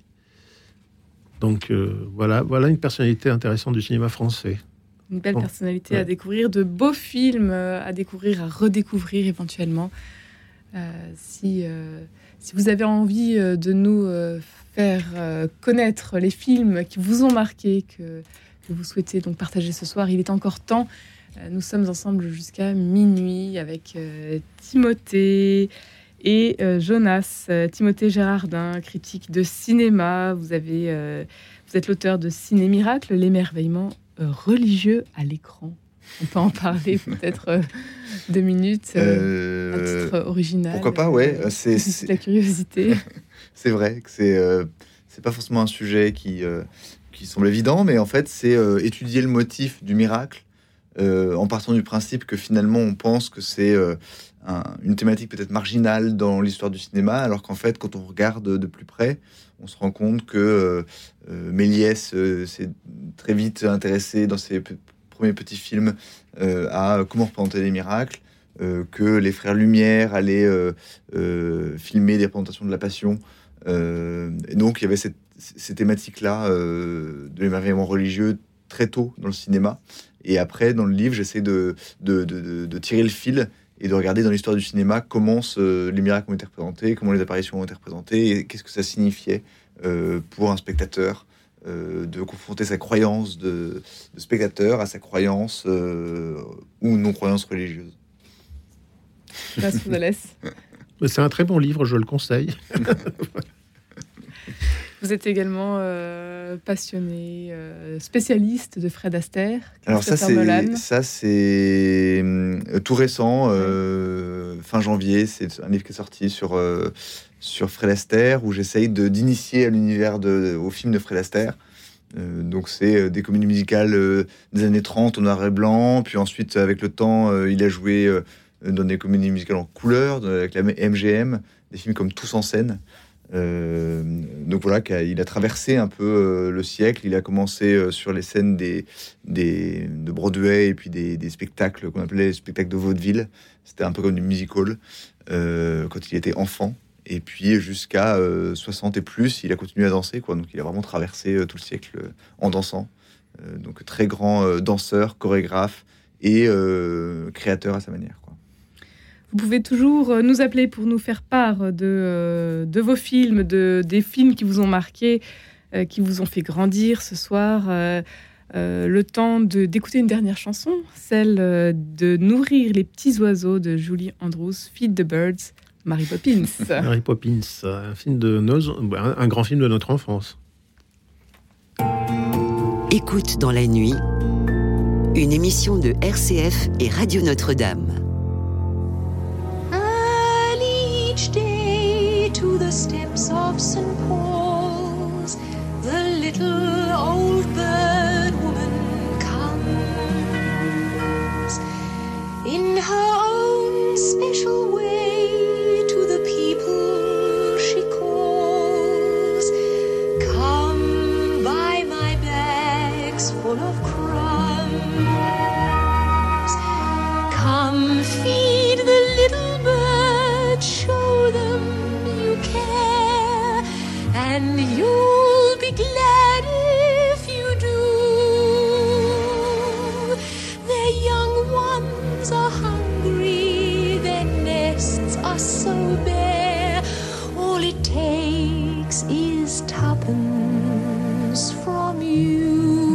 Donc euh, voilà, voilà une personnalité intéressante du cinéma français. Une belle bon. personnalité ouais. à découvrir, de beaux films à découvrir, à redécouvrir éventuellement. Euh, si, euh, si vous avez envie de nous euh, faire euh, connaître les films qui vous ont marqué, que, que vous souhaitez donc partager ce soir, il est encore temps. Euh, nous sommes ensemble jusqu'à minuit avec euh, Timothée et euh, Jonas, euh, Timothée Gérardin, critique de cinéma. Vous avez, euh, vous êtes l'auteur de Ciné Miracle, l'émerveillement euh, religieux à l'écran. On peut en parler peut-être euh, deux minutes, euh, euh, un titre original. Pourquoi pas, ouais. Euh, c'est, c'est la curiosité. C'est vrai que c'est, euh, c'est pas forcément un sujet qui, euh, qui semble évident, mais en fait, c'est euh, étudier le motif du miracle euh, en partant du principe que finalement, on pense que c'est euh, un, une thématique peut-être marginale dans l'histoire du cinéma, alors qu'en fait, quand on regarde de plus près, on se rend compte que euh, euh, Méliès euh, s'est très vite intéressé dans ses p- premiers petits films euh, à comment représenter les miracles, euh, que les frères Lumière allaient euh, euh, filmer des représentations de la Passion. Euh, et donc, il y avait cette, ces thématiques-là euh, de l'émerveillement religieux très tôt dans le cinéma. Et après, dans le livre, j'essaie de, de, de, de, de tirer le fil et de regarder dans l'histoire du cinéma comment ce, les miracles ont été représentés, comment les apparitions ont été représentées, et qu'est-ce que ça signifiait euh, pour un spectateur euh, de confronter sa croyance de, de spectateur à sa croyance euh, ou non-croyance religieuse. C'est un très bon livre, je le conseille. Vous êtes également euh, passionné, euh, spécialiste de Fred Astaire. Alors ça c'est, ça, c'est euh, tout récent, euh, ouais. fin janvier. C'est un livre qui est sorti sur, euh, sur Fred Astaire, où j'essaye de, d'initier à l'univers, de, au film de Fred Astaire. Euh, donc c'est des comédies musicales euh, des années trente au noir et blanc. Puis ensuite, avec le temps, euh, il a joué euh, dans des comédies musicales en couleur, avec la M G M, des films comme Tous en scène. Euh, donc voilà, il a traversé un peu euh, le siècle. Il a commencé euh, sur les scènes des, des, de Broadway et puis des, des spectacles qu'on appelait les spectacles de vaudeville. C'était un peu comme du music-hall euh, quand il était enfant. Et puis jusqu'à euh, soixante et plus, il a continué à danser, quoi. Donc il a vraiment traversé euh, tout le siècle euh, en dansant. Euh, donc très grand euh, danseur, chorégraphe et euh, créateur à sa manière, quoi. Vous pouvez toujours nous appeler pour nous faire part de, de vos films, de, des films qui vous ont marqué, euh, qui vous ont fait grandir ce soir. Euh, euh, le temps de, d'écouter une dernière chanson, celle de Nourrir les petits oiseaux de Julie Andrews, Feed the Birds, Mary Poppins. Mary Poppins, un, film de nos, un grand film de notre enfance. Écoute dans la nuit, une émission de R C F et Radio Notre-Dame. Each day to the steps of Saint Paul's, the little old bird woman comes in her own special way to the people she calls. Come buy my bags full of crumbs. Come feed the little bird, show them you care, and you'll be glad if you do. Their young ones are hungry, their nests are so bare. All it takes is tuppence from you.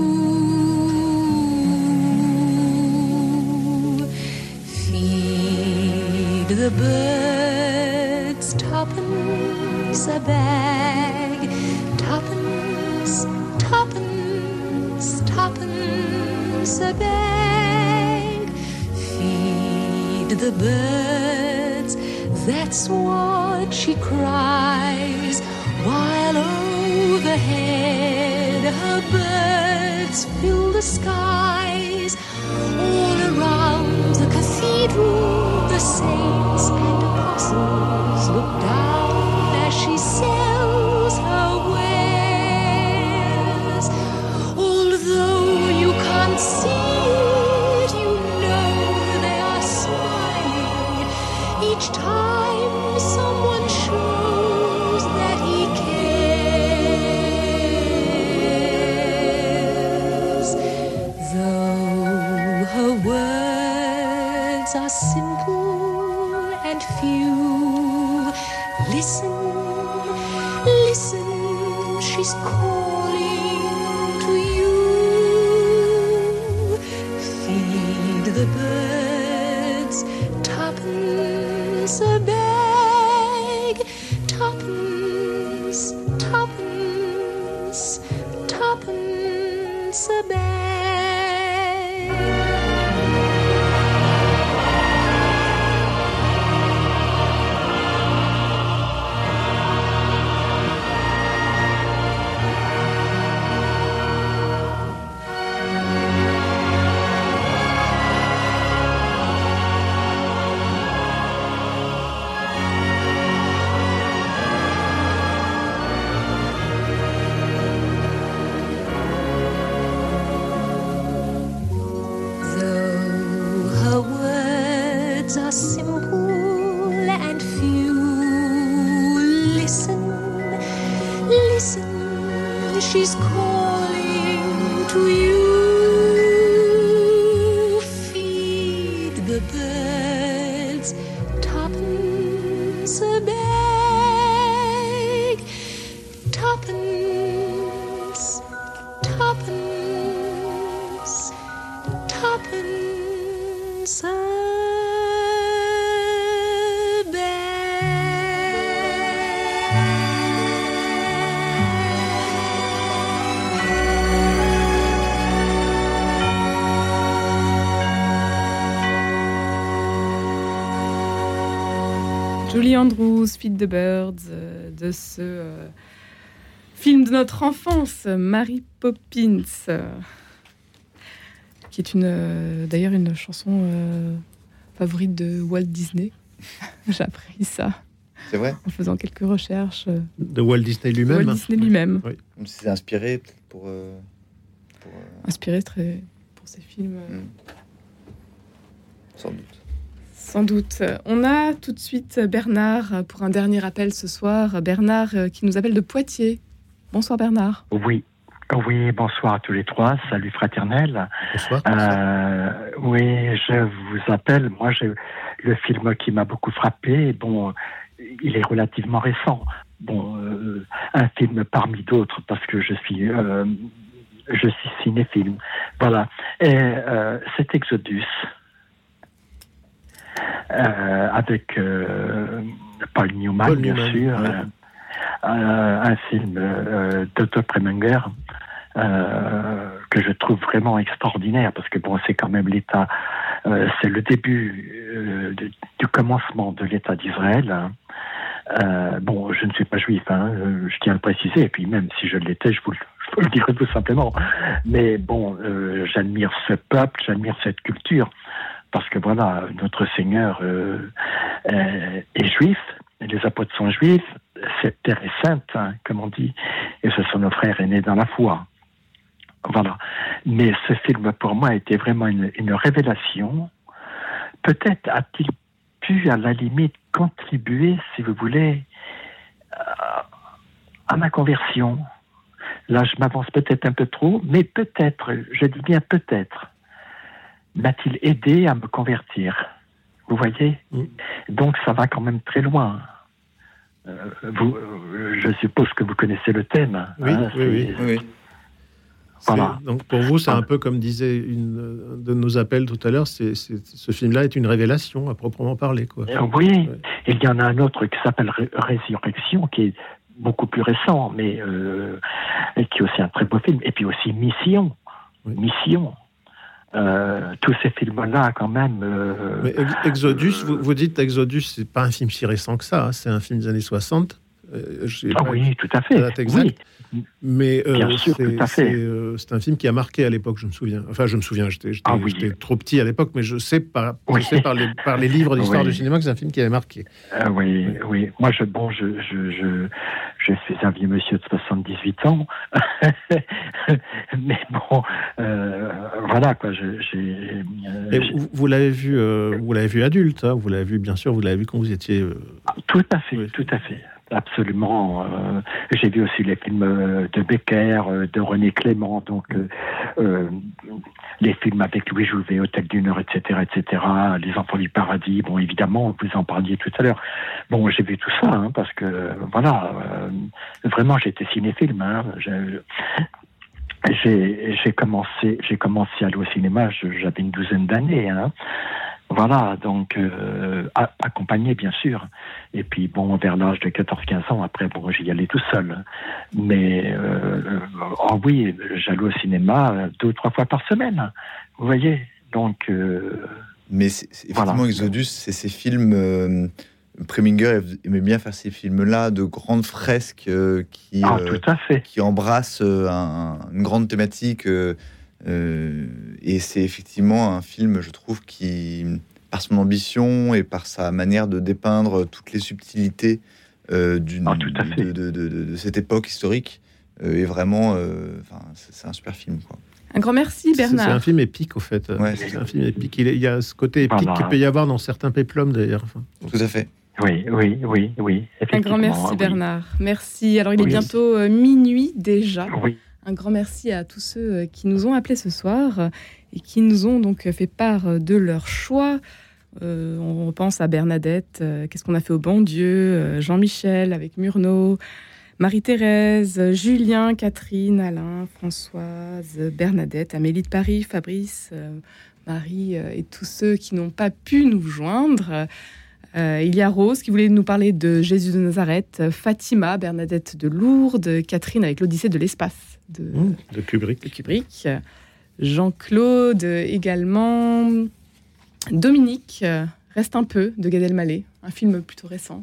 Feed the birds tuppence a bag, tuppence, tuppence, tuppence a bag. Feed the birds, that's what she cries, while overhead her birds fill the skies. All around the cathedral, the saints and apostles look down as she sells her wares. Although you can't see it, you know they are smiling each time someone shows that he cares. Though her words are simple and few, listen, listen, she's calling to you. Feed the birds, tuppence a bag, tuppence, tuppence, tuppence a bag. Are simple and few. Listen, listen, she's calling to you. Feed the birds, tuppence a bag, tuppence, once a Julie Andrews, Feed the Birds, euh, de ce euh, film de notre enfance, Mary Poppins, euh, qui est une, euh, d'ailleurs une chanson euh, favorite de Walt Disney. J'ai appris ça. C'est vrai. En faisant quelques recherches. Euh, de Walt Disney lui-même. Walt Disney lui-même. Oui. C'est inspiré pour. Euh, pour euh... Inspiré très pour ses films. Euh... Mm. Sans doute. Sans doute. On a tout de suite Bernard pour un dernier appel ce soir. Bernard qui nous appelle de Poitiers. Bonsoir Bernard. Oui, oui, bonsoir à tous les trois. Salut fraternel. Bonsoir. Euh, oui, je vous appelle. Moi, j'ai le film qui m'a beaucoup frappé. Bon, il est relativement récent. Bon, euh, un film parmi d'autres parce que je suis, euh, je suis cinéphile. Voilà. Et euh, c'est Exodus. Euh, avec euh, Paul Newman, Paul bien Newman, sûr, ouais. euh, euh, un film euh, d'Otto Preminger euh, que je trouve vraiment extraordinaire parce que bon, c'est quand même l'État, euh, c'est le début euh, de, du commencement de l'État d'Israël. Hein. Euh, bon, je ne suis pas juif, hein, je tiens à le préciser, et puis même si je l'étais, je vous le, je vous le dirai tout simplement. Mais bon, euh, j'admire ce peuple, j'admire cette culture. Parce que voilà, notre Seigneur euh, est, est juif, et les apôtres sont juifs, cette terre est sainte, hein, comme on dit, et ce sont nos frères aînés dans la foi. Voilà. Mais ce film, pour moi, a été vraiment une, une révélation. Peut-être a-t-il pu, à la limite, contribuer, si vous voulez, à, à ma conversion. Là, je m'avance peut-être un peu trop, mais peut-être, je dis bien peut-être, m'a-t-il aidé à me convertir? Vous voyez? Mmh. Donc ça va quand même très loin. Euh, vous, euh, je suppose que vous connaissez le thème. Oui, hein, oui, oui, oui. Voilà. Donc pour vous, c'est un peu comme disait une de nos appels tout à l'heure, c'est, c'est, ce film-là est une révélation à proprement parler, quoi. Euh, oui, ouais. Il y en a un autre qui s'appelle Ré- Résurrection, qui est beaucoup plus récent, mais euh, et qui est aussi un très beau film. Et puis aussi Mission. Oui. Mission. Euh, tous ces films-là, quand même. Euh, Mais Exodus, euh, vous, vous dites Exodus, c'est pas un film si récent que ça, hein, c'est un film des années soixante. Euh, ah oui, tout à fait. Date exacte. Oui. Mais euh, Bien sûr, c'est, tout à fait. C'est, euh, c'est un film qui a marqué à l'époque, je me souviens. Enfin, je me souviens, j'étais, j'étais, ah oui. j'étais trop petit à l'époque, mais je sais par, oui. je sais par, les, par les livres d'histoire oui. du cinéma que c'est un film qui avait marqué. Euh, oui, oui, oui. Moi, je, bon, je, je, je, je suis un vieux monsieur de soixante-dix-huit ans. Mais bon, euh, voilà, quoi. Je, j'ai, euh, Et vous, vous, l'avez vu, euh, vous l'avez vu adulte, hein, vous l'avez vu, bien sûr, vous l'avez vu quand vous étiez... Euh... Tout à fait, oui. tout à fait. Absolument. Euh, j'ai vu aussi les films de Becker, de René Clément, donc euh, euh, les films avec Louis Jouvet, Hôtel du Nord, et cetera, et cetera. Les Enfants du Paradis. Bon, évidemment, vous en parliez tout à l'heure. Bon, j'ai vu tout ça, hein, parce que voilà, euh, vraiment, j'étais cinéphile. Hein, j'ai, j'ai, j'ai commencé, j'ai commencé à aller au cinéma. J'avais une douzaine d'années. Hein. Voilà, donc euh, accompagné bien sûr. Et puis bon, vers l'âge de quatorze quinze ans, après bon, j'y allais tout seul. Mais euh, oh oui, j'allais au cinéma deux ou trois fois par semaine. Vous voyez, donc. Euh, Mais c'est, c'est, effectivement, voilà. Exodus, c'est ces films. Euh, Preminger aimait bien faire ces films-là de grandes fresques euh, qui, ah, tout à fait. Euh, qui embrassent euh, un, une grande thématique. Euh, Euh, et c'est effectivement un film, je trouve, qui, par son ambition et par sa manière de dépeindre toutes les subtilités euh, d'une, ah, tout à fait. De, de, de, de, de cette époque historique, euh, est vraiment... Euh, c'est, c'est un super film, quoi. Un grand merci, Bernard. C'est, c'est un film épique, au fait. Ouais, c'est, c'est un film épique. Il, est, il y a ce côté épique voilà. qu'il peut y avoir dans certains péplums, d'ailleurs. Enfin, tout à fait. Oui, oui, oui, oui. Un grand merci, oui. Bernard. Merci. Alors, il est oui. bientôt euh, minuit déjà. Oui. Un grand merci à tous ceux qui nous ont appelés ce soir et qui nous ont donc fait part de leur choix. Euh, on pense à Bernadette, euh, Qu'est-ce qu'on a fait au bon Dieu, euh, Jean-Michel avec Murnau, Marie-Thérèse, Julien, Catherine, Alain, Françoise, Bernadette, Amélie de Paris, Fabrice, euh, Marie euh, et tous ceux qui n'ont pas pu nous joindre. Euh, il y a Rose qui voulait nous parler de Jésus de Nazareth, Fatima, Bernadette de Lourdes, Catherine avec l'Odyssée de l'espace de, mmh, de Kubrick. de Kubrick, Jean-Claude également, Dominique, euh, Reste un peu de Gad Elmaleh, un film plutôt récent.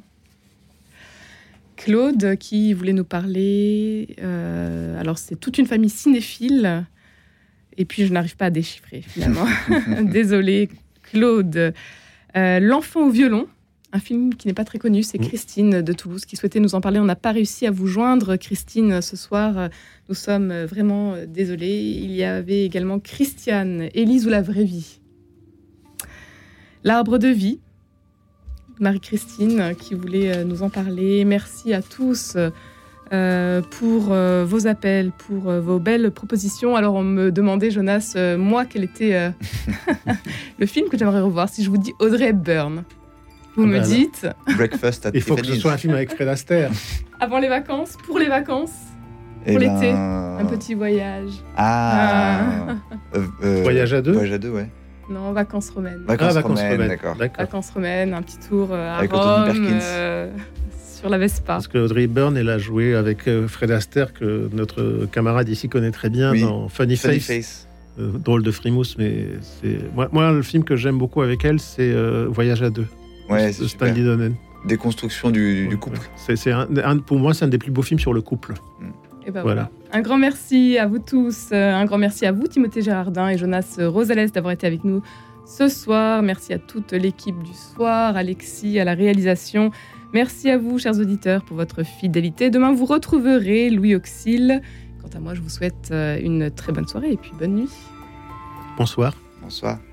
Claude qui voulait nous parler, euh, alors c'est toute une famille cinéphile, et puis je n'arrive pas à déchiffrer finalement. Désolée Claude. Euh, L'enfant au violon, un film qui n'est pas très connu, c'est Christine de Toulouse qui souhaitait nous en parler. On n'a pas réussi à vous joindre, Christine, ce soir. Nous sommes vraiment désolés. Il y avait également Christiane, Élise ou la vraie vie. L'arbre de vie, Marie-Christine qui voulait nous en parler. Merci à tous euh, pour euh, vos appels, pour euh, vos belles propositions. Alors on me demandait, Jonas, euh, moi, quel était euh, le film que j'aimerais revoir. Si je vous dis Audrey Hepburn, vous ah me ben dites... Breakfast at Il faut que ce soit un film avec Fred Astaire. Avant les vacances, pour les vacances, pour eh ben... l'été, un petit voyage. Ah, ah. Euh, euh, Voyage à deux Voyage à deux, ouais. Non, vacances romaines. Vacances, ah, vacances romaines, romaines, d'accord. d'accord. Vacances romaines, un petit tour euh, à avec Rome, euh, sur la Vespa. Parce que Audrey Hepburn, elle a joué avec euh, Fred Astaire, que notre camarade ici connaît très bien, oui. dans Funny, Funny Face. Face. Euh, drôle de frimousse, mais c'est... Moi, moi, le film que j'aime beaucoup avec elle, c'est euh, Voyage à deux. Ouais, c'est super. Stanley Donen. Déconstruction du, du couple. Ouais. C'est, c'est un, un, pour moi, c'est un des plus beaux films sur le couple. Mm. Et ben voilà. voilà. Un grand merci à vous tous. Un grand merci à vous, Timothée Gérardin et Jonas Rosales, d'avoir été avec nous ce soir. Merci à toute l'équipe du soir, Alexis à la réalisation. Merci à vous, chers auditeurs, pour votre fidélité. Demain, vous retrouverez Louis Auxil. Quant à moi, je vous souhaite une très bonne soirée et puis bonne nuit. Bonsoir. Bonsoir.